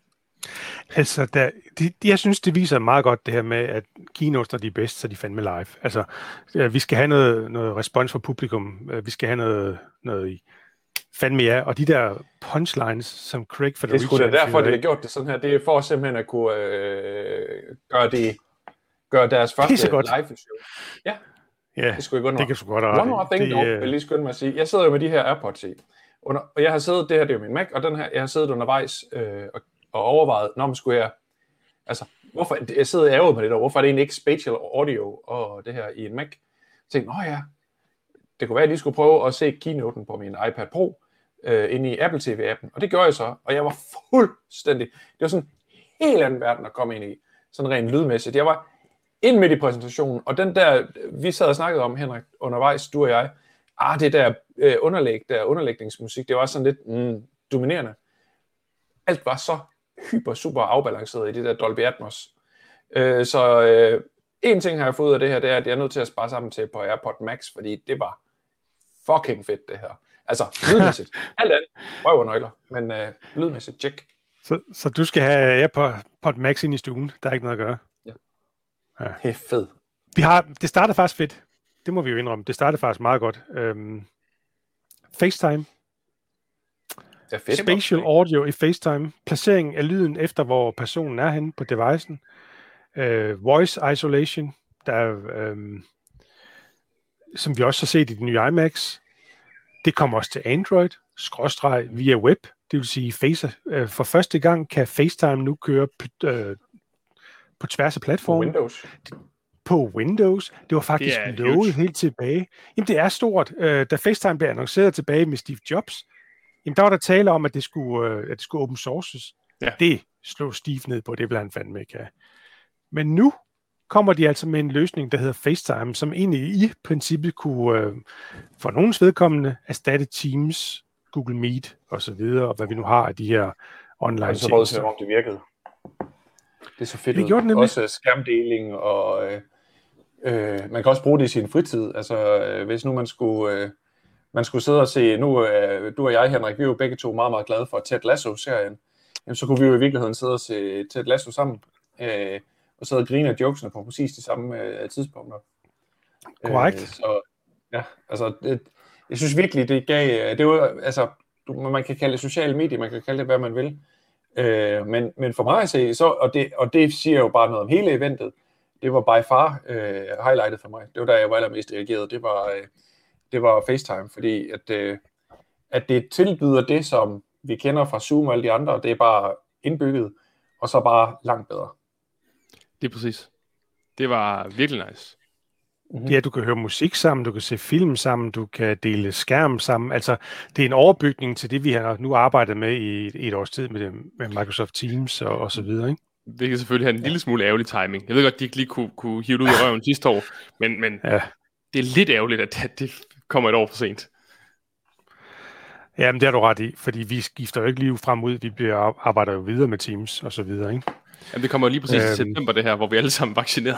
Altså, der, de, jeg synes, det viser meget godt det her med, at keynotes er de bedste, så de fandme live. Altså, vi skal have noget, noget respons fra publikum. Vi skal have noget, noget i fandme ja. Og de der punchlines, som Craig for det er sgu da derfor, de har gjort det sådan her. Det er for simpelthen at kunne øh, gøre, de, gøre deres første live show. Ja, ja det, skulle det kan sgu godt have. One more thing, dog, vil lige skynde mig at sige. Jeg sidder jo med de her AirPods i. Under, og jeg har siddet, det her det er jo min Mac, og den her, jeg har siddet undervejs øh, og og overvejet, når man skulle jeg, altså, hvorfor, jeg sidder i ærget med det der, hvorfor er det egentlig ikke spatial audio og det her i en Mac? Jeg tænkte, åh ja, det kunne være, at jeg lige skulle prøve at se keynoten på min iPad Pro øh, inde i Apple T V-appen, og det gjorde jeg så, og jeg var fuldstændig, det var sådan en helt anden verden at komme ind i, sådan rent lydmæssigt. Jeg var ind midt i præsentationen, og den der, vi sad og snakkede om, Henrik, undervejs, du og jeg, ah, det der øh, underlæg, der underlægningsmusik, det var sådan lidt mm, dominerende. Alt var så hyper, super afbalanceret i det der Dolby Atmos. Øh, så øh, en ting har jeg fået ud af det her, det er, at jeg er nødt til at spare sammen til på AirPod Max, fordi det var fucking fedt, det her. Altså, lydmæssigt. Alt andet, røv og nøgler, men øh, lydmæssigt, check. Så, så du skal have AirPod Max ind i stuen, der er ikke noget at gøre? Ja. Ja. Det er fedt. Vi har, det starter faktisk fedt. Det må vi jo indrømme. Det starter faktisk meget godt. Øhm, FaceTime. Fedt, Spatial audio i FaceTime, placering af lyden efter, hvor personen er henne på devicen, uh, voice isolation, der, um, som vi også har set i de nye iMacs. Det kommer også til Android, skråstreg via web, det vil sige face, uh, for første gang kan FaceTime nu køre p- uh, på tværs af platformen. Windows. På Windows. Det var faktisk det lovet helt tilbage. Jamen det er stort. Uh, da FaceTime blev annonceret tilbage med Steve Jobs, jamen, der var der tale om, at det skulle, øh, at det skulle open sources. Ja. Det slog Steve ned på, det blev han fandme ikke af. Men nu, kommer de altså med en løsning, der hedder FaceTime, som egentlig i princippet kunne, øh, for nogens vedkommende, erstatte Teams, Google Meet og så videre, og hvad vi nu har af de her online ting. Og så råd til, om det virkede. Det er så fedt det ud. Også skærmdeling, og øh, øh, man kan også bruge det i sin fritid. Altså, øh, hvis nu man skulle, øh, man skulle sidde og se, nu øh, du og jeg, Henrik, vi er jo begge to meget, meget glade for Ted Lasso-serien, jamen, så kunne vi jo i virkeligheden sidde og se Ted Lasso sammen, øh, og sidde og grine af jokesene på præcis de samme øh, tidspunkter. Korrekt. Øh, så ja, altså, det, jeg synes virkelig, det gav, det er jo, altså, du, man kan kalde det sociale medier, man kan kalde det, hvad man vil, øh, men, men for mig at se, så, og, det, og det siger jo bare noget om hele eventet, det var by far øh, highlightet for mig. Det var der, jeg var allermest reageret. Det var, øh, det var FaceTime, fordi at, øh, at det tilbyder det, som vi kender fra Zoom og alle de andre, det er bare indbygget, og så bare langt bedre. Det er præcis. Det var virkelig nice. Mm-hmm. Ja, du kan høre musik sammen, du kan se film sammen, du kan dele skærm sammen. Altså, det er en overbygning til det, vi har nu arbejdet med i et, et års tid med, det, med Microsoft Teams og, og så videre, ikke? Det kan selvfølgelig have en lille smule ærgerlig timing. Jeg ved godt, de ikke lige kunne, kunne hive det ud af røven sidste år, men, men ja. Det er lidt ærgerligt, at det kommer et år for sent. Jamen, det har du ret i, fordi vi skifter jo ikke lige frem ud, vi bliver, arbejder jo videre med Teams og så videre, ikke? Jamen, det kommer jo lige præcis øhm, i september, det her, hvor vi alle sammen er vaccineret.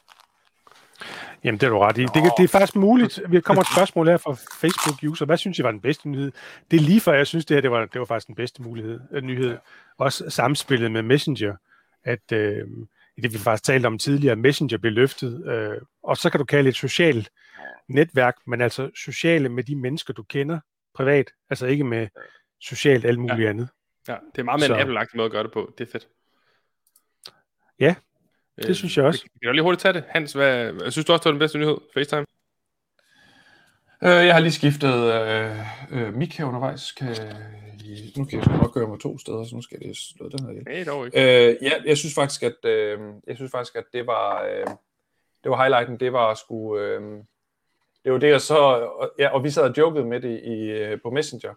Jamen, det er du ret i. Det, det er faktisk muligt. Vi kommer et spørgsmål her fra Facebook-user. Hvad synes I var den bedste nyhed? Det er lige før, jeg synes, det her det var, det var faktisk den bedste mulighed, nyhed. Også samspillet med Messenger. At øh, det vi faktisk talte om tidligere, Messenger blev løftet. Øh, og så kan du kalde det et socialt netværk, men altså sociale med de mennesker, du kender privat. Altså ikke med socialt alt muligt ja. andet. Ja, det er meget mere så. En Apple-agtig måde at gøre det på. Det er fedt. Ja. Det øh, synes jeg også. Kan du lige hurtigt tage det? Hans, hvad, synes du også, det var den bedste nyhed? FaceTime? Øh, jeg har lige skiftet øh, øh, mic her undervejs. Kan, nu kan jeg sgu nok gøre mig to steder, så nu skal jeg slå den her igen. Nej, dog ikke. Øh, ja, jeg synes faktisk, at, øh, jeg synes faktisk, at det var, øh, det var highlighten. Det var sgu... Øh, det var det, og så... Og, ja, og vi sad og jokede med det i, øh, på Messenger.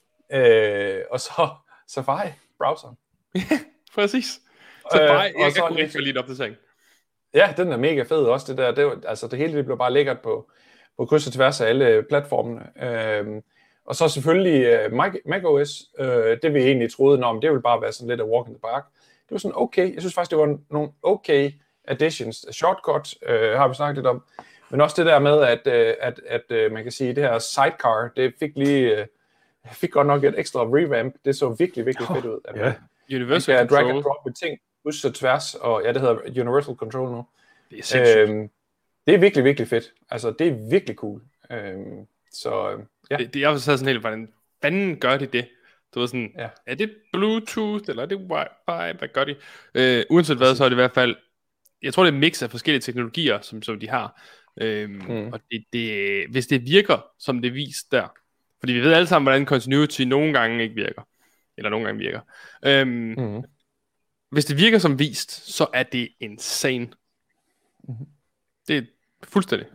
Øh, og så Safari, browseren. Præcis. Så bare, jeg, jeg kunne rigtig lide opdatering. Ja, den er mega fed også, det der. Det var, altså det hele det blev bare lækkert på, på kryds og tværs af alle platformene. Øhm, og så selvfølgelig uh, Mac, macOS, øh, det vi egentlig troede, om det ville bare være sådan lidt af walk in the park. Det var sådan okay. Jeg synes faktisk, det var nogle okay additions. Shortcut øh, har vi snakket lidt om. Men også det der med, at, øh, at, at øh, man kan sige, det her sidecar, det fik lige, øh, fik godt nok et ekstra revamp. Det så virkelig, virkelig fedt ud. Ja. Universal Control. drag and drop med ting, kryds og tværs, og ja, det hedder Universal Control nu. Det er sindssygt. Øhm, det er virkelig, virkelig fedt. Altså, det er virkelig cool. Øhm, så, ja. Det, det er også sådan helt, hvordan fanden gør de det? Du ved sådan, ja. Er det Bluetooth, eller er det Wi-Fi? Hvad gør de? Øh, uanset hvad, så er det i hvert fald, jeg tror, det er en mix af forskellige teknologier, som, som de har. Øhm, mm. Og det, det, hvis det virker, som det vist der, fordi vi ved alle sammen, hvordan continuity nogle gange ikke virker, eller nogle gange virker. Øhm, mm. Hvis det virker som vist, så er det insane. Mm-hmm. Det er fuldstændig.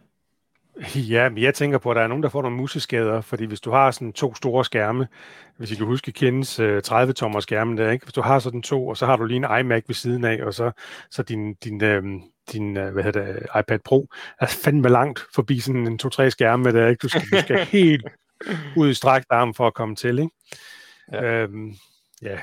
Ja, men jeg tænker på, at der er nogen, der får nogle museskader, fordi hvis du har sådan to store skærme, hvis I kan huske Kens uh, tredive tommer skærmen der, ikke? Hvis du har sådan to, og så har du lige en iMac ved siden af, og så, så din, din, øh, din uh, hvad hedder det, iPad Pro er fandme langt forbi sådan en to-tre skærme der, ikke? Du skal, du skal helt ud i strakt arm for at komme til, ikke? Ja. Øhm, ja.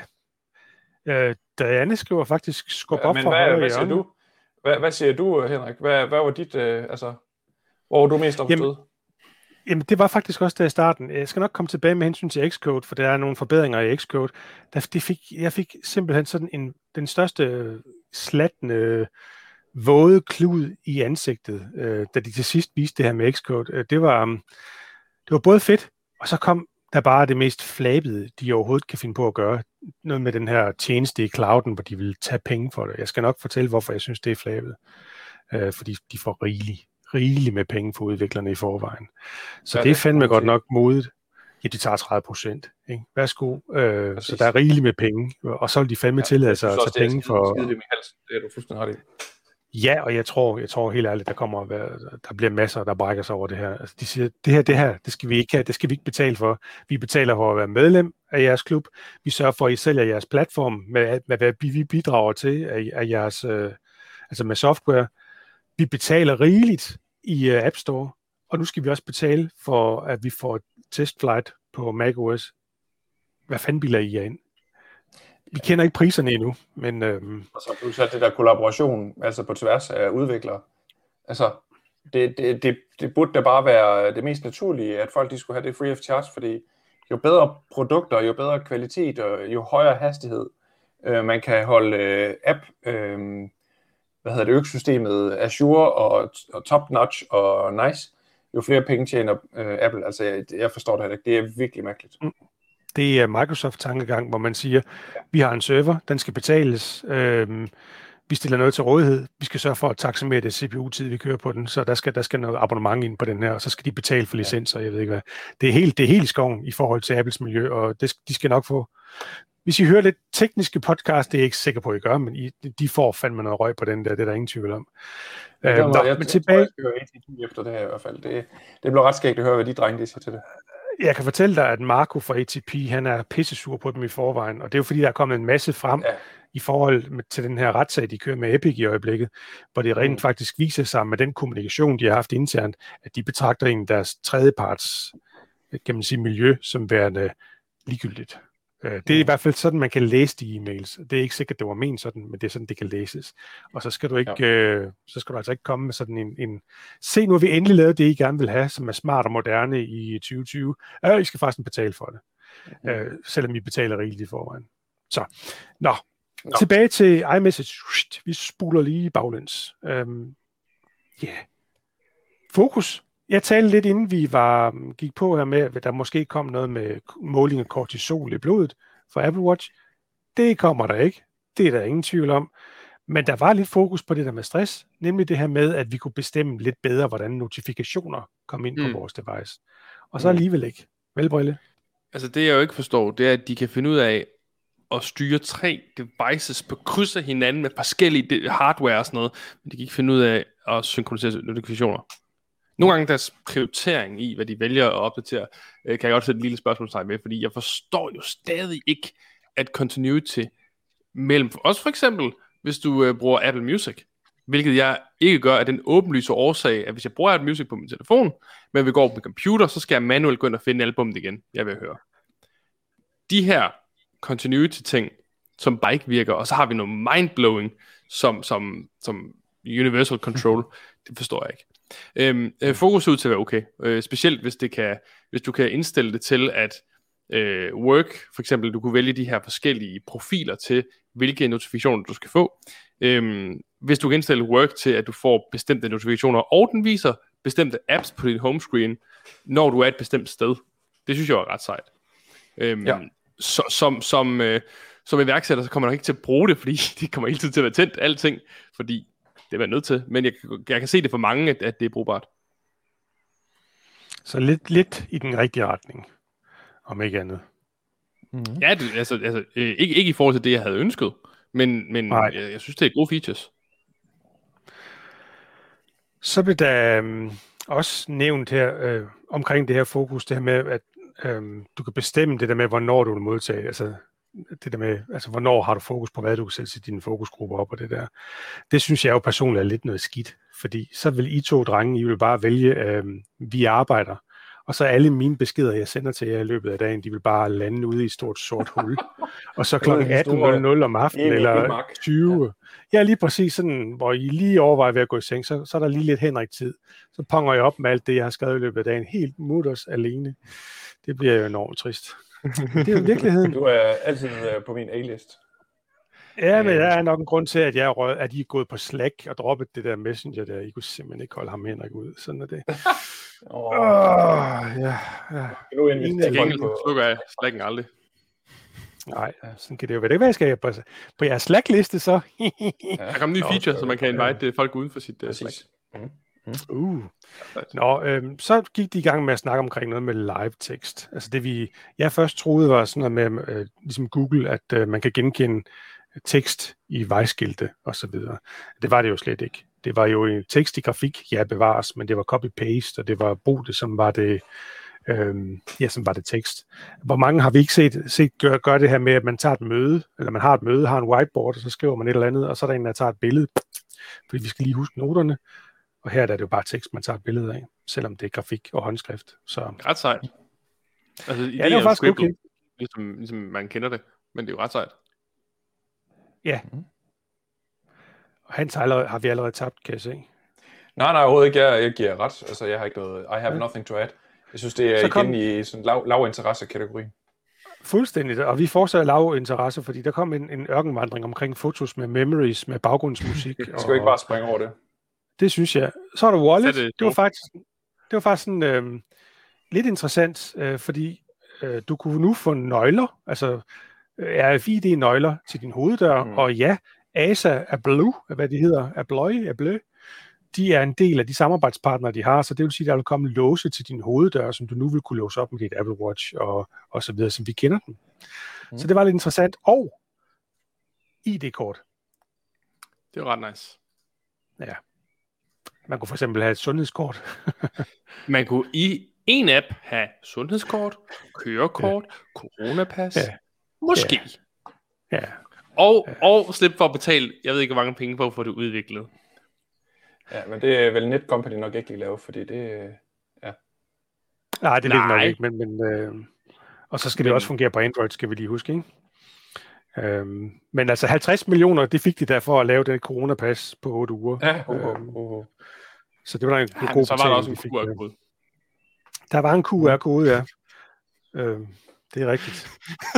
Øh, Diane skriver faktisk skub op ja, for hvad, højre hvad siger du? Hvad, hvad siger du, Henrik? Hvad, hvad var dit, øh, altså, hvor var du mest opstået? Jamen, jamen, det var faktisk også der i starten. Jeg skal nok komme tilbage med hensyn til Xcode, for der er nogle forbedringer i Xcode. Der, det fik, jeg fik simpelthen sådan en, den største slattende, våde klud i ansigtet, øh, da de til sidst viste det her med Xcode. Det var, um, det var både fedt, og så kom der bare det mest flabede, de overhovedet kan finde på at gøre. Noget med den her tjeneste i clouden, hvor de vil tage penge for det. Jeg skal nok fortælle, hvorfor jeg synes, det er flabet. Øh, fordi de får rigeligt, rigeligt med penge for udviklerne i forvejen. Så ja, det er fandme godt nok modigt. Ja, de tager tredive procent. Værsgo. Øh, så der er rigeligt med penge. Og så vil de fandme ja, tillade sig at tage penge for... Det er du fuldstændig ret i. Ja, og jeg tror, jeg tror helt ærligt, der kommer, der bliver masser, der brækker sig over det her. Altså, de siger, det her, det her, det skal vi ikke have, det skal vi ikke betale for. Vi betaler for at være medlem af jeres klub. Vi sørger for, at I sælger jeres platform med, med hvad vi bidrager til af, af jeres, øh, altså med software. vi betaler rigeligt i uh, App Store, og nu skal vi også betale for, at vi får et testflight på macOS. Hvad fanden bilder I jer ind? Vi kender ikke priserne endnu, men... Øhm... Og så plus det der kollaboration, altså på tværs af udviklere. Altså, det, det, det, det burde da bare være det mest naturlige, at folk de skulle have det free of charge, fordi jo bedre produkter, jo bedre kvalitet, og jo højere hastighed, øh, man kan holde øh, app, øh, hvad hedder det, økosystemet Azure og, og top notch og nice, jo flere penge tjener øh, Apple. Altså, jeg, jeg forstår det ikke. Det er virkelig mærkeligt. Mm. Det er Microsoft-tankegang, hvor man siger, ja. Vi har en server, den skal betales, øh, vi stiller noget til rådighed, vi skal sørge for at taximere det C P U-tid, vi kører på den, så der skal, der skal noget abonnement ind på den her, og så skal de betale for licenser, ja. Jeg ved ikke hvad. Det er helt, det er helt i skoven i forhold til Apples miljø, og det, de skal nok få. Hvis I hører lidt tekniske podcast, det er jeg ikke sikker på, at I gør, men I, de får fandme noget røg på den der, det er der ingen tvivl om. Ja, øh, der, jeg, men tilbage... jeg tror, jeg skal høre A T P efter det her i hvert fald. Det, det bliver ret skægt at høre, hvad de drenge de siger til det. Jeg kan fortælle dig, at Marco fra A T P, han er pissesur på dem i forvejen, og det er jo fordi, der er kommet en masse frem ja. I forhold med, til den her retssag, de kører med Epic i øjeblikket, hvor det rent mm. faktisk viser sig med den kommunikation, de har haft internt, at de betragter en deres tredjeparts, kan man sige, miljø som værende ligegyldigt. Det er i hvert fald sådan, man kan læse de e-mails. Det er ikke sikkert, det var ment sådan, men det er sådan, det kan læses. Og så skal du ikke, ja. øh, så skal du altså ikke komme med sådan en, en... Se, nu har vi endelig lavet det, I gerne vil have, som er smart og moderne i tyve tyve. Øh, I skal faktisk betale for det. Mm. Øh, selvom I betaler rigeligt i forvejen. Så, nå. nå. Tilbage til iMessage. Vi spuler lige baglæns. Øhm, yeah. Fokus. Jeg talte lidt inden vi var, gik på her med, at der måske kom noget med måling af kortisol i blodet for Apple Watch. Det kommer der ikke. Det er der ingen tvivl om. Men der var lidt fokus på det der med stress, nemlig det her med, at vi kunne bestemme lidt bedre, hvordan notifikationer kom ind mm. på vores device. Og så alligevel ikke. Vel, Brille? Altså det jeg jo ikke forstår, det er, at de kan finde ud af at styre tre devices på kryds af hinanden med forskellige hardware og sådan noget, men de kan ikke finde ud af at synkronisere notifikationer. Nogle gange deres prioritering i, hvad de vælger at opdatere, øh, kan jeg godt sætte et lille spørgsmålstegn med, fordi jeg forstår jo stadig ikke, at continuity mellem, også for eksempel, hvis du øh, bruger Apple Music, hvilket jeg ikke gør af den åbenlyse årsag, at hvis jeg bruger Apple Music på min telefon, men vi går på min computer, så skal jeg manuelt gå ind og finde albumet igen, jeg vil høre. De her continuity ting, som bare ikke virker, og så har vi noget mindblowing, som, som, som universal control, det forstår jeg ikke. Øhm, øh, fokus ud til at være okay, øh, specielt hvis det kan, hvis du kan indstille det til at øh, work, for eksempel du kunne vælge de her forskellige profiler til hvilke notifikationer du skal få. Øhm, hvis du kan indstille work til at du får bestemte notifikationer, og den viser bestemte apps på din homescreen, når du er et bestemt sted. Det synes jeg er ret sejt. Øhm, ja. så, som, som, øh, som iværksætter, så kommer man ikke til at bruge det, fordi det kommer hele tiden til at være tændt, alting, fordi det er man nødt til, men jeg, jeg kan se det for mange, at, at det er brugbart. Så lidt, lidt i den rigtige retning, om ikke andet. Mm-hmm. Ja, det, altså, altså øh, ikke, ikke i forhold til det, jeg havde ønsket, men, men jeg, jeg synes, det er gode features. Så blev der øh, også nævnt her, øh, omkring det her fokus, det her med, at øh, du kan bestemme det der med, hvornår du vil modtage, altså det der med, altså hvornår har du fokus på, hvad du kan sætte dine fokusgrupper op og det der. Det synes jeg jo personligt er lidt noget skidt, fordi så vil I to drenge, I vil bare vælge, øh, vi arbejder, og så alle mine beskeder, jeg sender til jer i løbet af dagen, de vil bare lande ude i et stort sort hul. Og så klokken atten nul nul om aftenen, eller tyve. Ja, lige præcis sådan, hvor I lige overvejer ved at gå i seng, så, så er der lige lidt Henrik-tid. Så ponger jeg op med alt det, jeg har skrevet i løbet af dagen, helt mutters alene. Det bliver jo enormt trist. Det er jo virkeligheden. Du er altid på min A-list. Ja, men der er nok en grund til, at jeg er, rød, at I er gået på Slack og droppet det der Messenger der. I kunne simpelthen ikke holde ham Henrik ud. Sådan er det. Åh, oh. oh, ja, ja. Nu er en til gengæld, slukker jeg Slacken aldrig. Nej, sådan kan det jo være. Det kan være, jeg skal på, på jeres Slack-liste så. Ja. Der kommer en ny feature, så man kan invite folk uden for sit uh, Slack. Mm. Mm. Uh. Nå, øhm, så gik de i gang med at snakke omkring noget med live tekst. Altså det vi, jeg først troede var sådan noget med, øh, ligesom Google, at øh, man kan genkende tekst i vejskilte og så videre. Det var det jo slet ikke. Det var jo en tekst i grafik, ja bevares, men det var copy-paste, og det var brug det, som var det, øhm, ja, som var det tekst. Hvor mange har vi ikke set, set gøre gør det her med, at man tager et møde, eller man har et møde, har en whiteboard, og så skriver man et eller andet, og så er der en, der tager et billede, fordi vi skal lige huske noterne, Og her der er det jo bare tekst, man tager et billede af, selvom det er grafik og håndskrift. Så... Ret sejt. Altså, ja, det er faktisk scriptet, okay. Ligesom, ligesom man kender det, men det er jo ret sejt. Ja. Mm. Og Hans allerede, har vi allerede tabt, kan jeg se. Nej, nej, overhovedet ikke. Jeg, jeg giver ret. Altså, jeg har ikke noget... I have ja. nothing to add. Jeg synes, det er så kom... igen i sådan lav, lav interesse-kategori. Fuldstændigt, og vi fortsætter lav interesse, fordi der kom en, en ørkenvandring omkring fotos med memories, med baggrundsmusik. Skal vi ikke bare springe over det? Det synes jeg. Så er der Wallet. Det, det var faktisk, det var faktisk sådan, øh, lidt interessant, øh, fordi øh, du kunne nu få nøgler, altså R F I D-nøgler til din hoveddør, mm. og ja, A S A Abloy, hvad det hedder, Abloy, Abloy, de er en del af de samarbejdspartnere, de har, så det vil sige, at der vil komme låse til din hoveddør, som du nu vil kunne låse op med dit Apple Watch og, og så videre, som vi kender den. Mm. Så det var lidt interessant. Og I D-kort. Det var ret nice. Ja. Man kunne for eksempel have et sundhedskort. Man kunne i en app have sundhedskort, kørekort, ja. Coronapas, ja. Måske. Ja. ja. Og, ja. og slip for at betale, jeg ved ikke, hvor mange penge på at få det udviklet. Ja, men det er vel Netcompany nok ikke lige lave, fordi det... Ja. Nej, det er nok ikke, men... men øh, og så skal men, det også fungere på Android, skal vi lige huske, ikke? Øhm, men altså halvtreds millioner, det fik de der for at lave det coronapas på otte uger. Ja, uh, øhm, uh, uh. Så det var en ja, god så var der også en Q R-kode. Der var en Q R-kode, ja. Øhm, det er rigtigt.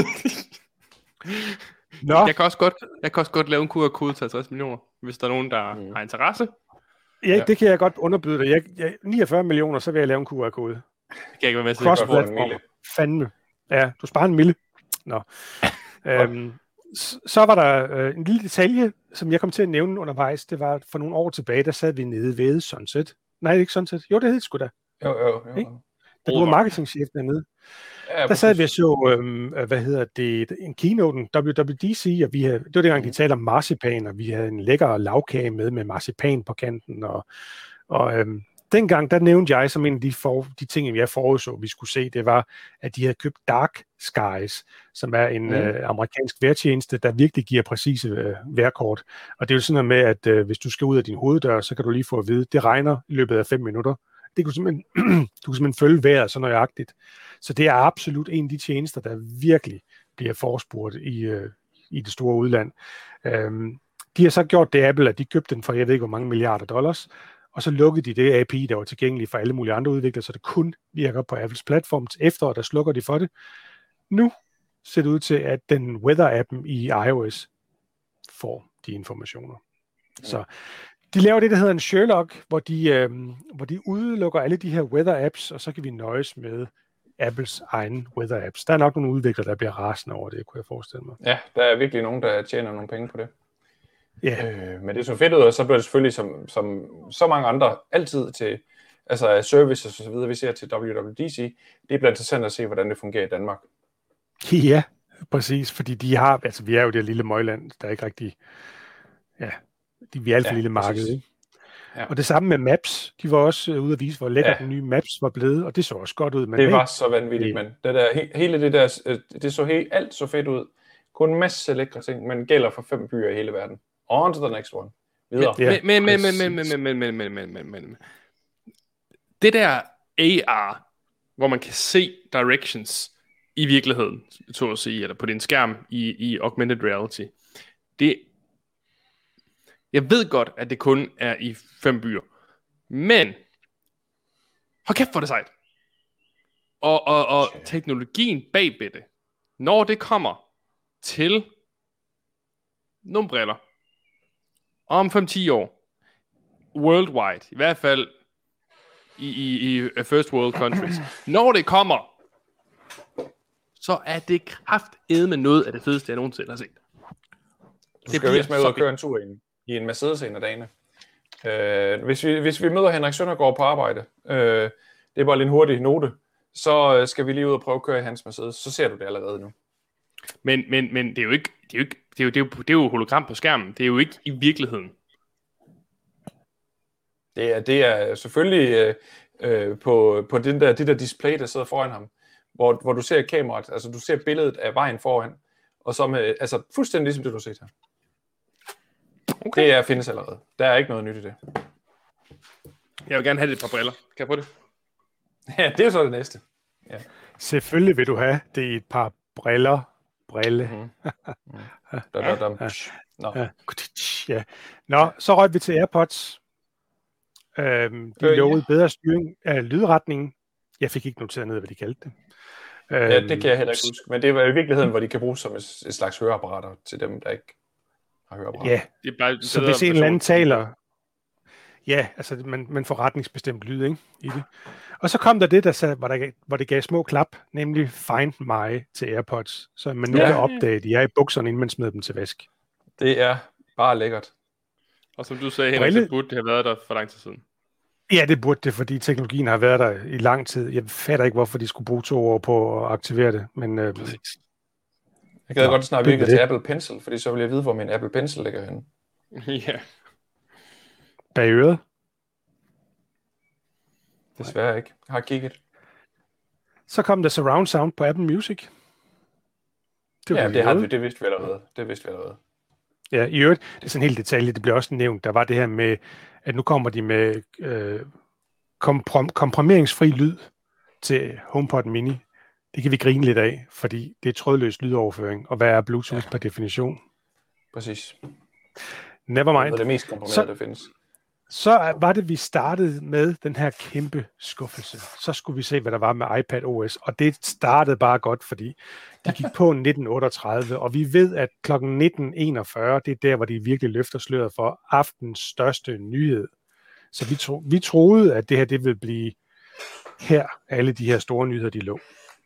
Nå. Jeg kan også godt, jeg kan også godt lave en Q R-kode til halvtreds millioner, hvis der er nogen, der mm. har interesse. Ja, ja, det kan jeg godt underbyde dig. Jeg, jeg, niogfyrre millioner, så vil jeg lave en Q R-kode. Det kan jeg ikke være med til. Cross-platform. Fandme. Ja, du sparer en mille. Nå. øhm, så, så var der øh, en lille detalje, som jeg kom til at nævne undervejs. Det var for nogle år tilbage, der sad vi nede ved Sunset. Nej, ikke Sunset. Jo, det hed det sgu da. Jo, jo, jo. Ikke? Der var marketingchef dernede. Ja, der sad vi og så, øhm, hvad hedder det, en keynote, en W W D C, og vi havde, det var dengang, de talte om marcipan, og vi havde en lækker lavkage med, med marcipan på kanten, og, og øhm, dengang, der nævnte jeg, som en af de, for, de ting, jeg forudså, vi skulle se, det var, at de havde købt Dark Skies, som er en mm. øh, amerikansk vejrtjeneste, der virkelig giver præcise øh, vejrkort. Og det er jo sådan noget med, at øh, hvis du skal ud af din hoveddør, så kan du lige få at vide, det regner i løbet af fem minutter. Det kunne simpelthen, du kunne simpelthen følge vejret så nøjagtigt. Så det er absolut en af de tjenester, der virkelig bliver forespurgt i, øh, i det store udland. Øhm, de har så gjort det Apple, at de købte den for, jeg ved ikke hvor mange milliarder dollars, og så lukkede de det A P I, der var tilgængeligt for alle mulige andre udviklere, så det kun virker på Apples platform. Til efteråret, der slukker de for det. Nu ser det ud til, at den weather-appen i iOS får de informationer. Ja. Så de laver det, der hedder en Sherlock, hvor de, øh, hvor de udelukker alle de her weather-apps, og så kan vi nøjes med Apples egen weather-apps. Der er nok nogle udviklere, der bliver rasende over det, kunne jeg forestille mig. Ja, der er virkelig nogen, der tjener nogle penge på det. Ja. Øh, men det er så fedt ud, og så bliver det selvfølgelig som, som så mange andre altid til altså services og så videre, vi ser til W W D C. Det bliver interessant at se, hvordan det fungerer i Danmark. Ja, præcis, fordi de har, altså vi er jo det lille møgland, der er ikke rigtig, ja, de, vi er alt for ja, lille marked, ikke? Ja. Og det samme med Maps, de var også ude at vise, hvor lækkert ja. den nye Maps var blevet, og det så også godt ud. Men det hey, var så vanvittigt, men det der, he, hele det der, det så helt, alt så fedt ud. Kun en masse lækre ting, men gælder for fem byer i hele verden. On to the next one. Videre. Men, men, men, men, men, men, men, men, men, men, men, men, det der A R, hvor man kan se directions i virkeligheden, så at sige, eller på din skærm i, i augmented reality, det jeg ved godt, at det kun er i fem byer. Men, hold kæft for det sejt. Og, og, og teknologien bagved det, når det kommer til nogle briller, om fem til ti år, worldwide, i hvert fald i, i, i first world countries, når det kommer, så er det kraftedme noget af det fedeste, jeg nogensinde har set. Du skal jo vist med ud og køre en tur i en, i en Mercedes en af dagene. Øh, hvis, vi, hvis vi møder Henrik Søndergaard på arbejde, øh, det er bare lige en hurtig note, så skal vi lige ud og prøve at køre i hans Mercedes, så ser du det allerede nu. Men, men, men det er jo ikke, det er jo ikke, det er jo, det er jo, det er jo hologram på skærmen, det er jo ikke i virkeligheden. Det er, det er selvfølgelig øh, på, på den der, det der display, der sidder foran ham, hvor, hvor du ser kameraet, altså du ser billedet af vejen foran, og så med, altså fuldstændig ligesom det, du har set her. Okay. Det er, findes allerede. Der er ikke noget nyt i det. Jeg vil gerne have det et par briller. Kan jeg få det? Ja, det er så det næste. Ja. Selvfølgelig vil du have det i et par briller. Brille. Mm. Mm. Da, da, da. Nå. Ja. Ja. Nå, så røg vi til AirPods. Øhm, de øh, lovede ja. bedre styring af lydretningen. Jeg fik ikke noteret ned, hvad de kaldte det. Ja, det kan jeg heller ikke huske. Men det var i virkeligheden, hvor de kan bruges som et, et slags høreapparater til dem, der ikke har høreapparater. Ja, det er bare så hvis en eller anden taler... Ja, altså man, man får retningsbestemt lyd, ikke, i det. Og så kom der det, der sagde, hvor, der, hvor det gav små klap, nemlig Find My til AirPods, så man nu ja. kan opdage, at de er i bukserne, inden man smider dem til vask. Det er bare lækkert. Og som du sagde, Henrik, det burde det have været der for lang tid siden. Ja, det burde det, fordi teknologien har været der i lang tid. Jeg fatter ikke, hvorfor de skulle bruge to år på at aktivere det. Men, øh, jeg gad godt snart virkelig til Apple Pencil, fordi så vil jeg vide, hvor min Apple Pencil ligger henne. Ja. Bag øret? Desværre ikke. Jeg har kigget. Så kom der surround sound på Apple Music. Det ja, det, har vi, det vidste vi allerede. Det vidste vi allerede. Ja, i øvrigt, det er sådan en helt detalje, det blev også nævnt, der var det her med, at nu kommer de med øh, komprom- komprimeringsfri lyd til HomePod Mini. Det kan vi grine lidt af, fordi det er trådløs lydoverføring, og hvad er Bluetooth ja. per definition? Præcis. Never mind. Det er det mest komprimerede, der findes. Så var det, vi startede med den her kæmpe skuffelse. Så skulle vi se, hvad der var med iPad O S, og det startede bare godt, fordi det gik på nitten otteogtredive, og vi ved, at klokken nitten enogfyrre, det er der, hvor de virkelig løfter sløret for aftens største nyhed. Så vi, tro, vi troede, at det her det ville blive her, alle de her store nyheder, de lå.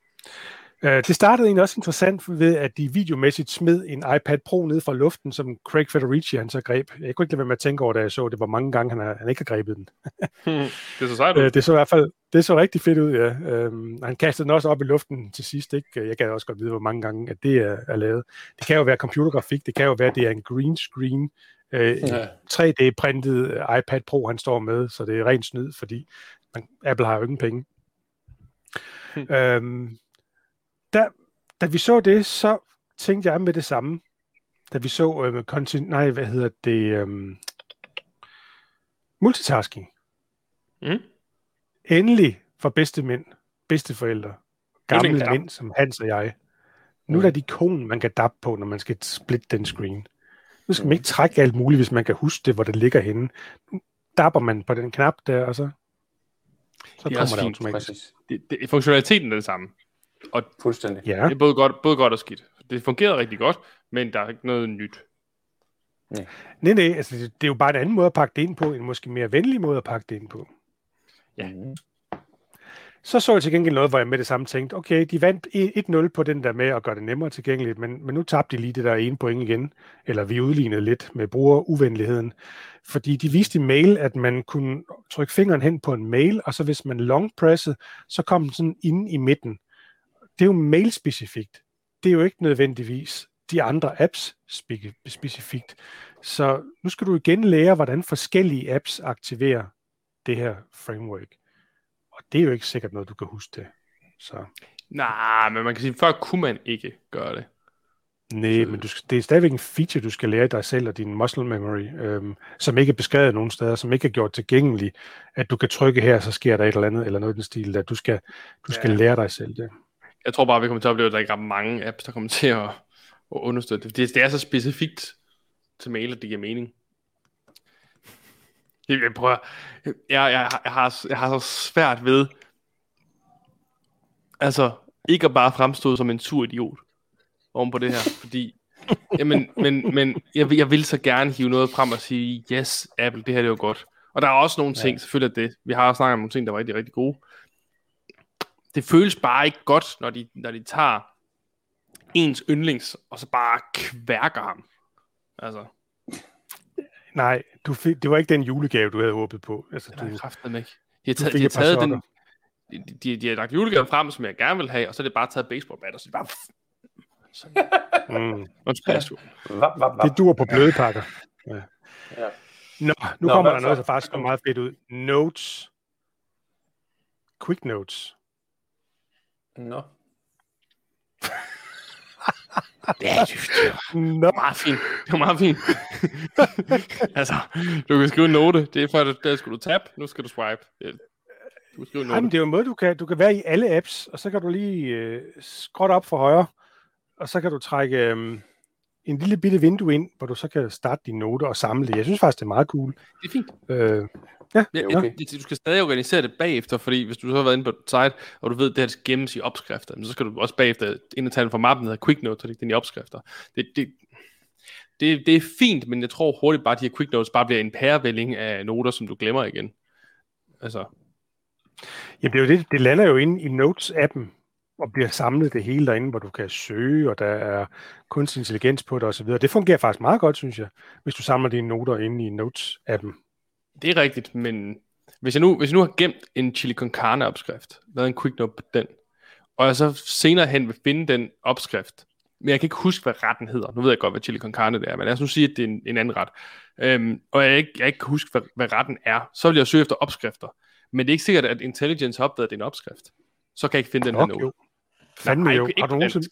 Det startede egentlig også interessant ved, at de videomæssigt smed en iPad Pro ned fra luften, som Craig Federici han så greb. Jeg kunne ikke lade være med at tænke over, da jeg så det, hvor mange gange han, har, han ikke har grebet den. Det så sejt ud. Det så i hvert fald det så rigtig fedt ud, ja. Øhm, han kastede den også op i luften til sidst, ikke? Jeg kan også godt vide, hvor mange gange at det er, er lavet. Det kan jo være computergrafik, det kan jo være, at det er en green screen, øh, ja. tre D-printet iPad Pro, han står med, så det er rent snyd, fordi man, Apple har jo ingen penge. Hmm. Øhm, Da, da vi så det, så tænkte jeg med det samme. Da vi så øh, content, nej, hvad hedder det, øh, multitasking. Mm. Endelig for bedste mænd, bedste forældre, gamle mænd som Hans og jeg. Nu mm. er der de ikon, man kan dappe på, når man skal splitte den screen. Nu skal mm. man ikke trække alt muligt, hvis man kan huske det, hvor det ligger henne. Nu dapper man på den knap der, og så, så det kommer det automatisk. Det, det, funktionaliteten er det samme. Og fuldstændig. Ja. Det er både godt, både godt og skidt. Det fungerede rigtig godt, men der er ikke noget nyt. Nej, nej, nej altså, det er jo bare en anden måde at pakke det ind på, en måske mere venlig måde at pakke det ind på. Ja. Så så jeg til gengæld noget, hvor jeg med det samme tænkte, okay, de vandt et nul på den der med at gøre det nemmere tilgængeligt, men, men nu tabte de lige det der ene point igen, eller vi udlignede lidt med brugeruvenligheden, fordi de viste i mail, at man kunne trykke fingeren hen på en mail, og så hvis man longpressede, så kom den sådan inde i midten. Det er jo mail-specifikt. Det er jo ikke nødvendigvis de andre apps specifikt. Så nu skal du igen lære, hvordan forskellige apps aktiverer det her framework. Og det er jo ikke sikkert noget, du kan huske det. Så. Nej, men man kan sige, før kunne man ikke gøre det. Nej, så. Men du skal, det er stadigvæk en feature, du skal lære dig selv og din muscle memory, øhm, som ikke er beskrevet nogen steder, som ikke er gjort tilgængelig, at du kan trykke her, så sker der et eller andet, eller noget i den stil, der du skal, du skal ja. lære dig selv det. Jeg tror bare, vi kommer til at opleve, at der ikke er mange apps, der kommer til at, at understøtte det. Det er så specifikt til mail, at det giver mening. Jeg prøver. Jeg, jeg, jeg, har, jeg har så svært ved, altså, ikke at bare fremstå som en sur idiot oven på det her, fordi, jamen, men, men jeg, jeg vil så gerne hive noget frem og sige, yes, Apple, det her det er jo godt. Og der er også nogle ting, ja. selvfølgelig det. Vi har snakket om nogle ting, der var rigtig, rigtig gode. Det føles bare ikke godt, når de, når de tager ens yndlings, og så bare kværker ham. Altså. Nej, du fik, det var ikke den julegave, du havde håbet på. Altså, det du, kræftede ikke. De har taget, de har taget den, de, de, de har lagt julegaven frem, som jeg gerne vil have, og så er det bare taget baseballbat, og så er det bare... Så. Mm. Det dur på blødpakker. Ja. Ja. Nå, nu Nå, kommer der noget, der faktisk kommer meget fedt ud. Notes. Quick Notes. Nå. Det er, det er meget fint. Det er meget fint. Altså, du kan skrive en note. Det er for, at der skal du tabe. Nu skal du swipe. Du kan skrive en note. Jamen, det er jo en måde, du kan, du kan være i alle apps, og så kan du lige øh, skrotte op for højre, og så kan du trække øh, en lille bitte vindue ind, hvor du så kan starte dine noter og samle det. Jeg synes faktisk, det er meget cool. Det er fint. Øh, ja, ja, okay. ja, du skal stadig organisere det bagefter, fordi hvis du så har været inde på et site, og du ved, at det her skal gemmes i opskrifter, så skal du også bagefter ind og tage den fra mappen, der hedder Quick Notes, og lægge den i opskrifter. Det, det, det, det er fint, men jeg tror hurtigt bare, at de her Quick Notes bare bliver en pærevælling af noter, som du glemmer igen. Altså. Jamen, det er jo det, det lander jo inde i Notes-appen, og bliver samlet det hele derinde, hvor du kan søge, og der er kunstig intelligens på det osv. Det fungerer faktisk meget godt, synes jeg, hvis du samler dine noter inde i Notes-appen. Det er rigtigt, men hvis jeg nu, hvis jeg nu har gemt en chili con carne opskrift, lavet en quick note på den, og jeg så senere hen vil finde den opskrift, men jeg kan ikke huske, hvad retten hedder. Nu ved jeg godt, hvad chili con carne det er, men lad os nu sige, at det er en, en anden ret. Øhm, og jeg ikke, jeg ikke kan huske, hvad, hvad retten er. Så vil jeg søge efter opskrifter. Men det er ikke sikkert, at Intelligence har opdaget, at det er en opskrift. Så kan jeg ikke finde den her note. Fandme jo. Har du nogensinde...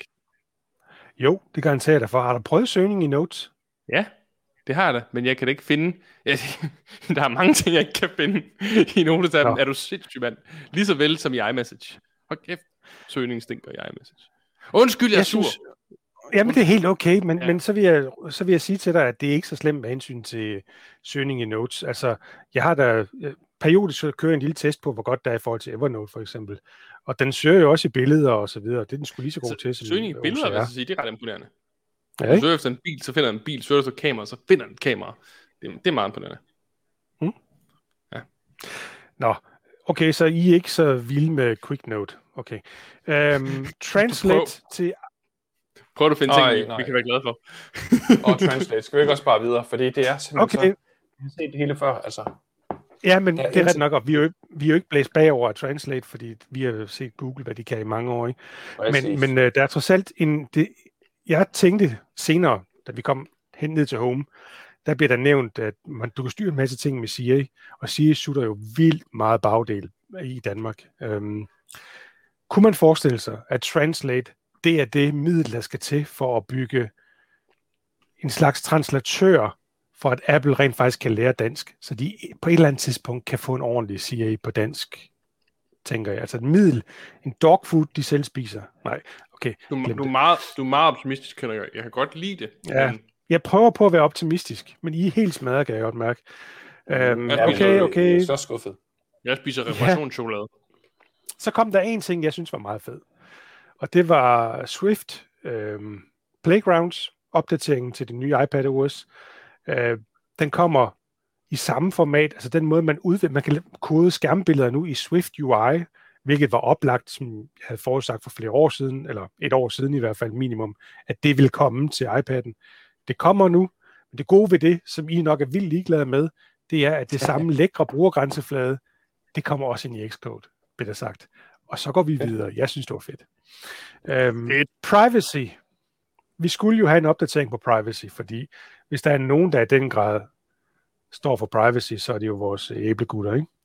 Jo, det garanterer jeg dig for. Har du prøvet søgning i Notes? Ja, det har jeg da, men jeg kan da ikke finde... Ja, der er mange ting, jeg ikke kan finde i nogle af dem. Er du sindssyg, mand? Lige så vel som i iMessage. Hold kæft, søgningen stinker i iMessage. Undskyld, jeg, jeg er sur. Synes... Jamen, det er helt okay, men, ja. men så, vil jeg, så vil jeg sige til dig, at det er ikke så slemt med hensyn til søgning i Notes. Altså, jeg har da periodisk kører en lille test på, hvor godt der er i forhold til Evernote, for eksempel. Og den søger jo også i billeder og så videre. Det er den sgu lige så god så, til. Som søgning i billeder, vil jeg sige, det er ret imponerende. Ja, Hvis du søger efter en bil, så finder den en bil. Søger efter et kamera, så finder den et kamera. Det, det er meget imponerende. Hmm. Ja. Nå, okay, så I er ikke så vilde med Quick Note. Okay. Um, translate til... Prøv at finde ting, vi, vi kan være glade for. Og Translate. Skal vi ikke også bare videre? Fordi det er simpelthen okay. Så... Jeg har set det hele før, altså... Ja, men ja, det er ret nok, og vi er jo ikke, vi er jo ikke blæst bagover af Translate, fordi vi har set Google, hvad de kan i mange år. Ikke? Men, men uh, der er trods alt en... Det, jeg tænkte senere, da vi kom hen ned til Home, der bliver der nævnt, at man, du kan styre en masse ting med Siri, og Siri sutter jo vildt meget bagdel i Danmark. Um, kunne man forestille sig, at Translate, det er det middel, der skal til for at bygge en slags translatør, for at Apple rent faktisk kan lære dansk, så de på et eller andet tidspunkt kan få en ordentlig Siri på dansk, tænker jeg. Altså et middel, en dog food, de selv spiser. Nej, okay. Du, du, er, meget, du er meget optimistisk, jeg. jeg kan godt lide det. Ja, men... jeg prøver på at være optimistisk, men I er helt smadret, kan jeg godt mærke. Um, jeg okay, okay. Jeg er så skuffet. Jeg spiser reparationschokolade. Ja. Så kom der en ting, jeg synes var meget fed, og det var Swift um, Playgrounds, opdateringen til det nye iPadOS. Uh, den kommer i samme format, altså den måde, man udvikler, man kan kode skærmbilleder nu i Swift U I, hvilket var oplagt, som jeg havde forudsagt for flere år siden, eller et år siden i hvert fald minimum, at det ville komme til iPad'en. Det kommer nu, men det gode ved det, som I nok er vildt ligeglade med, det er, at det samme lækre brugergrænseflade, det kommer også ind i Xcode, bliver der sagt. Og så går vi videre. Jeg synes, det var fedt. Um, privacy. Vi skulle jo have en opdatering på privacy, fordi hvis der er nogen, der i den grad står for privacy, så er det jo vores æblegutter, ikke?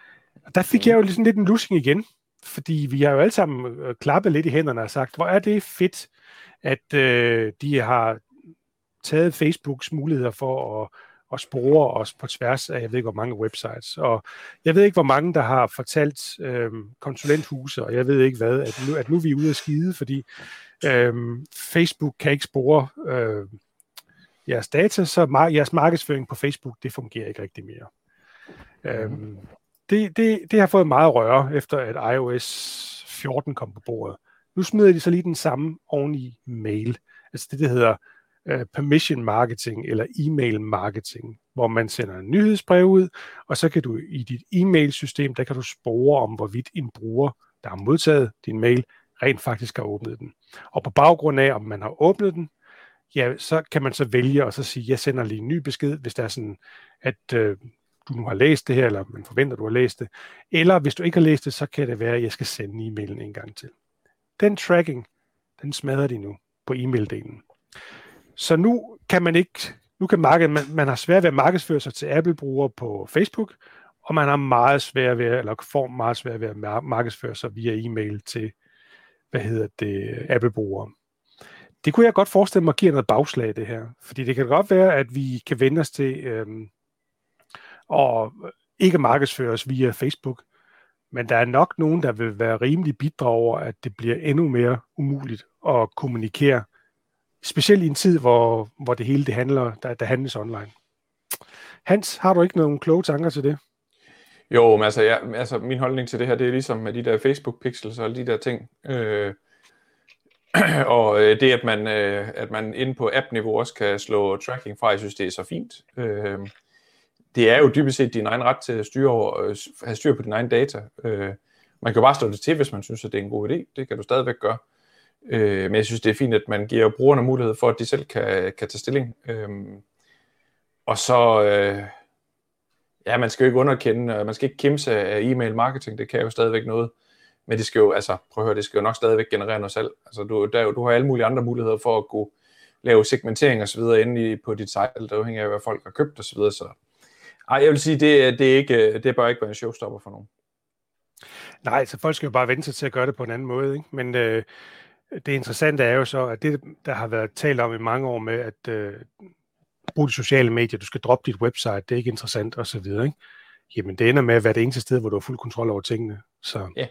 Og der fik jeg jo ligesom lidt en lussing igen, fordi vi har jo alle sammen øh, klappet lidt i hænderne og sagt, hvor er det fedt, at øh, de har taget Facebooks muligheder for at, at spore os på tværs af, jeg ved ikke, hvor mange websites. Og jeg ved ikke, hvor mange, der har fortalt øh, konsulenthuse, og jeg ved ikke hvad, at nu, at nu er vi ude at skide, fordi øh, Facebook kan ikke spore øh, jeres data, så mar- jeres markedsføring på Facebook, det fungerer ikke rigtig mere. Mm. Øhm, det, det, det har fået meget røre, efter at i O S fjorten kom på bordet. Nu smider de så lige den samme oven i mail. Altså det, der hedder uh, permission marketing, eller e-mail marketing, hvor man sender en nyhedsbrev ud, og så kan du i dit e-mail-system, der kan du spore om, hvorvidt en bruger, der har modtaget din mail, rent faktisk har åbnet den. Og på baggrund af, om man har åbnet den, ja, så kan man så vælge og så sige, jeg sender lige en ny besked, hvis det er sådan, at øh, du nu har læst det her, eller man forventer, du har læst det. Eller hvis du ikke har læst det, så kan det være, at jeg skal sende e-mailen en gang til. Den tracking, den smadrer de nu på e-mail-delen. Så nu kan man ikke, nu kan markedet, man, man har svært ved at markedsføre sig til Apple-brugere på Facebook, og man har meget svært ved, eller får meget svært ved at markedsføre sig via e-mail til, hvad hedder det, Apple-brugere. Det kunne jeg godt forestille mig giver noget bagslag, det her. Fordi det kan godt være, at vi kan vende os til øhm, og ikke markedsføre os via Facebook. Men der er nok nogen, der vil være rimelig bitre over, at det bliver endnu mere umuligt at kommunikere. Specielt i en tid, hvor, hvor det hele det handler, der, der handles online. Hans, har du ikke nogen kloge tanker til det? Jo, men altså, ja, altså min holdning til det her, det er ligesom med de der Facebook-pixels og de der ting. Øh, og øh, det, at man, øh, at man inde på app-niveau også kan slå tracking fra, jeg synes, det er så fint. Øh, det er jo dybest set din egen ret til at styre over, øh, have styr på din egen data. Øh, man kan jo bare slå det til, hvis man synes, at det er en god idé. Det kan du stadigvæk gøre. Øh, men jeg synes, det er fint, at man giver brugerne mulighed for, at de selv kan, kan tage stilling. Øh, og så... Øh, Ja, man skal jo ikke underkende, man skal ikke kimse af e-mail marketing, det kan jo stadigvæk noget, men det skal jo, altså, prøv at høre, det skal jo nok stadigvæk generere noget salg. Altså, du, der, du har alle mulige andre muligheder for at kunne lave segmentering og så videre inde i, på dit site, der afhænger af, hvad folk har købt og så videre, så ej, jeg vil sige, det, det, er ikke, det bør ikke være en showstopper for nogen. Nej, så folk skal jo bare vente sig til at gøre det på en anden måde, ikke? Men øh, det interessante er jo så, at det, der har været talt om i mange år med, at øh, brug de sociale medier, du skal droppe dit website, det er ikke interessant, og så videre, ikke? Jamen, det ender med at være det eneste sted, hvor du har fuld kontrol over tingene. Så. Ja.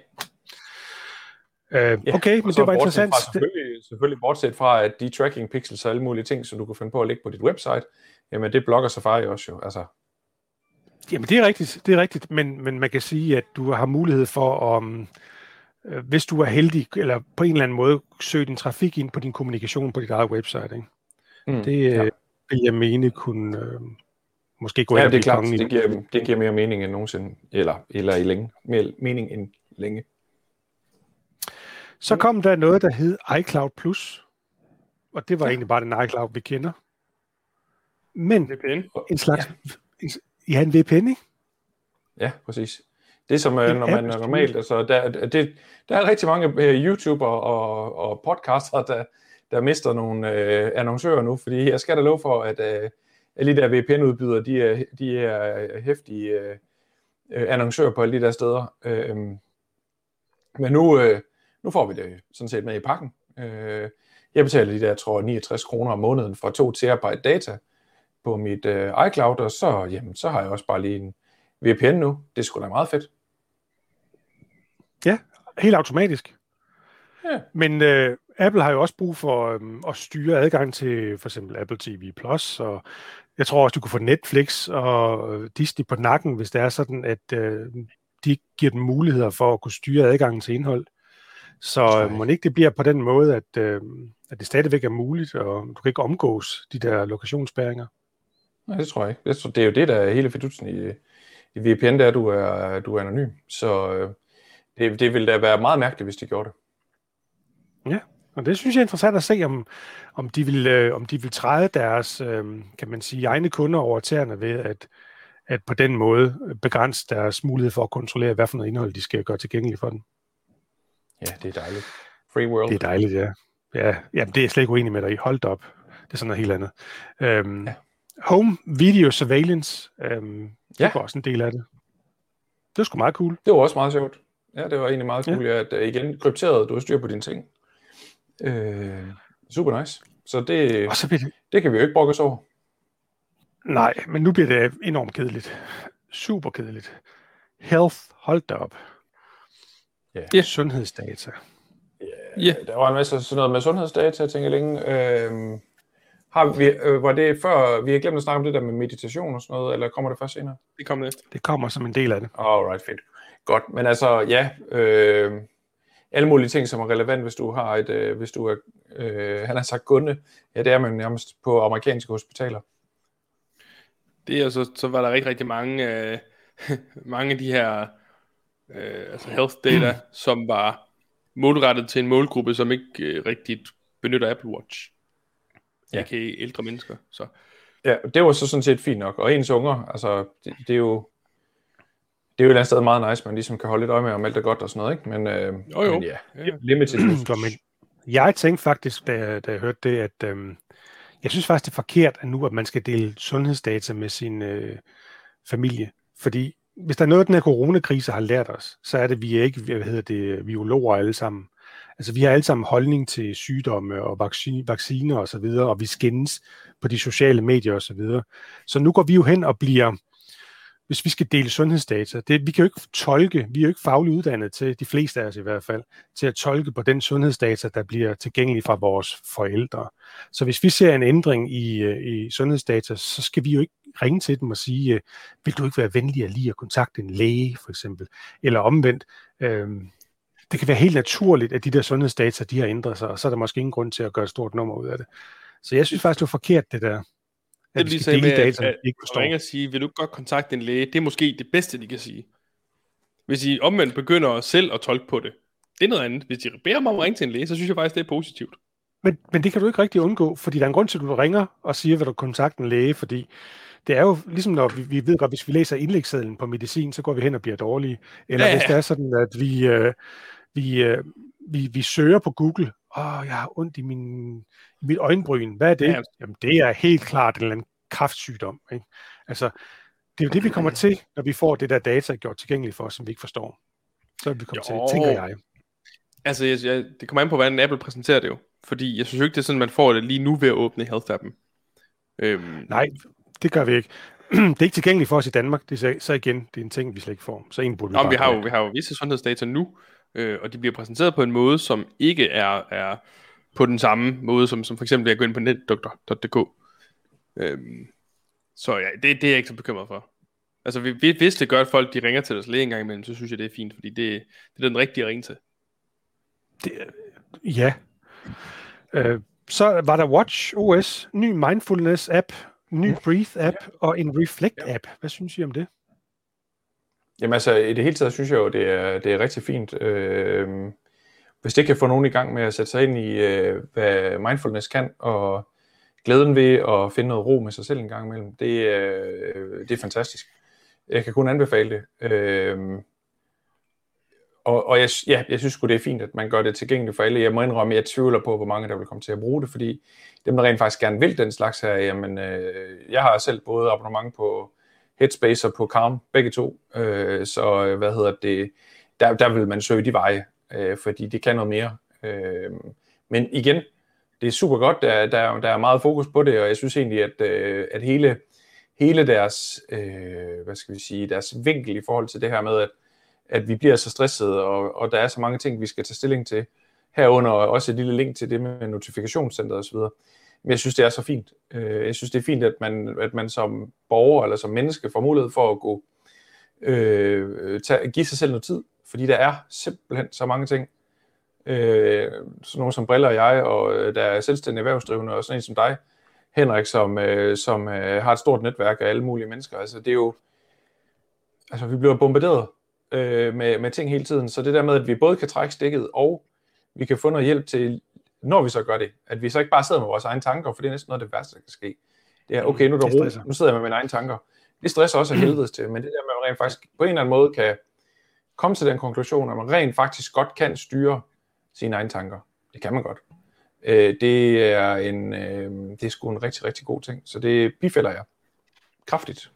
Øh, okay, ja, men det var interessant. Fra, selvfølgelig, selvfølgelig bortset fra, at de tracking pixels og alle mulige ting, som du kan finde på at lægge på dit website, jamen det blokker Safari også jo. Altså. Jamen, det er rigtigt, det er rigtigt, men, men man kan sige, at du har mulighed for, om, øh, hvis du er heldig, eller på en eller anden måde, søge din trafik ind på din kommunikation på dit eget website, ikke? Mm, det ja. vil jeg mene kunne øh, måske gå ja, ind og blive klart, kongen i. Det giver, det giver mere mening end nogensinde, eller, eller i længe, mere mening end længe. Så kom der noget, der hed iCloud Plus, og det var ja. egentlig bare den iCloud, vi kender. Men V P N. en slags... Ja. Ja, en V P N, ikke? Ja, præcis. Det er som, når man er normalt, altså, der, det, der er rigtig mange uh, YouTuber og, og podcaster, der, der mister nogle uh, annoncører nu, fordi jeg skal da love for, at uh, alle de der V P N-udbydere, de er, de er hæftige uh, annoncører på alle de der steder. Uh, men nu, uh, nu får vi det sådan set med i pakken. Uh, jeg betaler de der, jeg tror, niogtres kroner om måneden for to terabyte data på mit uh, iCloud, og så, jamen, så har jeg også bare lige en V P N nu. Det er sgu da meget fedt. Ja, helt automatisk. Ja. Men øh, Apple har jo også brug for øh, at styre adgang til for eksempel Apple T V Plus, og jeg tror også, du kan få Netflix og Disney på nakken, hvis det er sådan, at øh, de giver dem muligheder for at kunne styre adgangen til indhold. Så øh, må ikke det bliver på den måde, at, øh, at det stadigvæk er muligt, og du kan ikke omgås de der lokationsspærringer. Nej, det tror jeg ikke. Det, det er jo det, der er hele fidusen i, i V P N, der er, du er, du er anonym. Så øh, det, det ville da være meget mærkeligt, hvis de gjorde det. Ja, og det synes jeg er interessant at se, om, om, de, vil, øh, om de vil træde deres, øh, kan man sige, egne kunder over tæerne ved, at, at på den måde begrænse deres mulighed for at kontrollere, hvad for noget indhold de skal gøre tilgængeligt for dem. Ja, det er dejligt. Free world. Det er dejligt, ja. Ja, jamen, det er jeg slet ikke uenig med dig i. Hold op. Det er sådan noget helt andet. Øhm, ja. Home Video Surveillance, øhm, det ja. var også en del af det. Det var sgu meget cool. Det var også meget sjovt. Ja, det var egentlig meget cool, ja. At uh, igen, krypteret, du har styr på dine ting. Øh, super nice. Så det, så det... det kan vi jo ikke brokke os over. Nej, men nu bliver det enormt kedeligt. Super kedeligt. Health, hold da op. Ja. Yeah. Sundhedsdata. Ja, yeah. Der var en masse sådan noget med sundhedsdata, jeg tænker længe. Øh, har vi, øh, var det før, vi har glemt at snakke om det der med meditation og sådan noget, eller kommer det først senere? Det kommer efter. Det kommer som en del af det. Alright, fedt. Godt, men altså, ja, øh, alle mulige ting, som er relevant, hvis du har et, øh, hvis du er, øh, han har sagt kunde, ja, det er man nærmest på amerikanske hospitaler. Det er så, så var der rigtig, rigtig mange, øh, mange af de her øh, altså health data, mm. som var målrettet til en målgruppe, som ikke øh, rigtig benytter Apple Watch. Ja. Ikke ældre mennesker. Så. Ja, det var så sådan set fint nok. Og ens unger, altså, det, det er jo det er jo et eller andet sted meget nice, man ligesom kan holde lidt øje med, om alt er godt og sådan noget, ikke? Men, øh, jo, jo. men ja, ja. limited. Jeg tænkte faktisk, da jeg, da jeg hørte det, at øh, jeg synes faktisk, det er forkert at nu, at man skal dele sundhedsdata med sin øh, familie. Fordi hvis der er noget, den her coronakrise har lært os, så er det, at vi er ikke hvad hedder det, biologer alle sammen. Altså, vi har alle sammen holdning til sygdomme og vaccine, vacciner og så videre, og vi skændes på de sociale medier og så videre. Så nu går vi jo hen og bliver, hvis vi skal dele sundhedsdata, det, vi kan jo ikke tolke, vi er jo ikke fagligt uddannet til, de fleste af os i hvert fald, til at tolke på den sundhedsdata, der bliver tilgængelig fra vores forældre. Så hvis vi ser en ændring i, i sundhedsdata, så skal vi jo ikke ringe til dem og sige, vil du ikke være venlig at lige at kontakte en læge, for eksempel, eller omvendt. Øhm, det kan være helt naturligt, at de der sundhedsdata, de har ændret sig, og så er der måske ingen grund til at gøre et stort nummer ud af det. Så jeg synes faktisk, det er forkert, det der. Det er lige så med, at, at, at ringe og sige, vil du godt kontakte en læge, det er måske det bedste, de kan sige. Hvis I omvendt begynder selv at tolke på det, det er noget andet. Hvis de beder mig om at ringe til en læge, så synes jeg faktisk, det er positivt. Men, men det kan du ikke rigtig undgå, fordi der er en grund til, at du ringer og siger, vil du kontakte en læge, fordi det er jo ligesom, når vi, vi ved godt, hvis vi læser indlægssedlen på medicin, så går vi hen og bliver dårlige. Eller ja, ja. Hvis det er sådan, at vi, øh, vi, øh, vi, vi søger på Google, åh, jeg har ondt i, min, i mit øjenbryn. Hvad er det? Ja. Jamen, det er helt klart en eller anden kræftsygdom. Ikke? Altså, det er jo det, vi kommer til, når vi får det der data gjort tilgængeligt for os, som vi ikke forstår. Så er vi kommet til, tænker jeg. Altså, jeg, jeg, det kommer an på, hvordan Apple præsenterer det jo. Fordi jeg synes jo ikke, det er sådan, man får det lige nu ved at åbne Health-appen. Øhm. Nej, det gør vi ikke. Det er ikke tilgængeligt for os i Danmark. Det er så igen, det er en ting, vi slet ikke får. Så en burde vi Nå, bare vi har jo, vi har jo visse sundhedsdata nu, øh, og de bliver præsenteret på en måde, som ikke er, er på den samme måde, som, som for eksempel at gå ind på netdoktor punktum d k. Øhm. Så ja, det, det er jeg ikke så bekymret for. Altså, hvis det gør, at folk de ringer til deres læge en gang imellem, så synes jeg, det er fint, fordi det, det er den rigtige at ringe til. Det, ja. Øh, så var der Watch O S, ny Mindfulness-app, ny Breathe-app ja. og en Reflect-app. Hvad synes I om det? Jamen altså, i det hele taget synes jeg jo, det er, det er rigtig fint. Øh, hvis det kan få nogen i gang med at sætte sig ind i, øh, hvad mindfulness kan, og glæden ved at finde noget ro med sig selv en gang imellem, det, øh, det er fantastisk. Jeg kan kun anbefale det. Øh, og og jeg, ja, jeg synes sgu, det er fint, at man gør det tilgængeligt for alle. Jeg må indrømme, at jeg tvivler på, hvor mange der vil komme til at bruge det, fordi dem, der rent faktisk gerne vil den slags her, jamen, øh, jeg har selv både abonnement på Headspace og på Calm, begge to. Øh, så hvad hedder det, der, der vil man søge de veje, øh, fordi det kan noget mere. Øh, men igen, det er super godt, der, der, der er meget fokus på det, og jeg synes egentlig, at, øh, at hele, hele deres, øh, hvad skal vi sige, deres vinkel i forhold til det her med, at, at vi bliver så stressede, og, og der er så mange ting, vi skal tage stilling til, herunder også et lille link til det med notifikationscenteret osv. Men jeg synes, det er så fint. Jeg synes, det er fint, at man, at man som borger eller som menneske får mulighed for at gå, øh, tage, give sig selv noget tid, fordi der er simpelthen så mange ting. Øh, sådan nogle som Briller og jeg, og der er selvstændige erhvervsdrivende, og sådan en som dig, Henrik, som, øh, som øh, har et stort netværk af alle mulige mennesker. Altså, det er jo, altså, vi bliver bombarderet øh, med, med ting hele tiden, så det der med, at vi både kan trække stikket, og vi kan få noget hjælp til, når vi så gør det, at vi så ikke bare sidder med vores egne tanker, for det er næsten noget af det værste, der kan ske. Det er, okay, nu er der ro, nu sidder jeg med mine egne tanker. Det stresser også af helvedes til, men det der med, at man rent faktisk på en eller anden måde kan komme til den konklusion, at man rent faktisk godt kan styre sine egne tanker. Det kan man godt. Det er en, det er sgu en rigtig, rigtig god ting, så det bifælder jeg kraftigt.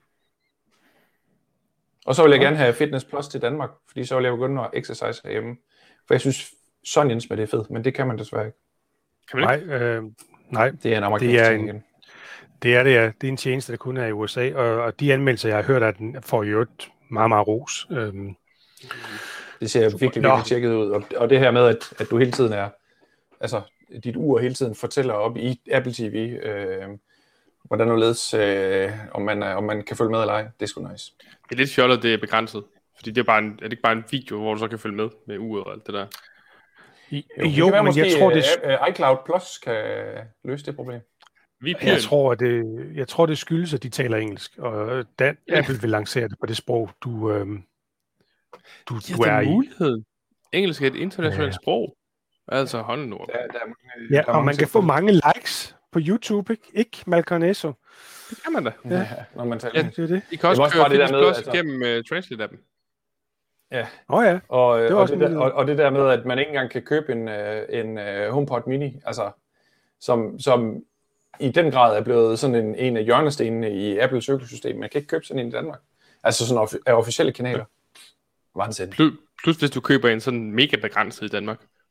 Og så vil jeg gerne have Fitness Plus til Danmark, fordi så vil jeg begynde at exercise herhjemme. For jeg synes, Sonjens med det er fedt, men det kan man desværre ikke. Kan man ikke? Nej, øh, nej. Det er en amerikansk ting igen. Det er det, ja. Det er en tjeneste, der kun er i U S A, og, og de anmeldelser, jeg har hørt, at den får jo et meget, meget ros. Øhm. Det ser virkelig, virkelig tjekket ud, og, og det her med, at, at du hele tiden er, altså dit ur hele tiden fortæller op i Apple T V, øh, hvordan du ledes, øh, om, man, om man kan følge med eller ej, det er sgu nice. Det er lidt fjollet, det er begrænset, fordi det er, bare en, er det ikke bare en video, hvor du så kan følge med med uret og alt det der? Jo, jo men måske, jeg tror, det uh, iCloud Plus kan løse det problem. Jeg tror, det, jeg tror, det skyldes, at de taler engelsk, og da Apple vil lancere det på det sprog, du, øhm, du, ja, du er i. Mulighed. Engelsk er et internationalt ja. sprog. Altså, hold nu op. Der, der er mange, ja, der og man kan få mange likes på YouTube, ikke? Ikke Malcarneso. Det kan man da. Ja, når man taler. Ja, det er det. I kan også, også køre Fitness Plus altså... gennem uh, Translate-appen. Ja. Oh, ja. Og, det og, det der, og, og det der med, at man ikke engang kan købe en, en uh, HomePod Mini, altså, som, som i den grad er blevet sådan en, en af hjørnestenene i Apples økosystem. Man kan ikke købe sådan en i Danmark. Altså sådan af officielle kanaler. Vandsæt. Plus, plus hvis du køber en sådan mega begrænset i Danmark,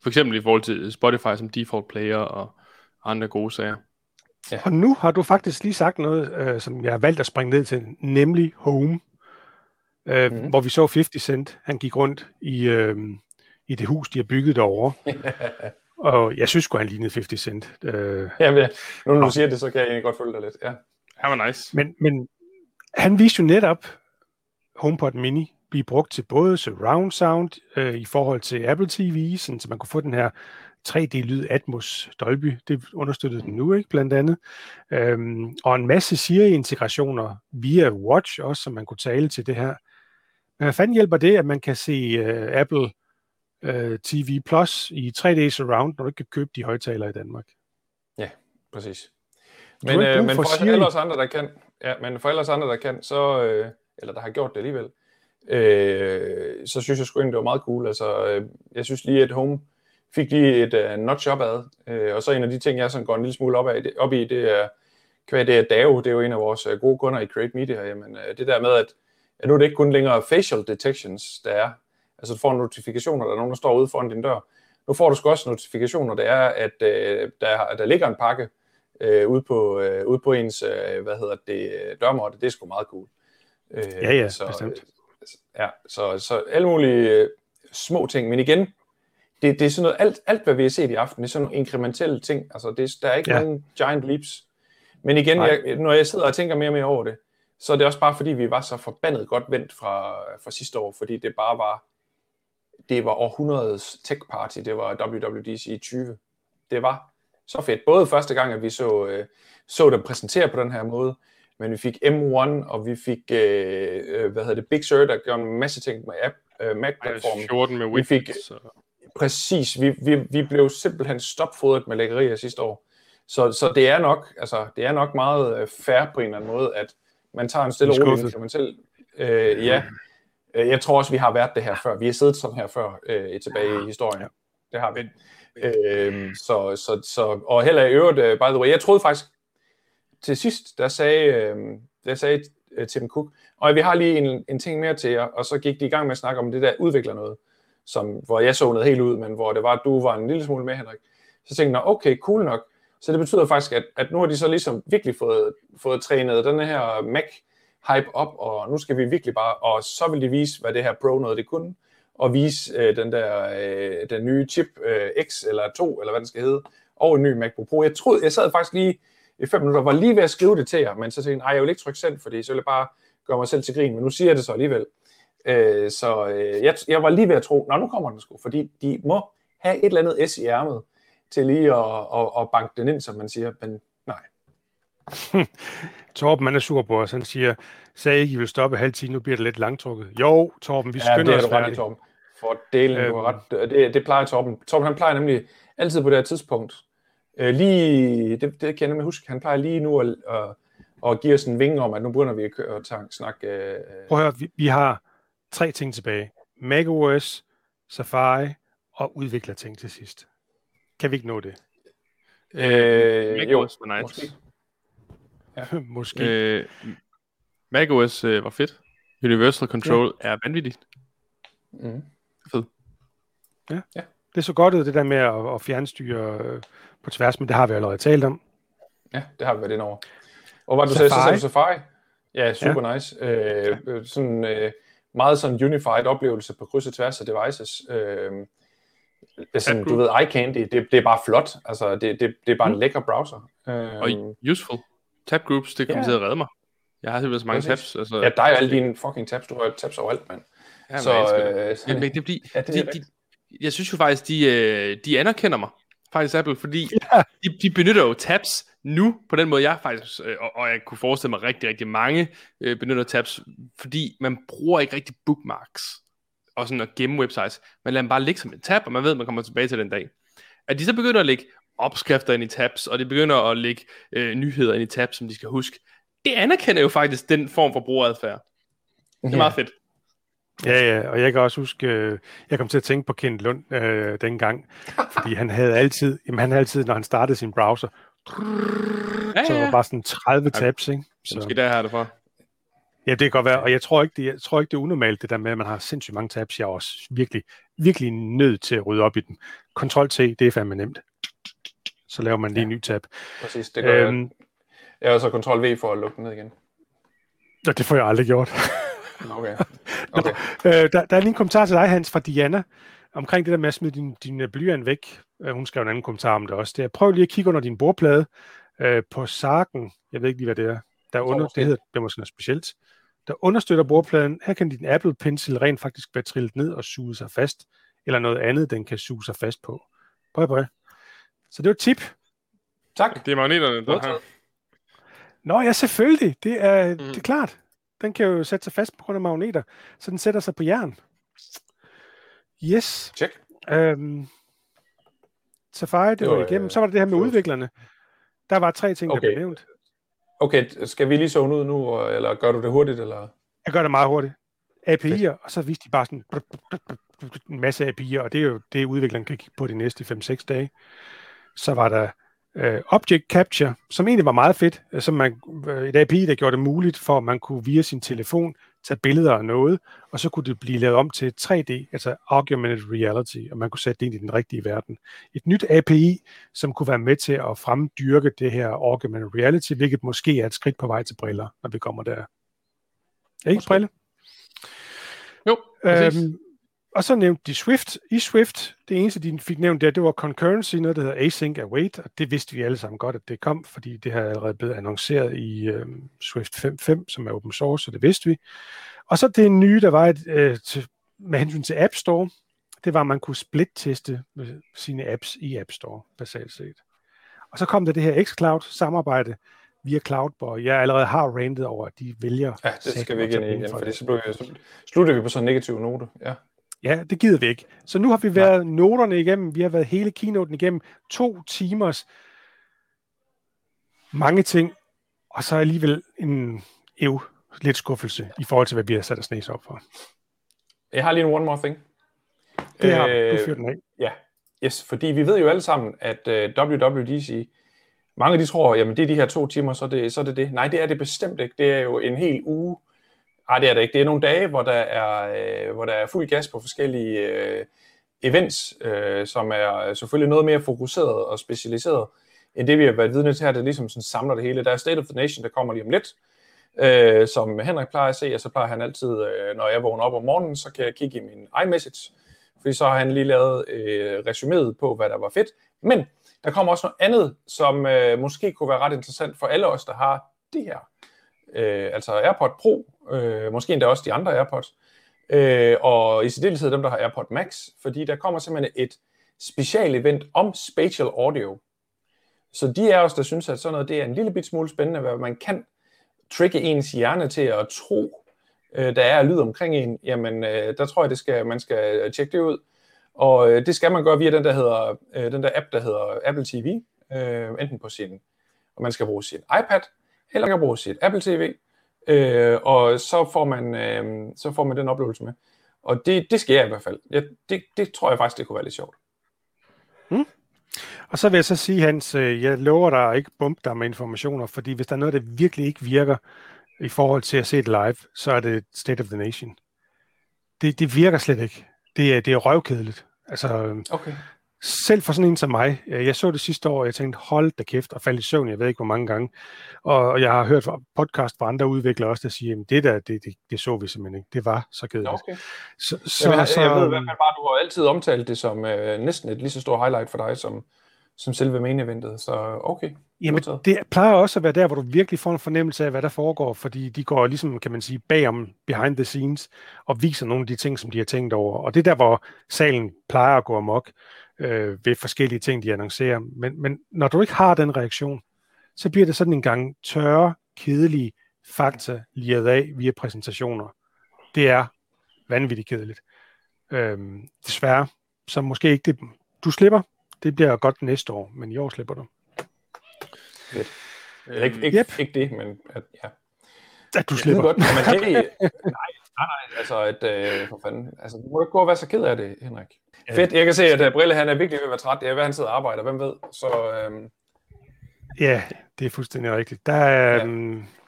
For eksempel i forhold til Spotify som default player og andre gode sager. Ja. Og nu har du faktisk lige sagt noget, øh, som jeg har valgt at springe ned til, nemlig Home. Øh, mm-hmm. Hvor vi så halvtreds Cent, han gik rundt i, øh, i det hus, de har bygget derovre. Og jeg synes sgu, han lignede halvtreds Cent. Øh, ja, men, nu når du siger det, så kan jeg egentlig godt følge dig lidt. Ja. Han var nice. Men, men han viste jo netop HomePod Mini blive brugt til både surround sound øh, i forhold til Apple T V, sådan, så man kunne få den her tre D-lyd Atmos Dolby. Det understøttede den nu, ikke, blandt andet. Øhm, og en masse Siri-integrationer via Watch også, som man kunne tale til det her. Men hvad fanden hjælper det, at man kan se øh, Apple øh, T V Plus i tre D surround, når du ikke kan købe de højtalere i Danmark? Ja, præcis. Men, øh, men for, for alle os andre, der kan, ja, men for alle os andre, der kan, så, øh, eller der har gjort det alligevel, øh, så synes jeg sgu egentlig, det var meget cool. Altså, øh, jeg synes lige, at Home fik lige et uh, notch opad, øh, og så en af de ting, jeg sådan går en lille smule op, af, op i, det er, hvad det er D A O, det er jo en af vores uh, gode kunder i Create Media, jamen, uh, det der med, at, at nu er det ikke kun længere facial detections, der er, altså du får notifikationer, der er nogen, der står ude foran din dør. Nu får du sgu også notifikationer, det er, at uh, der, der ligger en pakke uh, ude, på, uh, ude på ens, uh, hvad hedder det, dørmåtte, det er sgu meget cool. Uh, ja, ja, så, bestemt. Uh, ja, så, så alle mulige uh, små ting, men igen, Det, det er sådan noget, alt, alt hvad vi har set i aften, det er sådan nogle inkrementelle ting, altså det, der er ikke ja. nogen giant leaps. Men igen, jeg, når jeg sidder og tænker mere og mere over det, så er det også bare fordi, vi var så forbandet godt vendt fra, fra sidste år, fordi det bare var, det var århundredets tech party, det var W W D C tyve. Det var så fedt, både første gang, at vi så, så dem præsentere på den her måde, men vi fik M et, og vi fik, øh, hvad hedder det, Big Sur, der gjorde en masse ting med app, øh, Mac-platformen. fjorten med vi fik, Præcis, vi, vi, vi blev simpelthen stopfodret med lækkerier sidste år. Så, så det er nok, altså, det er nok meget fair på en eller anden måde, at man tager en stille og rolig inkrementel. Øh, ja, jeg tror også, vi har været det her før. Vi har siddet sådan her før øh, tilbage i historien. Det har vi. Øh, så, så, så, og heller i øvrigt, uh, by the way, jeg troede faktisk, til sidst, der sagde, uh, der sagde uh, Tim Cook, og vi har lige en, en ting mere til jer, og så gik de i gang med at snakke om det der udvikler noget. Som, hvor jeg så noget helt ud, men hvor det var, at du var en lille smule med, Henrik. Så tænkte jeg, okay, cool nok. Så det betyder faktisk, at, at nu har de så ligesom virkelig fået, fået trænet den her Mac-hype op, og nu skal vi virkelig bare, og så vil de vise, hvad det her Pro noget det kunne, og vise øh, den der, øh, den nye chip øh, X eller to, eller hvad den skal hedde, og en ny MacBook Pro. Jeg troede, jeg sad faktisk lige i fem minutter, var lige ved at skrive det til jer, men så tænkte jeg, jeg vil ikke trykke send, fordi så vil jeg bare gøre mig selv til grin, men nu siger jeg det så alligevel. Øh, så øh, jeg, jeg var lige ved at tro, nå nu kommer den sgu, fordi de må have et eller andet S i ærmet til lige at, at, at banke den ind, som man siger, men nej. Torben, han er sur på os, han siger, sagde ikke, I vil stoppe halv time, nu bliver det lidt langtrukket. Jo, Torben, vi skynder os færdigt. Ja, det er du ret i, Torben. For delen, øhm. du har ret. Det, det plejer Torben. Torben, han plejer nemlig altid på det her tidspunkt. Øh, lige, det, det kan jeg nemlig huske, han plejer lige nu at, at, at give os en vinge om, at nu begynder vi at, køre, at snakke. Øh, Prøv at høre, vi, vi har tre ting tilbage. macOS, Safari og udviklerting til sidst. Kan vi ikke nå det? Øh, macOS var nice. Måske. Ja. Måske. Øh, macOS øh, var fedt. Universal Control ja. er vanvittigt. Mm. Fed. Ja. ja. Det er så godt ud, det der med at, at fjernstyre øh, på tværs, men det har vi allerede talt om. Ja, det har vi været inde over. Og hvad du sagde, så sagde du Safari? Ja, super ja. nice. Øh, ja. Sådan... Øh, meget sådan unified oplevelse på kryds og tværs af devices. Øh, sådan, du ved, iCandy, det, det er bare flot. Altså, det, det, det er bare en lækker browser. Øh, og useful. Tab groups, det kommer yeah. til at redde mig. Jeg har simpelthen så mange tabs. Altså, ja, der er alle dine fucking tabs. Du har tabs overalt, mand. Ja, så, øh, så, men det bliver, ja, det de, de, jeg synes jo faktisk, de, de anerkender mig. Faktisk Apple, fordi yeah. de, de benytter jo tabs nu, på den måde jeg faktisk, og, og jeg kunne forestille mig rigtig, rigtig mange øh, benytter tabs, fordi man bruger ikke rigtig bookmarks, og sådan at gemme websites. Man lader dem bare ligge som en tab, og man ved, at man kommer tilbage til den dag. At de så begynder at lægge opskrifter ind i tabs, og de begynder at lægge øh, nyheder ind i tabs, som de skal huske, det anerkender jo faktisk den form for brugeradfærd. Det er yeah. meget fedt. Ja, ja, og jeg kan også huske, øh, jeg kom til at tænke på Kent Lund øh, dengang, fordi han havde altid, jamen han havde altid, når han startede sin browser, ja, ja. så var bare sådan tredive tabs, ikke? Så. Måske der har det fra. Ja, det kan godt være, og jeg tror ikke, det, jeg tror ikke, det er unormalt, det der med, at man har sindssygt mange tabs. Jeg er også virkelig, virkelig nødt til at rydde op i dem. Ctrl-T, det er fandme nemt. Så laver man lige ja. en ny tab. Præcis, det gør øhm, jeg. Jeg har så Ctrl-V for at lukke den ned igen. Nå, det får jeg aldrig gjort. Okay. okay. Nå, øh, der, der er lige en kommentar til dig, Hans, fra Diana, omkring det der med at smide din, din blyant væk. Øh, hun skrev en anden kommentar om det også. Det er, prøv lige at kigge under din bordplade øh, på Sarken. Jeg ved ikke lige, hvad det er. Der under, det hedder det er måske noget specielt. Der understøtter bordpladen. Her kan din Apple Pencil rent faktisk være trillet ned og suge sig fast, eller noget andet, den kan suge sig fast på. Prøv, prøv. Så det var et tip. Tak. Det er magneterne, der har. Nå ja, selvfølgelig. Det er, mm. det er klart. Den kan jo sætte sig fast på grund af magneter, så den sætter sig på jern. Yes. Check. Øhm, Safari, det var jo, igennem. Så var det det her med jo. udviklerne. Der var tre ting, okay. der blev nævnt. Okay, skal vi lige zone ud nu, eller gør du det hurtigt? Eller? Jeg gør det meget hurtigt. A P I'er, og så viste de bare sådan en masse A P I'er, og det er jo det, udvikleren kan kigge på de næste fem seks dage. Så var der uh, Object Capture, som egentlig var meget fedt, som man, et A P I, der gjorde det muligt for, at man kunne via sin telefon tage billeder af noget, og så kunne det blive lavet om til tre D, altså Augmented Reality, og man kunne sætte det ind i den rigtige verden. Et nyt A P I, som kunne være med til at fremdyrke det her Augmented Reality, hvilket måske er et skridt på vej til briller, når vi kommer der. Ikke brille? Jo, præcis. Øhm, og så nævnte de Swift. I Swift, det eneste, de fik nævnt der, det var concurrency, noget der hedder async await, og det vidste vi alle sammen godt, at det kom, fordi det har allerede blevet annonceret i øhm, Swift fem punkt fem, som er open source, så det vidste vi. Og så det nye, der var et, øh, til, med hensyn til App Store, det var, at man kunne split-teste sine apps i App Store, basalt set. Og så kom der det her xCloud-samarbejde via Cloudboy. Jeg allerede har rantet over, at de vælger... Ja, det skal vi ikke ind i igen, for så, bliver, så slutter vi på sådan en negativ note. Ja. Ja, det gider vi ikke. Så nu har vi været Nej. noterne igennem, vi har været hele keynoten igennem, to timers mange ting, og så alligevel en ev, lidt skuffelse i forhold til, hvad vi har sat os næs op for. Jeg har lige en one more thing. Det har øh, du fyrt den af. Ja, yes, fordi vi ved jo alle sammen, at uh, W W D C, mange de tror, jamen det er de her to timer, så er det, så er det det. Nej, det er det bestemt ikke. Det er jo en hel uge. Nej, det er det ikke. Det er nogle dage, hvor der er, øh, hvor der er fuld gas på forskellige øh, events, øh, som er selvfølgelig noget mere fokuseret og specialiseret, end det vi har været vidne til her, der ligesom sådan samler det hele. Der er State of the Nation, der kommer lige om lidt, øh, som Henrik plejer at se, og så plejer han altid, øh, når jeg vågner op om morgenen, så kan jeg kigge i min iMessage, fordi så har han lige lavet øh, resuméet på, hvad der var fedt. Men der kommer også noget andet, som øh, måske kunne være ret interessant for alle os, der har det her. Øh, altså AirPod Pro, øh, måske endda også de andre AirPods, øh, og i særdeleshed dem, der har AirPod Max, fordi der kommer simpelthen et special event om spatial audio. Så de af os, der synes, at sådan noget, det er en lille bit smule spændende, hvad man kan trigge ens hjerne til at tro, øh, der er lyd omkring en, jamen øh, der tror jeg, det skal, man skal tjekke det ud. Og øh, det skal man gøre via den der, hedder, øh, den der app, der hedder Apple T V, øh, enten på sin, og man skal bruge sin iPad, eller man kan bruge sit Apple T V, øh, og så får, man, øh, så får man den oplevelse med. Og det, det sker i hvert fald. Ja, det, det tror jeg faktisk, det kunne være lidt sjovt. Hmm. Og så vil jeg så sige, Hans, jeg lover dig ikke bumpe dig med informationer, fordi hvis der er noget, der virkelig ikke virker i forhold til at se det live, så er det State of the Nation. Det, det virker slet ikke. Det er, det er røvkedeligt. Altså, okay. Selv for sådan en som mig, jeg så det sidste år, og jeg tænkte, hold da kæft, og faldt i søvn, jeg ved ikke hvor mange gange. Og jeg har hørt podcast fra andre udviklere også, der siger, at det der, det, det, det så vi simpelthen ikke. Det var så kedeligt. Okay. Så, så, Jamen, jeg, så, jeg ved i hvert fald bare, du har altid omtalt det som øh, næsten et lige så stort highlight for dig, som, som selve main-eventet. Så okay. Jamen, det plejer også at være der, hvor du virkelig får en fornemmelse af, hvad der foregår, fordi de går ligesom, kan man sige, bagom behind the scenes, og viser nogle af de ting, som de har tænkt over. Og det er der, hvor salen plejer at gå amok øh, ved forskellige ting, de annoncerer. Men, men når du ikke har den reaktion, så bliver det sådan en gang tørre, kedelige fakta liret af via præsentationer. Det er vanvittigt kedeligt. Øhm, desværre, så måske ikke det. Du slipper. Det bliver godt næste år, men i år slipper du. Fedt. Øhm, ikke, ikke, yep. ikke det, men at, ja. At du slipper. Godt, men hey, nej, nej, nej, altså, at, øh, for fanden, altså, du må ikke gå og være så ked af det, Henrik. Ja. Fedt, jeg kan se, at uh, Brille, han er virkelig ved at være træt. Det er, hvad han sidder og arbejder, hvem ved. Så, øhm... Ja, det er fuldstændig rigtigt. Der er, ja. um,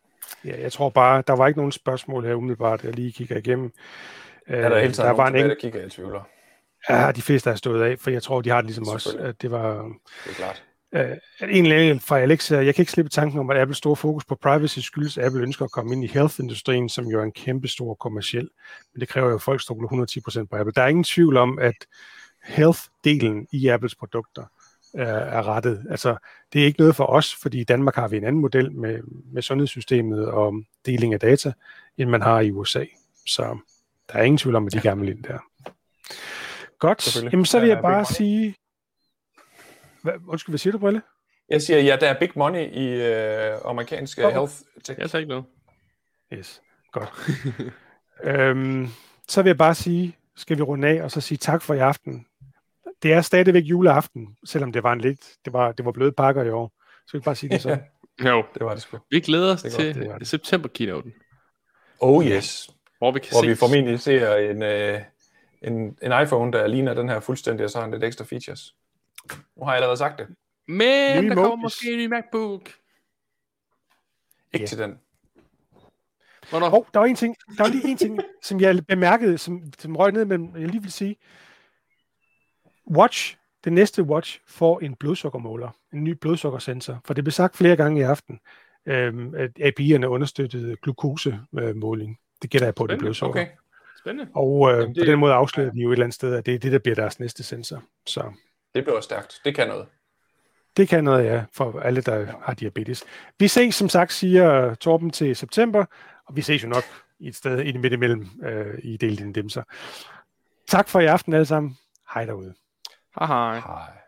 Ja, jeg tror bare, der var ikke nogen spørgsmål her umiddelbart, jeg lige kigger igennem. Er der helt taget der nogen tilbage, en... der kigger, jeg tvivler? Ja, de fleste har stået af, for jeg tror, de har det ligesom os. At det var... Det er klart. Uh, en eller anden fra Alex, jeg kan ikke slippe tanken om, at Apples store fokus på privacy skyldes, at Apple ønsker at komme ind i health-industrien, som jo er en kæmpe stor kommerciel. Men det kræver jo, at folk stoler hundrede og ti procent på Apple. Der er ingen tvivl om, at health-delen i Apples produkter uh, er rettet. Altså, det er ikke noget for os, fordi i Danmark har vi en anden model med, med sundhedssystemet og deling af data, end man har i U S A. Så der er ingen tvivl om, at de gerne vil ind der. Godt. Jamen, så vil jeg bare sige... Hvad, undskyld, hvad siger du, Brille? Jeg siger, ja, der er big money i øh, amerikansk oh. health tech. Jeg sagde ikke noget. Yes, godt. øhm, så vil jeg bare sige, skal vi runde af, og så sige tak for i aften. Det er stadigvæk juleaften, selvom det var en lidt, det var, det var bløde pakker i år. Skal vi bare sige det så? Jo, det var det sgu. Vi glæder os til det det. september-keynoten. Oh yes. Hvor vi, kan Hvor se vi formentlig ser en, øh, en, en iPhone, der ligner den her fuldstændig, og så har den lidt ekstra features. Nu har jeg allerede sagt det. Men der kommer måske en ny MacBook. Ikke yeah. til den. Hvornår? Oh, der var en ting, der var lige en ting, som jeg bemærkede, som, som røg ned, men jeg lige vil sige. Watch, den næste Watch, får en blodsukkermåler. En ny blodsukkersensor. For det blev sagt flere gange i aften, øhm, at A P I'erne understøttede glukosemåling. Det gætter jeg på, det blodsukker. Okay. Spændende. Og øh, Jamen, det, på den måde afslører de jo et eller andet sted, at det er det, der bliver deres næste sensor. Så. Det bliver stærkt. Det kan noget. Det kan noget, ja, for alle, der har diabetes. Vi ses, som sagt, siger Torben til september, og vi ses jo nok i et sted i det midt imellem øh, i delen dimser. Tak for i aften alle sammen. Hej derude. Hej hej. Hej.